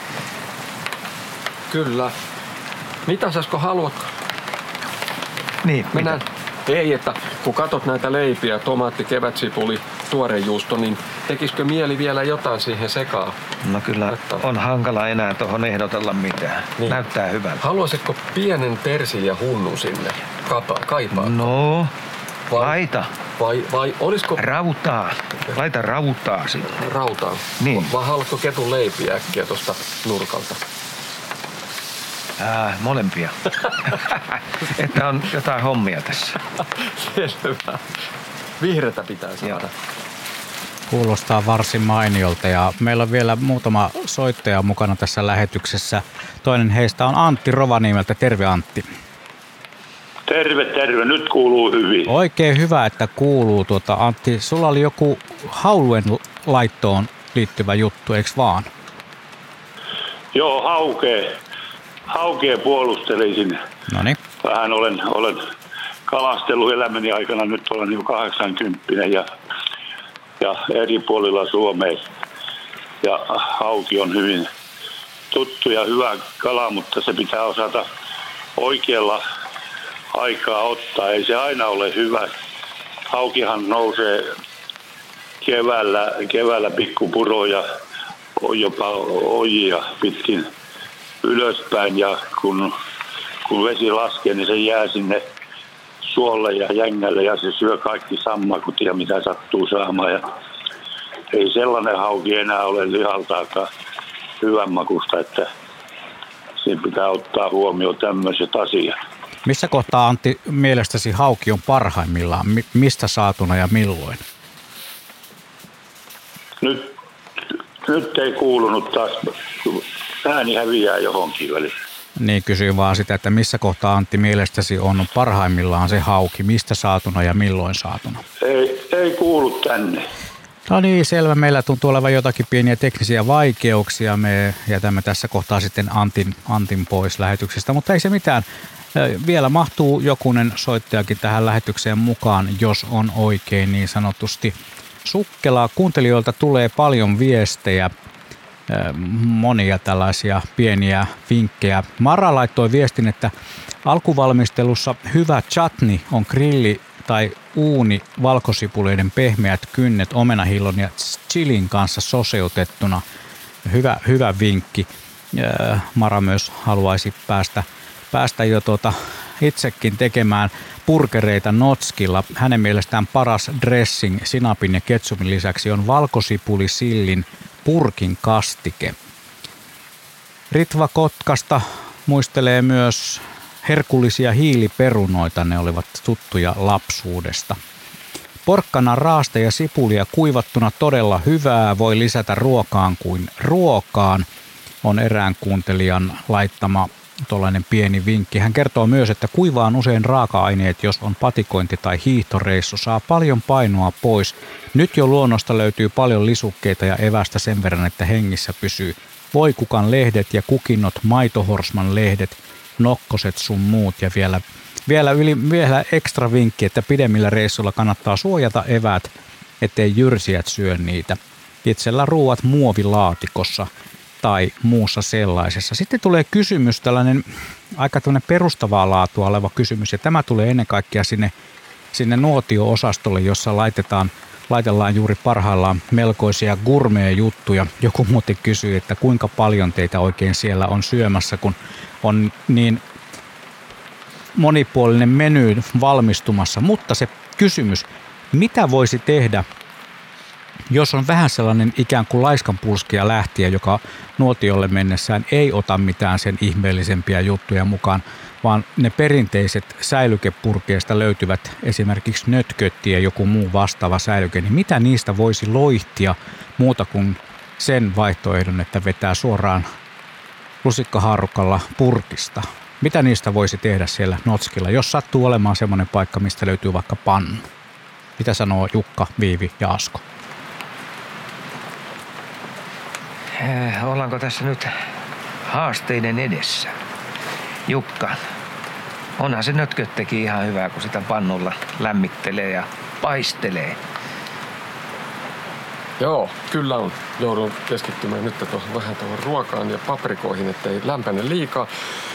Kyllä. Mitä Sasko haluat? Niin, Mennään. Ei, että kun katot näitä leipiä, tomaatti, kevätsipuli, tuorejuusto, niin tekisikö mieli vielä jotain siihen sekaan? No kyllä Näyttää. On hankala enää tuohon ehdotella mitään. Niin. Näyttää hyvältä. Haluaisitko pienen persiljähunnun sinne Kapa, kaipaa? No, vai, laita. Vai, vai olisiko... Rautaa. Laita rautaa sinne. Rautaa? Niin. Vai haluatko ketun leipiä äkkiä tuosta nurkalta? Ää, molempia. Että on jotain hommia tässä. Selvä. Vihreätä pitää saada. Joo. Kuulostaa varsin mainiolta ja meillä on vielä muutama soittaja mukana tässä lähetyksessä. Toinen heistä on Antti Rovaniemeltä. Terve Antti. Terve, terve. Nyt kuuluu hyvin. Oikein hyvä, että kuuluu. Tuota, Antti, sulla oli joku hauluen laittoon liittyvä juttu, eikö vaan? Joo, haukee. Haukea puolustelisin. Noniin. Vähän olen, olen kalastellut elämäni aikana, nyt olen jo kahdeksankymppinen ja, ja eri puolilla Suomea. Ja hauki on hyvin tuttu ja hyvä kala, mutta se pitää osata oikealla aikaa ottaa. Ei se aina ole hyvä. Haukihan nousee keväällä, keväällä pikkupuroja, jopa ojia pitkin ylöspäin ja kun, kun vesi laskee, niin se jää sinne suolle ja jängälle ja se syö kaikki sammakut ja mitä sattuu saamaan. Ja ei sellainen hauki enää ole lihaltaakaan hyvän makusta, että siinä pitää ottaa huomioon tämmöiset asiat. Missä kohtaa, Antti, mielestäsi hauki on parhaimmillaan? Mi- mistä saatuna ja milloin? Nyt, nyt ei kuulunut taas. Ääni häviää johonkin väliin. Niin, kysyin vaan sitä, että missä kohtaa, Antti, mielestäsi on parhaimmillaan se hauki? Mistä saatuna ja milloin saatuna? Ei, ei kuulu tänne. No niin, selvä. Meillä tuntuu olevan jotakin pieniä teknisiä vaikeuksia. Me jätämme tässä kohtaa sitten Antin, Antin pois lähetyksestä, mutta ei se mitään. Vielä mahtuu jokunen soittajakin tähän lähetykseen mukaan, jos on oikein niin sanotusti sukkelaa. Kuuntelijoilta tulee paljon viestejä, monia tällaisia pieniä vinkkejä. Mara laittoi viestin, että alkuvalmistelussa hyvä chutney on grilli tai uuni valkosipuleiden pehmeät kynnet omenahillon ja chilin kanssa soseutettuna. Hyvä, hyvä vinkki. Mara myös haluaisi päästä, päästä jo tuota itsekin tekemään burgereita notskilla. Hänen mielestään paras dressing sinapin ja ketsupin lisäksi on valkosipulisillin purkin kastike. Ritva Kotkasta muistelee myös herkullisia hiiliperunoita, ne olivat tuttuja lapsuudesta. Porkkana, raaste ja sipulia kuivattuna todella hyvää, voi lisätä ruokaan kuin ruokaan, on erään kuuntelijan laittama tuollainen pieni vinkki. Hän kertoo myös, että kuivaan usein raaka-aineet, jos on patikointi tai hiihtoreissu, saa paljon painoa pois. Nyt jo luonnosta löytyy paljon lisukkeita ja evästä sen verran, että hengissä pysyy. Voikukan lehdet ja kukinnot, maitohorsman lehdet, nokkoset sun muut ja vielä, vielä, yli, vielä ekstra vinkki, että pidemmillä reissuilla kannattaa suojata eväät, ettei jyrsijät syö niitä. Itsellä ruuat muovilaatikossa tai muussa sellaisessa. Sitten tulee kysymys, tällainen aika tällainen perustavaa laatua oleva kysymys, ja tämä tulee ennen kaikkea sinne, sinne nuotio-osastolle, jossa laitetaan, laitellaan juuri parhaillaan melkoisia gourmet-juttuja. Joku muuten kysyy, että kuinka paljon teitä oikein siellä on syömässä, kun on niin monipuolinen meny valmistumassa. Mutta se kysymys, mitä voisi tehdä, jos on vähän sellainen ikään kuin laiskanpulskia lähtiä, joka nuotiolle mennessään ei ota mitään sen ihmeellisempiä juttuja mukaan, vaan ne perinteiset säilykepurkeista löytyvät esimerkiksi nötkötti ja joku muu vastaava säilyke, niin mitä niistä voisi loihtia muuta kuin sen vaihtoehdon, että vetää suoraan lusikkahaarukalla purkista? Mitä niistä voisi tehdä siellä notskilla, jos sattuu olemaan semmoinen paikka, mistä löytyy vaikka pannu? Mitä sanoo Jukka, Viivi ja Asko? Eh, ollaanko tässä nyt haasteiden edessä? Jukka, onhan se nötköttekin ihan hyvää, kun sitä pannulla lämmittelee ja paistelee. Joo, kyllä on. Joudun keskittymään nyt tuohon vähän tuohon ruokaan ja paprikoihin, ettei lämpene liikaa.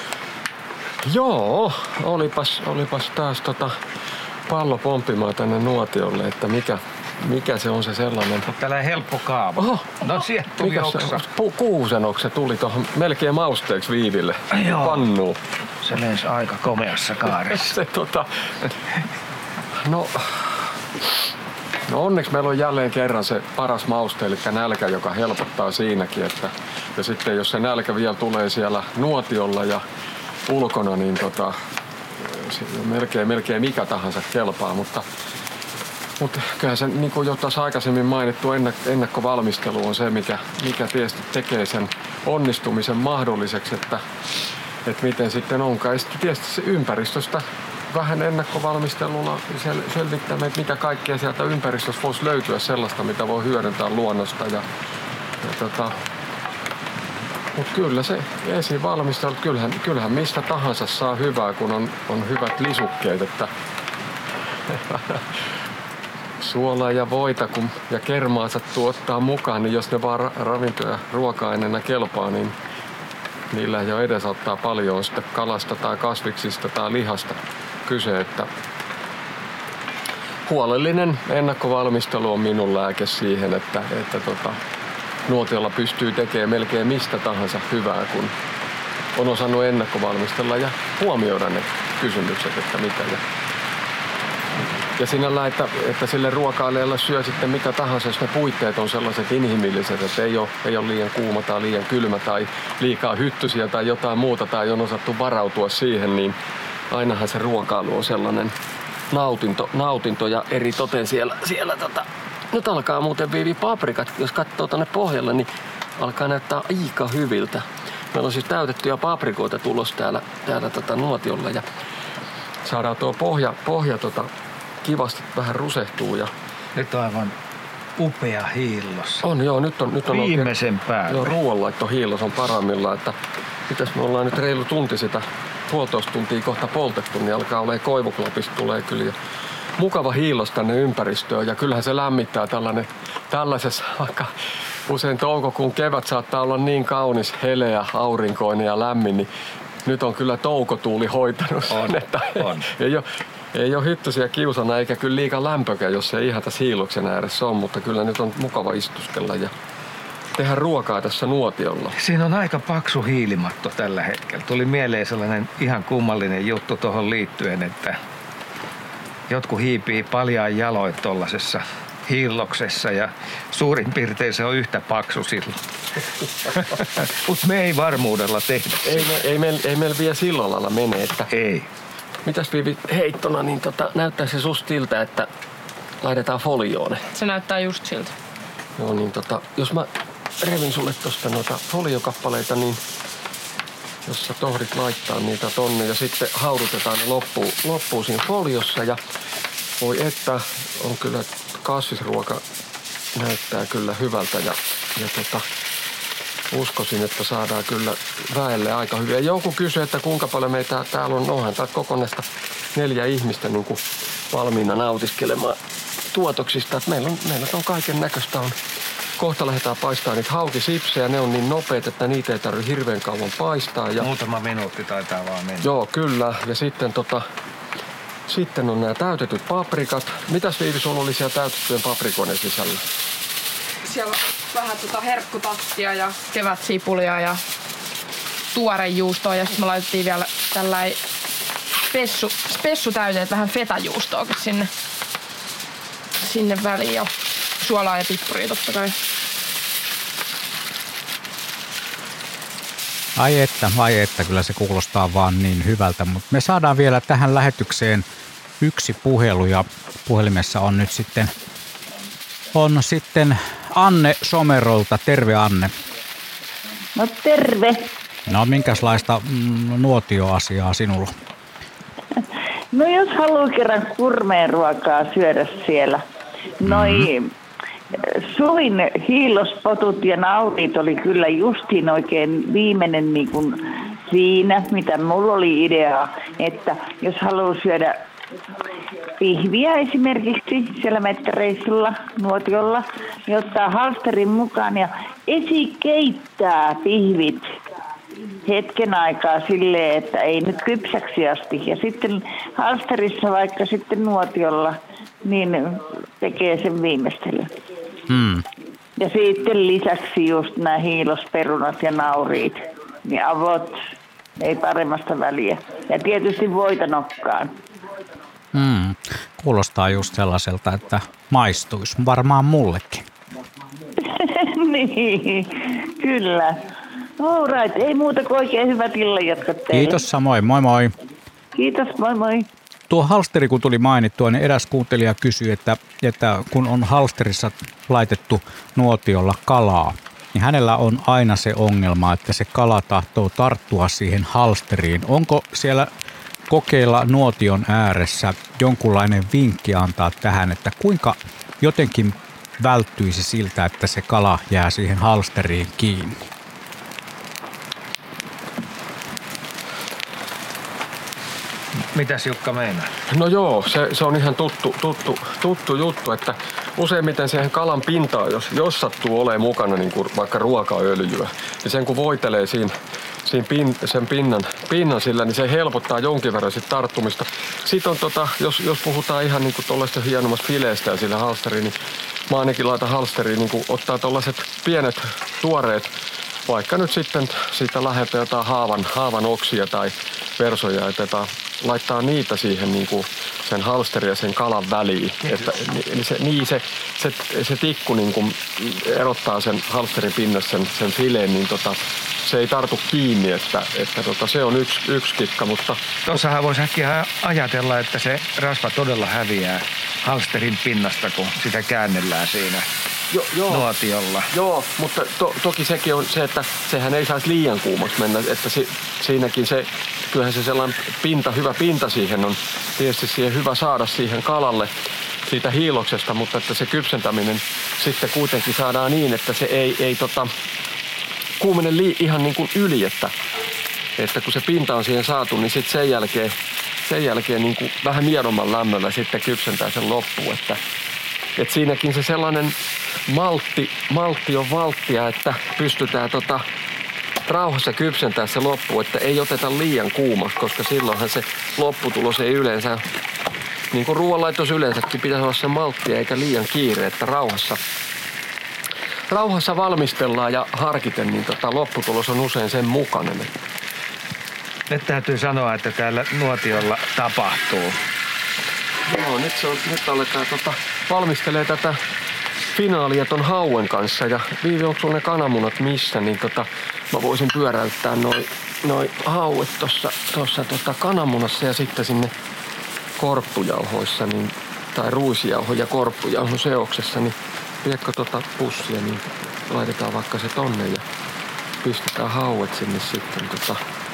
Joo, olipas, olipas taas tota pallo pomppimaan tänne nuotiolle, että mikä, mikä se on se sellainen. Mutta tällainen helppo kaava. Oho, no sieltä tuli mikä oksa. Se, pu, kuusen oksa tuli tuohon melkein mausteeksi Viiville. Joo. Pannuun. Se lensi aika komeassa kaaressa. se tota... No... No onneksi meillä on jälleen kerran se paras mauste, eli nälkä, joka helpottaa siinäkin. Että, ja sitten jos se nälkä vielä tulee siellä nuotiolla ja ulkona, niin tota, melkein, melkein mikä tahansa kelpaa. Mutta, mutta kyllähän se, niin kuin jo taas aikaisemmin mainittu ennakkovalmistelu on se, mikä, mikä tietysti tekee sen onnistumisen mahdolliseksi, että, että miten sitten onkaan. Ja sitten tietysti se ympäristöstä vähän ennakkovalmistelulla sel- selvittämme, että mitä kaikkea sieltä ympäristössä voisi löytyä sellaista, mitä voi hyödyntää luonnosta. Ja, ja tota, mutta kyllä se esivalmistelu, kyllähän, kyllähän mistä tahansa saa hyvää, kun on, on hyvät lisukkeet. Että suolaa ja voita kun, ja kermaa sattuu ottaa mukaan, niin jos ne vaan ra- ravinto- ja ruoka-aineena kelpaa, niin niillä jo edesauttaa paljon sitten kalasta tai kasviksista tai lihasta. kyse, että huolellinen ennakkovalmistelu on minun lääke siihen, että, että tota, nuotiolla pystyy tekemään melkein mistä tahansa hyvää, kun on osannut ennakkovalmistella ja huomioida ne kysymykset, että mitä. Ja, ja sinällä, että, että sille ruokailijalle syö sitten mitä tahansa, jos ne puitteet on sellaiset inhimilliset, että ei ole, ei ole liian kuuma tai liian kylmä tai liikaa hyttysiä tai jotain muuta tai on osattu varautua siihen, niin ainahan se ruokailu on sellainen nautinto, nautinto ja eri toten siellä, siellä tota, nyt alkaa muuten Viivi paprikat, jos katsoo tuonne pohjalle, niin alkaa näyttää aika hyviltä. Meillä on siis täytettyjä paprikoita tulos täällä, täällä tota nuotiolla ja saadaan tuo pohja, pohja tota, kivasti vähän rusehtuu. Ja nyt on aivan upea hiillos. On joo, nyt on, nyt on viimeisen oikein, päälle. Joo, ruoanlaitto hiillos on parhaimmillaan, että mitäs me ollaan nyt reilu tunti sitä, puolitoista tuntia kohta poltettu, niin alkaa olemaan koivuklapista tulee kyllä. Ja mukava hiillos tänne ympäristöön ja kyllähän se lämmittää tällainen, tällaisessa, vaikka usein toukokuun kevät saattaa olla niin kaunis, heleä, aurinkoinen ja lämmin, niin nyt on kyllä toukotuuli hoitanut on, sen, että on. Ei, ei ole, ei ole hyttysiä kiusana eikä kyllä liikaa lämpökään, jos ei ihan tässä hiiloksen ääressä on, mutta kyllä nyt on mukava istuskella ja tehdä ruokaa tässä nuotiolla. Siinä on aika paksu hiilimatto tällä hetkellä. Tuli mieleen sellainen ihan kummallinen juttu tuohon liittyen, että jotkut hiipii paljaan jaloin tollasessa hiilloksessa ja suurin piirtein se on yhtä paksu silloin. Mutta me ei varmuudella tehdä. Ei, me, ei, meillä, ei meillä vielä sillä lailla mene. Että ei. Mitäs Viivi heittona, niin tota, näyttää se susta siltä, että laitetaan folioon. Se näyttää just siltä. Joo, niin tota, jos mä revin sulle tosta noita foliokappaleita, niin jos sä tohdit laittaa niitä tonne ja sitten haudutetaan ne loppuun, loppuun siinä foliossa ja voi että on kyllä kasvisruoka näyttää kyllä hyvältä ja, ja tota, uskoisin, että saadaan kyllä väelle aika hyviä. Joku kysyy, että kuinka paljon meitä täällä on, onhan tää kokonaista neljä ihmistä niin kuin valmiina nautiskelemaan tuotoksista. Että meillä on, meillä on kaiken näköistä on. Kohta lähdetään paistamaan niitä haukisipsejä. Ne on niin nopeat, että niitä ei tarvitse hirveän kauan paistaa. Ja muutama minuutti taitaa vaan mennä. Joo, kyllä. Ja sitten, tota, sitten on nämä täytetyt paprikat. Mitäs Viivi, sulla oli siellä täytettyjen paprikoiden sisällä? Siellä on vähän tota herkkutattia ja kevätsipulia ja tuorejuustoa. Ja sitten me laitettiin vielä tällainen spessu, spessutäyteet, vähän fetajuustoakin sinne, sinne väliin. Ja suolaa ja pippuria totta kai. Ai että, ai että, kyllä se kuulostaa vaan niin hyvältä, mutta me saadaan vielä tähän lähetykseen yksi puhelu ja puhelimessa on nyt sitten, on sitten Anne Somerolta. Terve Anne. No terve. No minkälaista mm, nuotioasiaa sinulla? No jos haluaa kerran kurmeen ruokaa syödä siellä. Noi mm-hmm. Suvin hiillospotut ja nauriit oli kyllä justiin oikein viimeinen niin kuin siinä, mitä mulla oli idea, että jos haluaa syödä pihviä esimerkiksi siellä mettäreissulla, nuotiolla, niin ottaa halsterin mukaan ja esikeittää pihvit hetken aikaa silleen, että ei nyt kypsäksi asti. Ja sitten halsterissa vaikka sitten nuotiolla, niin tekee sen viimeistelyn. Hmm. Ja sitten lisäksi just nämä hiilosperunat ja nauriit. Niin avot, ei paremmasta väliä. Ja tietysti voita nokkaan. Hmm. Kuulostaa just sellaiselta, että maistuisi varmaan mullekin. Niin, kyllä. All right, ei muuta kuin oikein hyvät illanjatkot teille. Kiitos samoin, moi moi. Kiitos, moi moi. Tuo halsteri, kun tuli mainittua, niin eräs kuuntelija kysyi, että, että kun on halsterissa laitettu nuotiolla kalaa, niin hänellä on aina se ongelma, että se kala tahtoo tarttua siihen halsteriin. Onko siellä kokeilla nuotion ääressä jonkunlainen vinkki antaa tähän, että kuinka jotenkin välttyisi siltä, että se kala jää siihen halsteriin kiinni? Mitäs Jukka meinaa? No joo, se, se on ihan tuttu, tuttu, tuttu juttu, että useimmiten siihen kalan pintaan, jos, jos sattuu olemaan mukana niin kuin vaikka ruokaöljyä, niin sen kun voitelee siinä, siinä pin, sen pinnan, pinnan sillä, niin se helpottaa jonkin verran sit tarttumista. Sitten on, tota, jos, jos puhutaan ihan niin kuin tuollaista hienommasta fileestä ja sillä halsteriin, niin mä ainakin laitan halsteriin, niin kuin ottaa tuollaiset pienet tuoreet, vaikka nyt sitten siitä lähempää jotain haavan, haavan oksia tai versoja, että tota, laittaa niitä siihen niin kuin sen halsterin ja sen kalan väliin. Että, niin se, niin se, se, se tikku niin kuin erottaa sen halsterin pinnassa sen, sen fileen, niin tota, se ei tartu kiinni, että, että tota, se on yksi, yksi kikka. Mutta tuossahan voisi äkkiä ajatella, että se rasva todella häviää halsterin pinnasta, kun sitä käännellään siinä. Jo, joo, nuotiolla. Joo, mutta to, toki sekin on se, että sehän ei saisi liian kuumaksi mennä, että si, siinäkin se, kyllähän se sellainen pinta, hyvä pinta siihen on tietysti siihen hyvä saada siihen kalalle siitä hiiloksesta, mutta että se kypsentäminen sitten kuitenkin saadaan niin, että se ei, ei tota, kuumene li, ihan niin kuin yli, että, että kun se pinta on siihen saatu, niin sitten sen jälkeen, sen jälkeen niin kuin vähän miedomman lämmöllä sitten kypsentää sen loppuun, että Et siinäkin se sellainen maltti, maltti on valttia, että pystytään tota rauhassa kypsentää se loppu, että ei oteta liian kuumaksi, koska silloinhan se lopputulos ei yleensä, niin kuin ruoanlaitos yleensäkin, pitäisi olla se malttia eikä liian kiire, että rauhassa, rauhassa valmistellaan ja harkiten, niin tota lopputulos on usein sen mukainen. Nyt täytyy sanoa, että täällä nuotiolla tapahtuu. Joo, nyt, se on, nyt aletaan tota, valmistelee tätä finaalia ton hauen kanssa. Ja Viivi, onko sulla ne kananmunat missä, niin tota, mä voisin pyöräyttää noi, noi hauet tossa, tossa tota kananmunassa ja sitten sinne korppujauhoissa, niin, tai ruisjauho ja korppujauho seoksessa, niin viekö tota pussia, niin laitetaan vaikka se tonne ja pistetään hauet sinne sitten. Tota,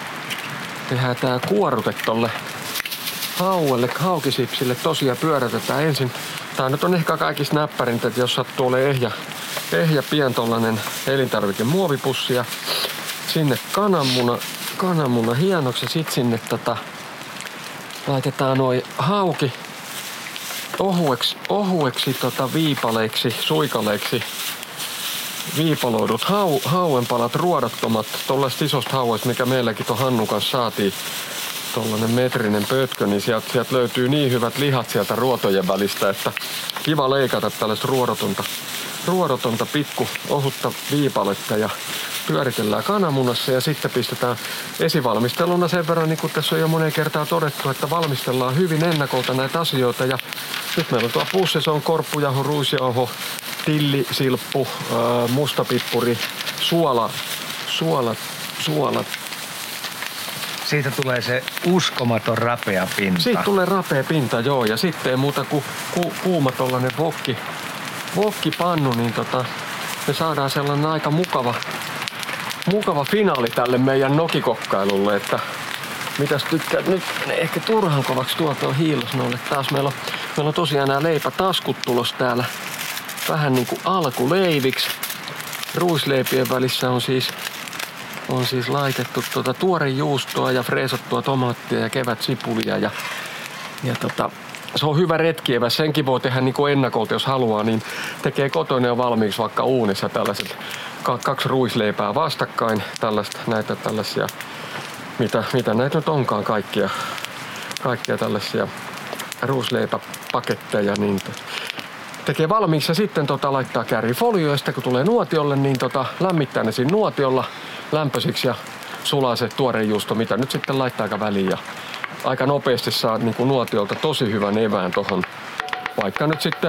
tehdään tää kuorute tolle hauelle, haukisipsille tosiaan pyörätetään ensin. Tää nyt on ehkä kaikista näppärintä, että jos sattuu olemaan ehjä, ehjä pien tollanen elintarvikemuovipussi ja sinne kananmuna, kananmuna hienoksi ja sit sinne tota, laitetaan noi hauki ohueksi, ohueksi tota viipaleiksi, suikaleiksi viipaloidut hau, hauenpalat, ruodattomat, tollaista isosta hauesta, mikä meilläkin ton Hannun kanssa saatiin. Tollainen metrinen pötkö, niin sieltä, sieltä löytyy niin hyvät lihat sieltä ruotojen välistä, että kiva leikata tällaista ruodotonta, ruodotonta pikku ohutta viipaletta ja pyöritellään kananmunassa ja sitten pistetään esivalmisteluna sen verran, niin kuin tässä on jo moneen kertaan todettu, että valmistellaan hyvin ennakolta näitä asioita ja nyt meillä on tuo pussissa on korppujauho, ruisjauho, tillisilppu, mustapippuri, suola, suolat, suolat, siitä tulee se uskomaton rapea pinta. Siitä tulee rapea pinta, joo. Ja sitten ei muuta kuin ku, kuuma tollanen wokki, wokkipannu, niin tota, me saadaan sellainen aika mukava, mukava finaali tälle meidän nokikokkailulle, että mitäs tykkäät nyt ehkä turhan kovaksi tuolta on hiilosnoille. Taas meillä on, meillä on tosiaan nämä leipätaskut tulos täällä vähän niin kuin alkuleiviksi. Ruisleipien välissä on siis On siis laitettu tuota tuorejuustoa ja freesattua tomaattia ja kevätsipulia ja, ja tota, se on hyvä retkievä. Senkin voi tehdä niin kuin ennakolta, jos haluaa, niin tekee kotona jo valmiiksi vaikka uunissa tällaiset kaksi ruisleipää vastakkain, tällaista, näitä tällaisia, mitä, mitä näitä nyt onkaan kaikkia, kaikkia tällaisia ruisleipäpaketteja, niin tekee valmiiksi ja sitten tota, laittaa käärifolio ja sitten kun tulee nuotiolle, niin tota, lämmittää ne siinä nuotiolla lämpöisiksi ja sulaa se tuorejuusto, mitä nyt sitten laittaa aika väliin. Ja aika nopeasti saa niin kuin nuotiolta tosi hyvän evään tohon, vaikka nyt sitten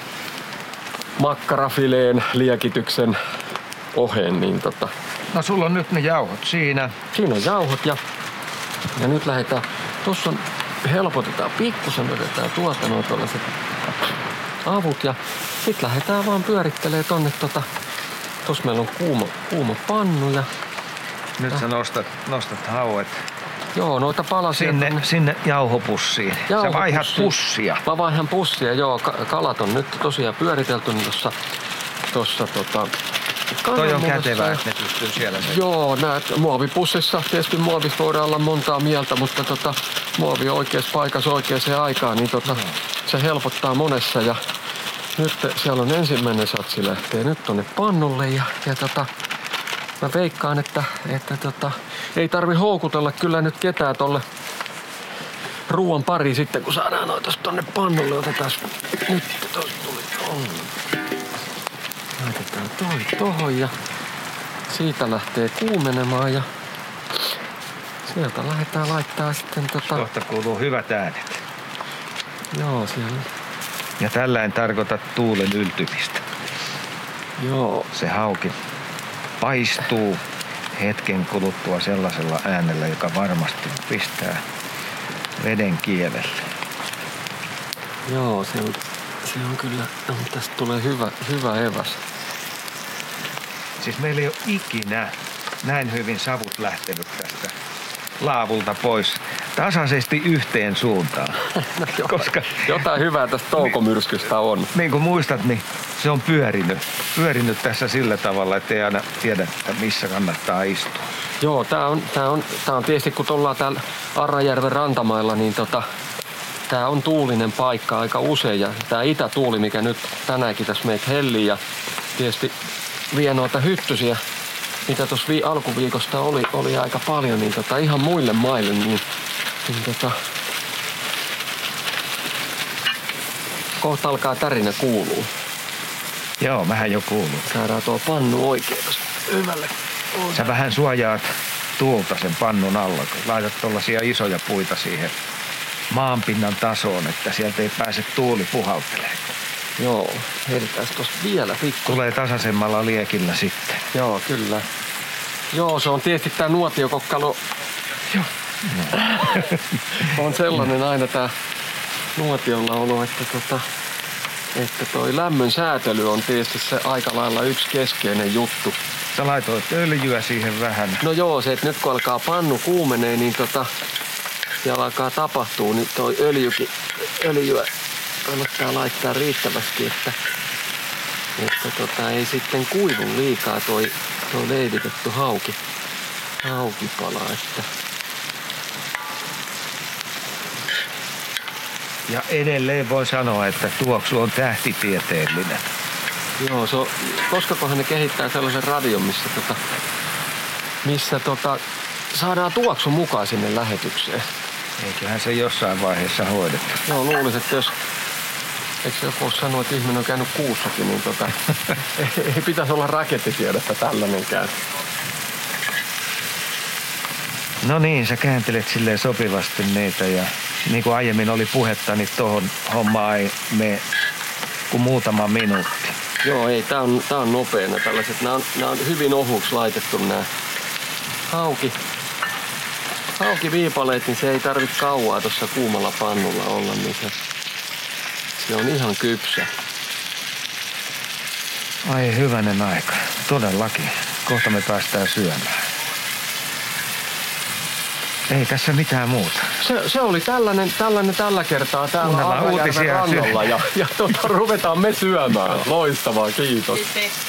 makkarafileen liekityksen oheen. Niin tota. No sulla on nyt ne jauhot siinä. Siinä on jauhot ja, ja nyt lähdetään, tuossa on, helpotetaan pikkusen, otetaan tuolta noin tuollaiset avut ja sit lähdetään vaan pyörittelee tonne tota, tossa meillä on kuuma, kuuma pannu ja nyt ja sä nostat, nostat hauet. Joo, noita palasia sinne, tonne sinne jauhopussiin. Jauhopussiin. Sä vaihat pussia. Mä vaihan pussia, joo. Kalat on nyt tosiaan pyöritelty niin tossa, tossa tota toi on kätevää, että ne pystyy siellä sen. Joo, näet muovipussissa. Tietysti muovissa voidaan olla montaa mieltä, mutta tota, muovi oikeassa paikassa oikeaan aikaan, niin tota, no. se helpottaa monessa ja nyt siellä on ensimmäinen satsi lähtee nyt tonne pannulle ja, ja tota, mä veikkaan, että, että tota, ei tarvi houkutella kyllä nyt ketään tolle ruoan pari sitten, kun saadaan noita tonne pannulle. Otetaan nyt, tosta tuli tonne. Laitetaan toi tohon ja siitä lähtee kuumenemaan ja sieltä lähdetään laittaa sitten tota... Kohta kuuluu hyvät äänet. Joo, siellä. Ja tällä en tarkoita tuulen yltymistä. Joo. Se hauki paistuu hetken kuluttua sellaisella äänellä, joka varmasti pistää veden kielelle. Joo, se on, se on kyllä, no, tästä tulee hyvä, hyvä eväs. Siis meillä ei ole ikinä näin hyvin savut lähtenyt tästä laavulta pois tasaisesti yhteen suuntaan. No, koska jotain hyvää tästä toukomyrskystä on. Niin kuin muistat, niin se on pyörinyt, pyörinyt tässä sillä tavalla, että ei aina tiedä, että missä kannattaa istua. Joo, tää on, tää on, tää on tietysti, kun ollaan täällä Arrajärven rantamailla, niin tota, tää on tuulinen paikka aika usein. Ja tää itätuuli, mikä nyt tänäänkin tässä meitä hellii ja tietysti vie noita hyttysiä, mitä tuossa vi- alkuviikosta oli, oli aika paljon, niin tota, ihan muille maille, niin, niin tota, kohta alkaa tärinä kuuluu. Joo, vähän jo kuuluu. Saadaan tuo pannu oikein hyvälle. Sä vähän suojaat tuulta sen pannun alla, kun laitat tuollaisia isoja puita siihen maanpinnan tasoon, että sieltä ei pääse tuuli puhaltelemaan. Joo, heitetään tuosta vielä pikku. Tulee tasaisemmalla liekillä sitten. Joo, kyllä. Joo, se on tietysti tää nuotiokokkalo. Joo. No. On sellainen aina tää nuotiolla olo, että, tota, että toi lämmön säätely on tietysti se aika lailla yksi keskeinen juttu. Sä laitoit öljyä siihen vähän. No joo, se, että nyt kun alkaa pannu kuumenee, niin tota, siellä alkaa tapahtua, niin toi öljykin, öljyä kannattaa laittaa riittävästi, että, että tota, ei sitten kuivu liikaa toi, toi leivitetty hauki, haukipala. Että. Ja edelleen voi sanoa, että tuoksu on tähtitieteellinen. Joo, se on, koskakohan ne kehittää sellaisen radion, missä, tota, missä tota, saadaan tuoksun mukaan sinne lähetykseen. Eiköhän se jossain vaiheessa hoidettu. Joo, luulisin, että jos... Eikö se joku sanoa, että ihminen on käynyt kuussakin, niin tota, ei, ei pitäisi olla rakettitiedettä tällainen käy. No niin, sä kääntelet silleen sopivasti niitä ja niin kuin aiemmin oli puhetta, niin tohon hommaan ei mene kuin muutama minuutti. Joo, ei, tää on, tää on nopeena tällaiset. Nää on, nää on hyvin ohuksi laitettu nää hauki. Haukiviipaleet, niin se ei tarvitse kauaa tuossa kuumalla pannulla olla, niin se, se on ihan kypsä. Ai hyvänen aika, todellakin. Kohta me päästään syömään. Ei tässä mitään muuta. Se, se oli tällainen, tällainen tällä kertaa täällä Arrajärven rannalla ja, ja tuota, ruvetaan me syömään. Loistavaa, kiitos.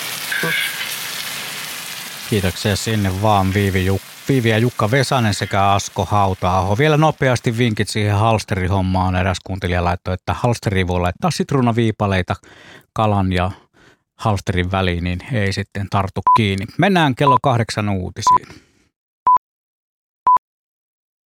Kiitoksia sinne vaan Viivi, Juk- Viivi ja Jukka Vesanen sekä Asko Hauta-aho. Vielä nopeasti vinkit siihen halsterihommaan. Eräs kuuntelija laittoi, että halsteriin voi laittaa sitruunaviipaleita kalan ja halsterin väliin, niin ei sitten tartu kiinni. Mennään kello kahdeksan uutisiin.